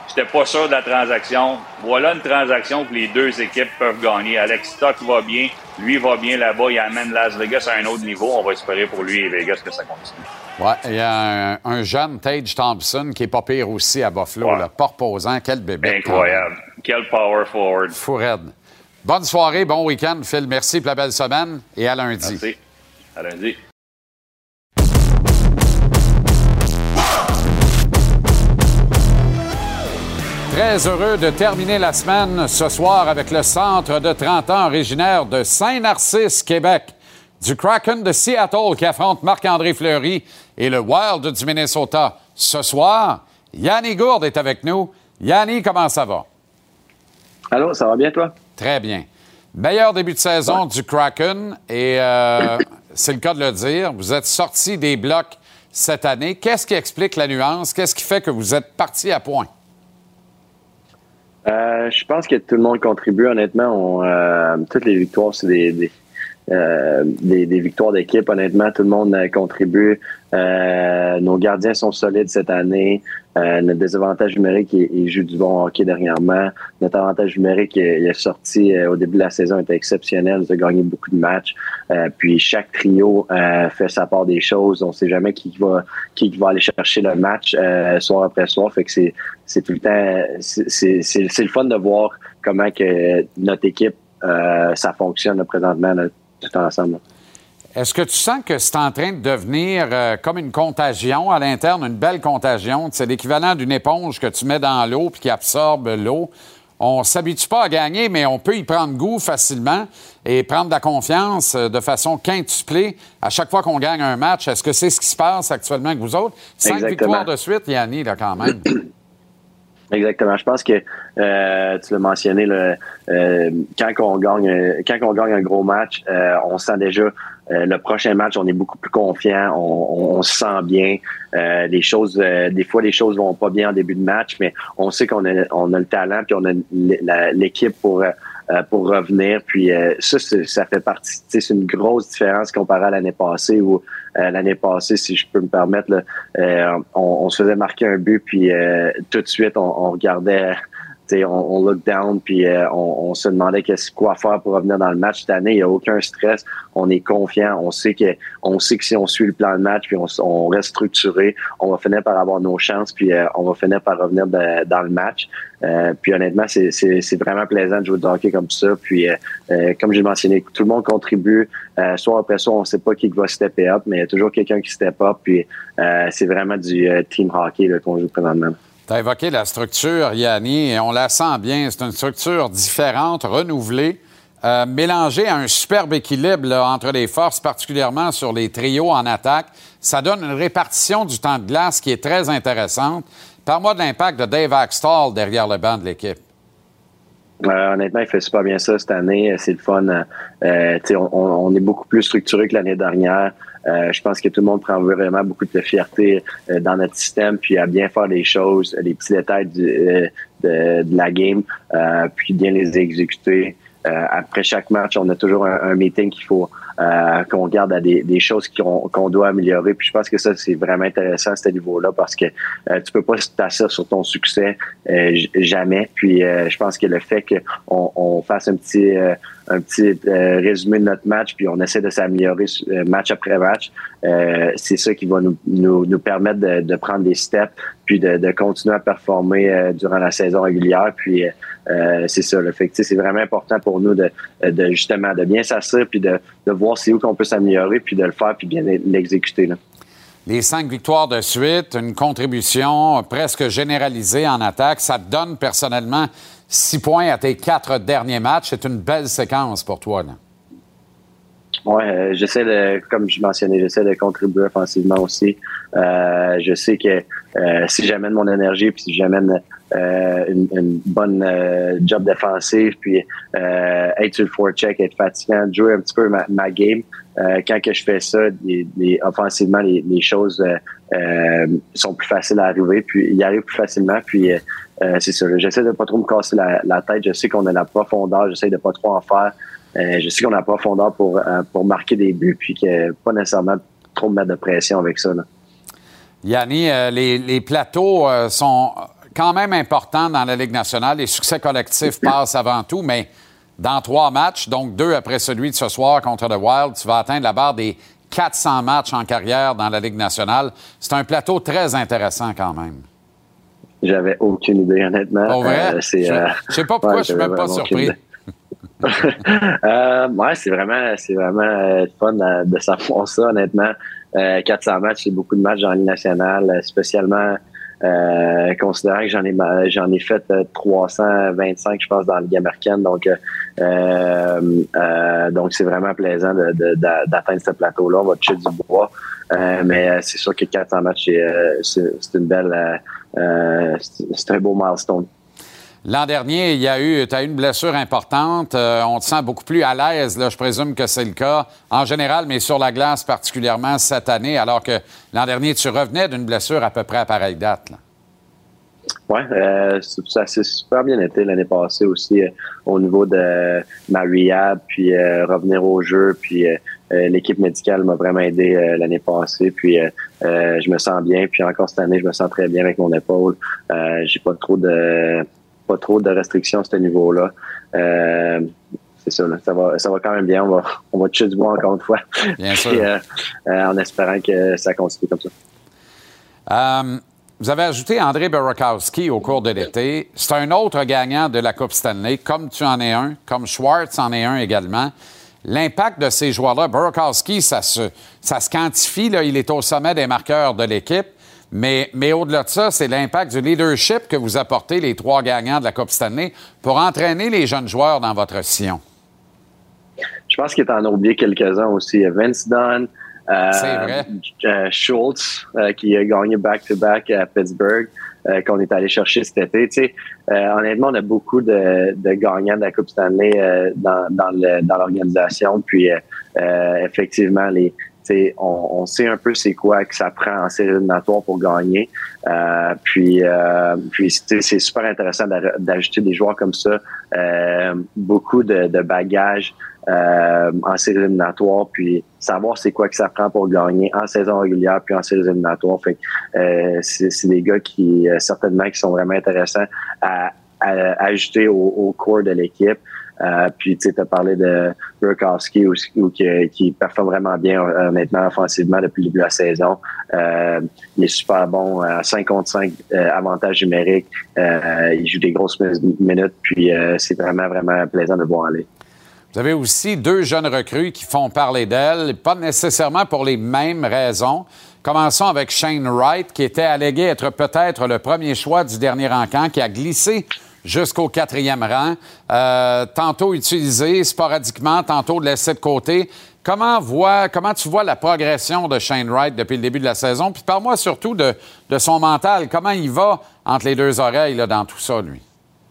J'étais pas sûr de la transaction. Voilà une transaction que les deux équipes peuvent gagner. Alex Stock va bien, lui va bien là-bas, il amène Las Vegas à un autre niveau. On va espérer pour lui et Vegas que ça continue. Oui, il y a un, un jeune Tage Thompson qui est pas pire aussi à Buffalo, ouais. là, pas reposant. Quel bébé. Incroyable. Quel power forward. Fou raide. Bonne soirée, bon week-end, Phil. Merci pour la belle semaine et à lundi. Merci. À lundi. Très heureux de terminer la semaine ce soir avec le centre de trente ans originaire de Saint-Narcisse, Québec, du Kraken de Seattle qui affronte Marc-André Fleury et le Wild du Minnesota. Ce soir, Yanni Gourde est avec nous. Yanni, comment ça va? Allô, ça va bien, toi? Très bien. Meilleur début de saison ouais. du Kraken et euh, c'est le cas de le dire. Vous êtes sorti des blocs cette année. Qu'est-ce qui explique la nuance? Qu'est-ce qui fait que vous êtes parti à point? Euh, je pense que tout le monde contribue, honnêtement. On, euh, toutes les victoires, c'est des, des, euh, des, des victoires d'équipe. Honnêtement, tout le monde euh, contribue. Euh, nos gardiens sont solides cette année. Euh, notre désavantage numérique, il, il joue du bon hockey dernièrement. Notre avantage numérique, il, il est sorti euh, au début de la saison, était exceptionnel. Nous a gagné beaucoup de matchs. Euh, puis chaque trio euh, fait sa part des choses. On sait jamais qui va qui va aller chercher le match euh, soir après soir. Fait que c'est c'est tout le temps c'est c'est, c'est, c'est le fun de voir comment que notre équipe euh, ça fonctionne là, présentement là, tout ensemble. Est-ce que tu sens que c'est en train de devenir euh, comme une contagion à l'interne, une belle contagion? C'est l'équivalent d'une éponge que tu mets dans l'eau puis qui absorbe l'eau. On ne s'habitue pas à gagner, mais on peut y prendre goût facilement et prendre de la confiance de façon quintuplée à chaque fois qu'on gagne un match. Est-ce que c'est ce qui se passe actuellement avec vous autres? Cinq Exactement. victoires de suite, Yanni, là, quand même. Exactement. Je pense que euh, tu l'as mentionné, là, euh, quand on gagne, quand on gagne un gros match, euh, on sent déjà euh, le prochain match, on est beaucoup plus confiant, on, on, on se sent bien. Euh, les choses, euh, des fois, les choses vont pas bien en début de match, mais on sait qu'on a, on a le talent, puis on a l'équipe pour euh, pour revenir. Puis euh, ça, ça fait partie. C'est une grosse différence comparé à l'année passée où euh, l'année passée, si je peux me permettre, là, euh, on, on se faisait marquer un but, puis euh, tout de suite, on, on regardait. On, on look down, puis euh, on, on se demandait qu'est-ce quoi faire pour revenir dans le match cette année. Il n'y a aucun stress. On est confiant. On sait que, on sait que si on suit le plan de match, puis on, on reste structuré, on va finir par avoir nos chances, puis euh, on va finir par revenir de, dans le match. Euh, puis honnêtement, c'est, c'est, c'est vraiment plaisant de jouer de hockey comme ça. Puis euh, euh, comme j'ai mentionné, tout le monde contribue. Euh, soir après soir, on ne sait pas qui va stepper up, mais il y a toujours quelqu'un qui step up. Puis euh, c'est vraiment du euh, team hockey là, qu'on joue présentement. Tu as évoqué la structure, Yanni, et on la sent bien. C'est une structure différente, renouvelée, euh, mélangée à un superbe équilibre là, entre les forces, particulièrement sur les trios en attaque. Ça donne une répartition du temps de glace qui est très intéressante. Parle-moi de l'impact de Dave Axtell derrière le banc de l'équipe. Euh, honnêtement, il fait super bien ça cette année. C'est le fun. Euh, on, on est beaucoup plus structuré que l'année dernière. Euh, je pense que tout le monde prend vraiment beaucoup de fierté euh, dans notre système, puis à bien faire les choses, les petits détails du, euh, de, de la game, euh, puis bien les exécuter. Euh, après chaque match, on a toujours un, un meeting qu'il faut euh, qu'on regarde à des, des choses qu'on, qu'on doit améliorer. Puis je pense que ça, c'est vraiment intéressant à ce niveau-là parce que euh, tu peux pas t'asseoir sur ton succès euh, jamais. Puis euh, je pense que le fait qu'on on fasse un petit euh, un petit euh, résumé de notre match, puis on essaie de s'améliorer euh, match après match, euh, c'est ça qui va nous, nous, nous permettre de, de prendre des steps, puis de, de continuer à performer euh, durant la saison régulière. Puis euh, c'est ça. Le fait que c'est vraiment important pour nous de, de justement de bien s'asseoir, puis de, de voir c'est où qu'on peut s'améliorer, puis de le faire, puis bien l'exécuter. Là. Les cinq victoires de suite, une contribution presque généralisée en attaque, ça te donne personnellement six points à tes quatre derniers matchs. C'est une belle séquence pour toi, là. Oui, euh, j'essaie de, comme je mentionnais, j'essaie de contribuer offensivement aussi. Euh, je sais que euh, si j'amène mon énergie, puis si j'amène euh, une, une bonne euh, job défensive, puis euh, être sur le forecheck, être fatigant, jouer un petit peu ma, ma game. Euh, quand que je fais ça, les, les, offensivement, les, les choses euh, euh, sont plus faciles à arriver, puis ils arrivent plus facilement. Puis euh, c'est ça. J'essaie de pas trop me casser la, la tête. Je sais qu'on a la profondeur. J'essaie de pas trop en faire. Euh, je sais qu'on a la profondeur pour euh, pour marquer des buts, puis que pas nécessairement trop me mettre de pression avec ça. Là. Yanni, euh, les, les plateaux euh, sont quand même important dans la Ligue nationale. Les succès collectifs passent avant tout, mais dans trois matchs, donc deux après celui de ce soir contre le Wild, tu vas atteindre la barre des quatre cents matchs en carrière dans la Ligue nationale. C'est un plateau très intéressant quand même. J'avais aucune idée, honnêtement. Pour vrai? Euh, c'est, je ne euh, sais pas pourquoi ouais, je suis même pas surpris. euh, ouais, c'est vraiment, c'est vraiment euh, fun de, de savoir ça, honnêtement. Euh, quatre cents matchs, c'est beaucoup de matchs dans la Ligue nationale, spécialement euh, considérant que j'en ai j'en ai fait euh, trois cent vingt-cinq, je pense, dans la Ligue américaine. Donc, euh, euh, donc c'est vraiment plaisant de, de, de, d'atteindre ce plateau-là. On va toucher du bois. Euh, mais c'est sûr que quatre cents matchs, c'est, euh, c'est, c'est une belle, euh, euh, c'est, c'est un beau milestone. L'an dernier, il y a eu, tu as eu une blessure importante. Euh, on te sent beaucoup plus à l'aise, là, je présume que c'est le cas en général, mais sur la glace particulièrement cette année, alors que l'an dernier, tu revenais d'une blessure à peu près à pareille date. Oui, euh, ça s'est super bien été l'année passée aussi euh, au niveau de ma rehab, puis euh, revenir au jeu, puis euh, l'équipe médicale m'a vraiment aidé euh, l'année passée, puis euh, euh, je me sens bien, puis encore cette année, je me sens très bien avec mon épaule. Euh, j'ai pas trop de pas trop de restrictions à ce niveau-là. Euh, c'est ça, là, ça va, ça va quand même bien. On va, on va toucher du bois encore une fois. Bien Puis, sûr. Euh, euh, en espérant que ça continue comme ça. Euh, vous avez ajouté Andrei Burakovsky au cours de l'été. C'est un autre gagnant de la Coupe Stanley, comme tu en es un, comme Schwartz en est un également. L'impact de ces joueurs-là, Burakovsky, ça se, ça se quantifie, là, il est au sommet des marqueurs de l'équipe. Mais, mais au-delà de ça, c'est l'impact du leadership que vous apportez, les trois gagnants de la Coupe Stanley, pour entraîner les jeunes joueurs dans votre sillon. Je pense qu'il t'en a oublié quelques-uns aussi. Vince Dunn, euh, c'est vrai. Euh, Schultz, euh, qui a gagné back-to-back à Pittsburgh, euh, qu'on est allé chercher cet été. Tu sais, euh, honnêtement, on a beaucoup de, de gagnants de la Coupe Stanley euh, dans, dans, le, dans l'organisation. Puis, euh, euh, effectivement, les On, on sait un peu c'est quoi que ça prend en série éliminatoire pour gagner. Euh, puis, euh, puis c'est super intéressant d'ajouter des joueurs comme ça, euh, beaucoup de, de bagages euh, en série éliminatoire, puis savoir c'est quoi que ça prend pour gagner en saison régulière puis en série éliminatoire. Fait euh, c'est, c'est des gars qui euh, certainement qui sont vraiment intéressants à, à, à ajouter au, au corps de l'équipe. Euh, puis tu sais, t'as parlé de Burakovsky aussi, ou qui, qui performe vraiment bien honnêtement offensivement depuis le début de la saison. Euh, il est super bon à cinq contre cinq euh, avantage numérique. Euh, il joue des grosses minutes, puis euh, c'est vraiment vraiment plaisant de le voir aller. Vous avez aussi deux jeunes recrues qui font parler d'elles, pas nécessairement pour les mêmes raisons. Commençons avec Shane Wright, qui était allégué être peut-être le premier choix du dernier encamp, qui a glissé jusqu'au quatrième rang, euh, tantôt utilisé sporadiquement, tantôt laissé de côté. Comment, voit, comment tu vois la progression de Shane Wright depuis le début de la saison? Puis parle-moi surtout de, de son mental. Comment il va entre les deux oreilles là, dans tout ça, lui?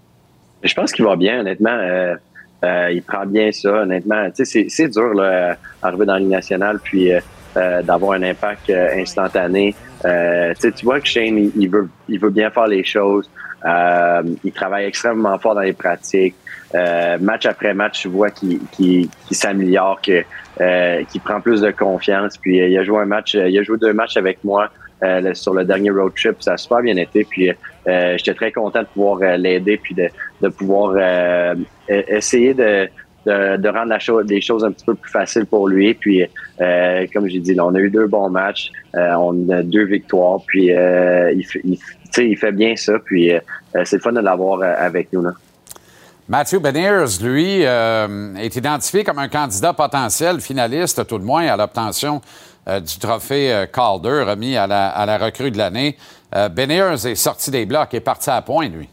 Je pense qu'il va bien, honnêtement. Euh, euh, il prend bien ça, honnêtement. Tu sais, c'est, c'est dur là, d'arriver dans la Ligue nationale puis euh, d'avoir un impact euh, instantané. Euh, tu vois que Shane, il, il, veut, il veut bien faire les choses. Euh, il travaille extrêmement fort dans les pratiques. Euh, match après match, tu vois qu'il, qu'il, qu'il s'améliore, que, euh, qu'il prend plus de confiance. Puis euh, il a joué un match, il a joué deux matchs avec moi euh, sur le dernier road trip. Ça a super bien été. Puis euh, j'étais très content de pouvoir euh, l'aider puis de, de pouvoir euh, essayer de, de, de rendre la chose, des choses un petit peu plus faciles pour lui. Puis euh, comme j'ai dit, là, on a eu deux bons matchs, euh, on a deux victoires. Puis euh, il, il T'sais, il fait bien ça, puis euh, c'est le fun de l'avoir euh, avec nous. Là. Matthew Beniers, lui, euh, est identifié comme un candidat potentiel, finaliste tout de moins, à l'obtention euh, du trophée euh, Calder remis à la, à la recrue de l'année. Euh, Beniers est sorti des blocs et est parti à point, lui.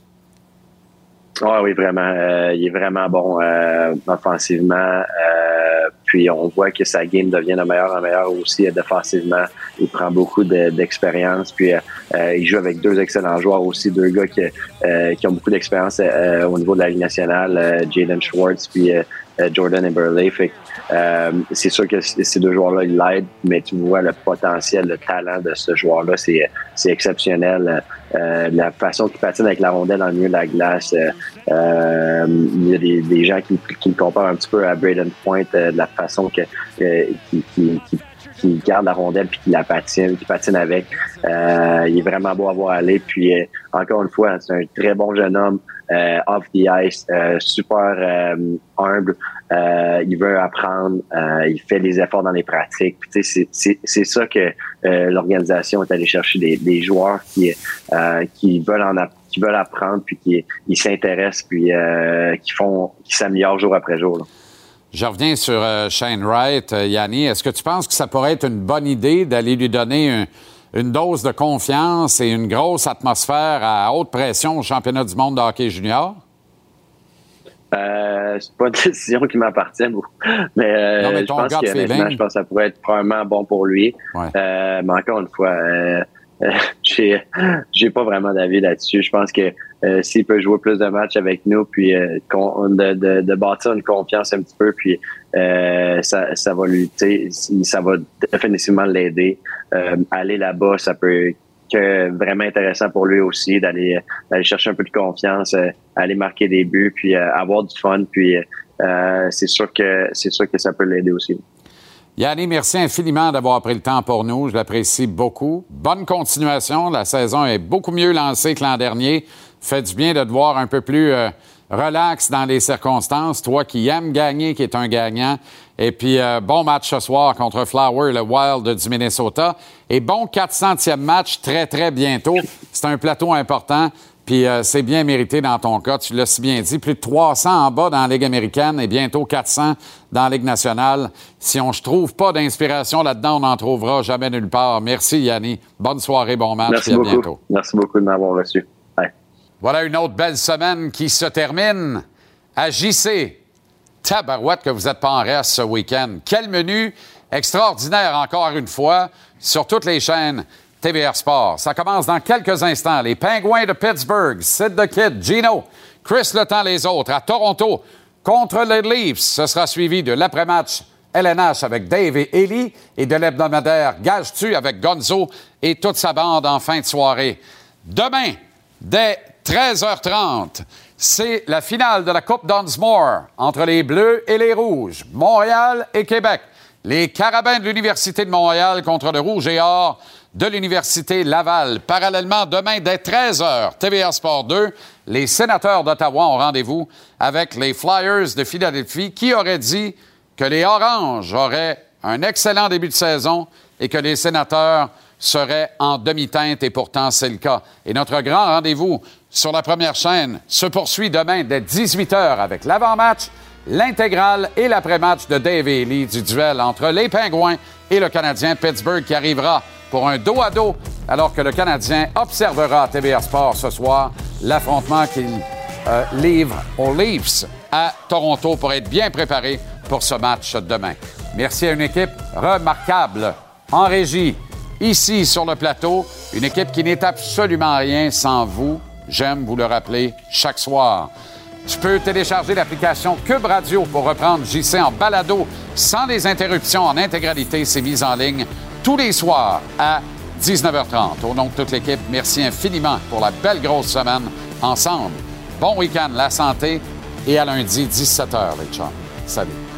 Oh, oui, vraiment. Euh, il est vraiment bon euh, offensivement. Euh, puis on voit que sa game devient de meilleur en meilleur aussi euh, défensivement. Il prend beaucoup de, d'expérience. Puis euh, il joue avec deux excellents joueurs aussi, deux gars qui, euh, qui ont beaucoup d'expérience euh, au niveau de la Ligue nationale, euh, Jaden Schwartz puis euh, Jordan Eberle. Fait euh, c'est sûr que ces deux joueurs-là, ils l'aident, mais tu vois le potentiel, le talent de ce joueur-là, c'est, c'est exceptionnel. Euh, la façon qu'il patine avec la rondelle dans le milieu de la glace, euh, euh, il y a des, des gens qui, qui le comparent un petit peu à Braden Point, euh, de la façon que, euh, qui, qui, qui, qui garde la rondelle puis qui la patine, qui patine avec. Euh, il est vraiment beau à voir aller. Puis euh, encore une fois, c'est un très bon jeune homme euh, off the ice, euh, super euh, humble. Euh, il veut apprendre, euh, il fait des efforts dans les pratiques. Puis, tu sais, c'est, c'est, c'est ça que euh, l'organisation est allée chercher des, des joueurs qui euh, qui veulent en apprendre. qui veulent apprendre, puis qui ils s'intéressent, puis euh, qui font, qui s'améliorent jour après jour. Là. Je reviens sur euh, Shane Wright. Euh, Yanni, est-ce que tu penses que ça pourrait être une bonne idée d'aller lui donner un, une dose de confiance et une grosse atmosphère à haute pression au championnat du monde de hockey junior? Euh, c'est pas une décision qui m'appartient, mais, euh, non, mais je pense que feeling... je pense que ça pourrait être probablement bon pour lui. Ouais. Euh, mais encore une fois, euh, euh, j'ai j'ai pas vraiment d'avis là-dessus. Je pense que euh, s'il peut jouer plus de matchs avec nous, puis euh, de, de, de bâtir une confiance un petit peu, puis euh, ça, ça va lui, ça va définitivement l'aider. Euh, aller là-bas, ça peut que vraiment intéressant pour lui aussi d'aller d'aller chercher un peu de confiance, euh, aller marquer des buts, puis euh, avoir du fun, puis euh, c'est sûr que c'est sûr que ça peut l'aider aussi. Yanni, merci infiniment d'avoir pris le temps pour nous. Je l'apprécie beaucoup. Bonne continuation. La saison est beaucoup mieux lancée que l'an dernier. Fait du bien de te voir un peu plus euh, relax dans les circonstances. Toi qui aimes gagner, qui est un gagnant. Et puis, euh, bon match ce soir contre Flower, le Wild du Minnesota. Et bon quatre centième match très, très bientôt. C'est un plateau important. Puis euh, c'est bien mérité dans ton cas. Tu l'as si bien dit. Plus de trois cents en bas dans la Ligue américaine et bientôt quatre cents dans la Ligue nationale. Si on ne trouve pas d'inspiration là-dedans, on n'en trouvera jamais nulle part. Merci, Yanni. Bonne soirée, bon match. Merci et à beaucoup. bientôt. Merci beaucoup de m'avoir reçu. Bye. Voilà une autre belle semaine qui se termine. À J C, tabarouette que vous n'êtes pas en reste ce week-end. Quel menu extraordinaire encore une fois sur toutes les chaînes T V R Sport. Ça commence dans quelques instants. Les Penguins de Pittsburgh, Sid the Kid, Gino, Chris Le Temps, les autres, à Toronto, contre les Leafs. Ce sera suivi de l'après-match L N H avec Dave et Ellie et de l'hebdomadaire Gage-tu avec Gonzo et toute sa bande en fin de soirée. Demain, dès treize heures trente, c'est la finale de la Coupe Dunsmore entre les Bleus et les Rouges, Montréal et Québec. Les Carabins de l'Université de Montréal contre le Rouge et Or de l'Université Laval. Parallèlement, demain, dès treize heures, T V R Sport deux, les Sénateurs d'Ottawa ont rendez-vous avec les Flyers de Philadelphie. Qui aurait dit que les Oranges auraient un excellent début de saison et que les Sénateurs seraient en demi-teinte, et pourtant, c'est le cas. Et notre grand rendez-vous sur la première chaîne se poursuit demain dès dix-huit heures avec l'avant-match, l'intégrale et l'après-match de Dave et Ellie du duel entre les Pingouins et le Canadien de Pittsburgh qui arrivera pour un dos à dos, alors que le Canadien observera à T V R Sport ce soir l'affrontement qu'il euh, livre aux Leafs à Toronto pour être bien préparé pour ce match demain. Merci à une équipe remarquable en régie, ici sur le plateau, une équipe qui n'est absolument rien sans vous. J'aime vous le rappeler chaque soir. Tu peux télécharger l'application Cube Radio pour reprendre J C en balado sans les interruptions en intégralité. C'est mis en ligne tous les soirs à dix-neuf heures trente. Au nom de toute l'équipe, merci infiniment pour la belle grosse semaine ensemble. Bon week-end, la santé, et à lundi, dix-sept heures, les chums. Salut.